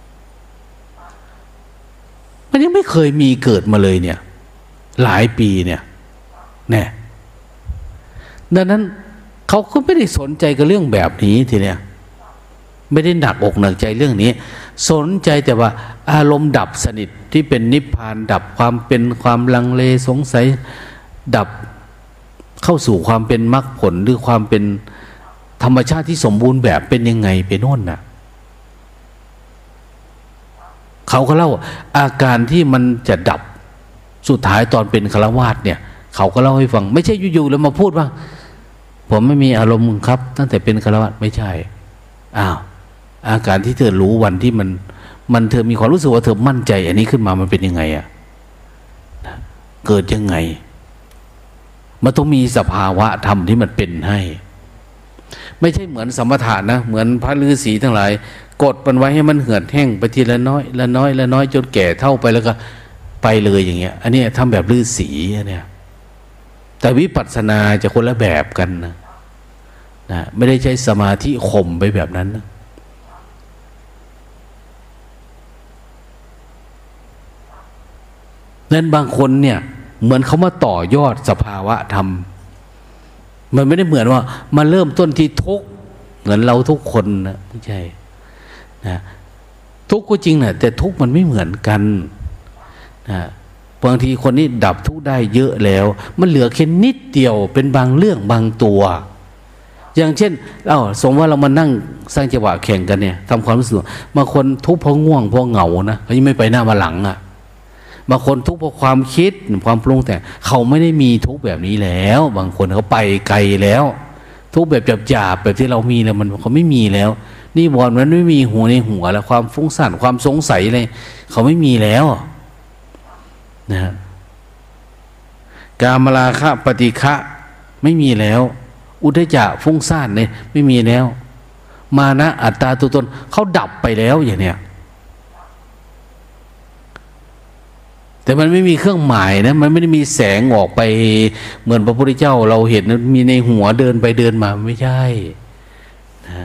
มันยังไม่เคยมีเกิดมาเลยเนี่ยหลายปีเนี่ยแน่ดังนั้นเขาก็ไม่ได้สนใจกับเรื่องแบบนี้ทีเนี้ยไม่ได้หนักอกหนักใจเรื่องนี้สนใจแต่ว่าอารมณ์ดับสนิทที่เป็นนิพพานดับความเป็นความลังเลสงสัยดับเข้าสู่ความเป็นมรรคผลหรือความเป็นธรรมชาติที่สมบูรณ์แบบเป็นยังไงไปโน่นน่ะเขาก็เล่าอาการที่มันจะดับสุดท้ายตอนเป็นฆราวาสเนี่ยเขาก็เล่าให้ฟังไม่ใช่อยู่ๆแล้วมาพูดว่าผมไม่มีอารมณ์ครับตั้งแต่เป็นฆราวาสไม่ใช่อ้าวอาการที่เธอรู้วันที่มันมันเธอมีความรู้สึกว่าเธอมั่นใจอันนี้ขึ้นมามันเป็นยังไงอะเกิดยังไงมันต้องมีสภาวะธรรมที่มันเป็นให้ไม่ใช่เหมือนสมถะนะเหมือนพระฤาษีทั้งหลายกดมันไว้ให้มันเหือดแห้งไปทีละน้อยละน้อยละน้อยจนแก่เท่าไปแล้วก็ไปเลยอย่างเงี้ยอันนี้ทำแบบฤาษีเนี่ยแต่วิปัสสนาจะคนละแบบกันนะนะไม่ได้ใช้สมาธิข่มไปแบบนั้นนะนั้นบางคนเนี่ยเหมือนเขามาต่อยอดสภาวะธรรมมันไม่ได้เหมือนว่ามาเริ่มต้นที่ทุกข์เหมือนเราทุกคนนะไม่ใช่นะทุกข์ก็จริงนะแต่ทุกข์มันไม่เหมือนกันนะบางทีคนนี้ดับทุกข์ได้เยอะแล้วมันเหลือแค่นิดเดียวเป็นบางเรื่องบางตัวอย่างเช่นเอ้าสมมติว่าเรามานั่งสร้างจังหวะแข่งกันเนี่ยทำความรู้สึกบางคนทุกข์เพราะง่วงเพราะเหงานะเขายังไม่ไปหน้ามาหลังอ่ะบางคนทุกข์เพราะความคิดความปรุงแต่งเขาไม่ได้มีทุกข์แบบนี้แล้วบางคนเขาไปไกลแล้วทุกข์แบบหยาบๆแบบที่เรามีแล้วมันเขาไม่มีแล้วนี่วอนมันไม่มีหัวในหัวแล้วความฟุ้งซ่านความสงสัยอะไรเขาไม่มีแล้วนะกามราคะปฏิฆะไม่มีแล้วอุทธัจจะฟุ้งซ่านเนี่ยไม่มีแล้วมานะอัตตาตัวตนเขาดับไปแล้วอย่างเนี้ยแต่มันไม่มีเครื่องหมายนะมันไม่ได้มีแสงออกไปเหมือนพระพุทธเจ้าเราเห็นมีในหัวเดินไปเดินมาไม่ใช่นะ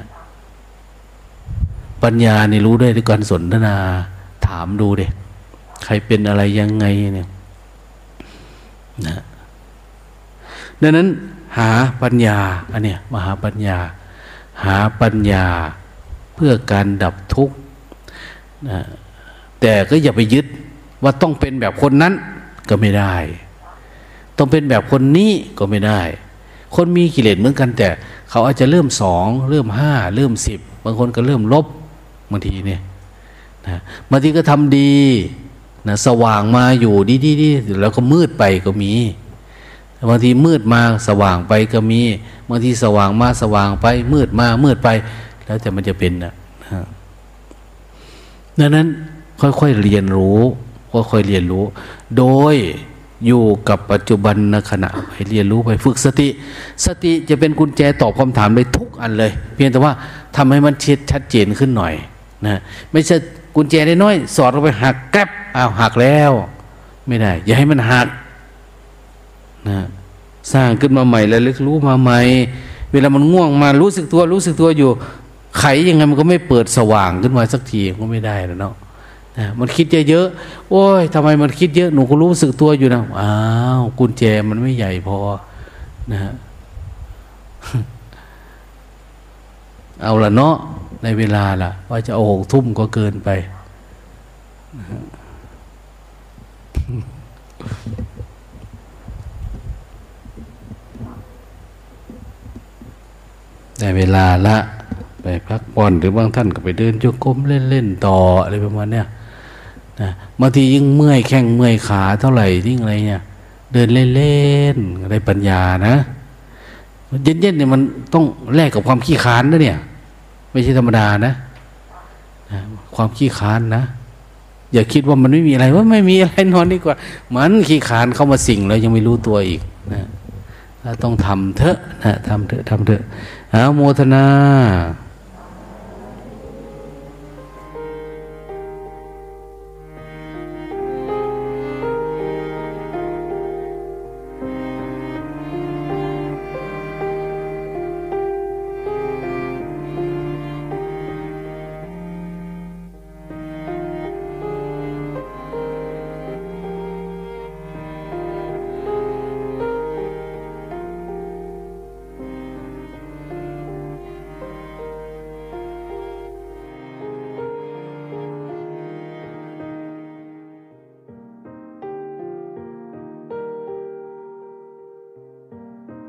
ปัญญานี่รู้ได้ด้วยการสนทนาถามดูเด็กใครเป็นอะไรยังไงเนี่ยนะดังนั้นหาปัญญาอันเนี้ยมหาปัญญาหาปัญญาเพื่อการดับทุกข์นะแต่ก็อย่าไปยึดว่าต้องเป็นแบบคนนั้นก็ไม่ได้ต้องเป็นแบบคนนี้ก็ไม่ได้คนมีกิเลสเหมือนกันแต่เขาอาจจะเริ่มสองเริ่มห้าเริ่มสิบบางคนก็เริ่มลบบางทีเนี่ยนะบางทีก็ทำดีนะสว่างมาอยู่ดีๆแล้วก็มืดไปก็มีบางทีมืดมาสว่างไปก็มีบางทีสว่างมาสว่างไปมืดมามืดไปแล้วแต่มันจะเป็นนะดังนั้นค่อยๆเรียนรู้ค่อยๆเรียนรู้โดยอยู่กับปัจจุบันขณะให้เรียนรู้ไปฝึกสติสติจะเป็นกุญแจตอบคำถามได้ทุกอันเลยเพียงแต่ว่าทำให้มันชัดเจนขึ้นหน่อยนะไม่ใช่กุญแจได้น้อยสอดลงไปหักแกร็บอ้าวหักแล้วไม่ได้อย่าให้มันหักนะสร้างขึ้นมาใหม่แล้วเล็กรู้มาใหม่เวลามันง่วงมารู้สึกตัวรู้สึกตัวอยู่ไขยังไงมันก็ไม่เปิดสว่างขึ้นมาสักทีก็ไม่ได้แล้วเนาะมันคิดเยอะๆโอ้ยทำไมมันคิดเยอะหนูก็รู้สึกตัวอยู่นะอ้าวกุญแจมันไม่ใหญ่พอนะฮะ เอาละเนาะในเวลาล่ะว่าจะเอาหกทุ่มก็เกินไปได้เวลาละไปพักผ่อนหรือบางท่านก็ไปเดินโยกมเล่นๆต่ออะไรประมาณเนี้ยนะบางทียิ่งเมื่อยแข้งเมื่อยขาเท่าไหร่ยิ่งอะไรเนี่ยเดินเล่นๆได้ปัญญานะเย็นๆเนี่ยมันต้องแลกกับความขี้ค้านนะเนี่ยไม่ใช่ธรรมดานะนะความขี้ค้านนะอย่าคิดว่ามันไม่มีอะไรว่าไม่มีอะไรนอนดีกว่ามันขี้ค้านเข้ามาสิงแล้วยังไม่รู้ตัวอีกนะต้องทำเถอะนะทำเถอะทำเถอะเอาโมทนา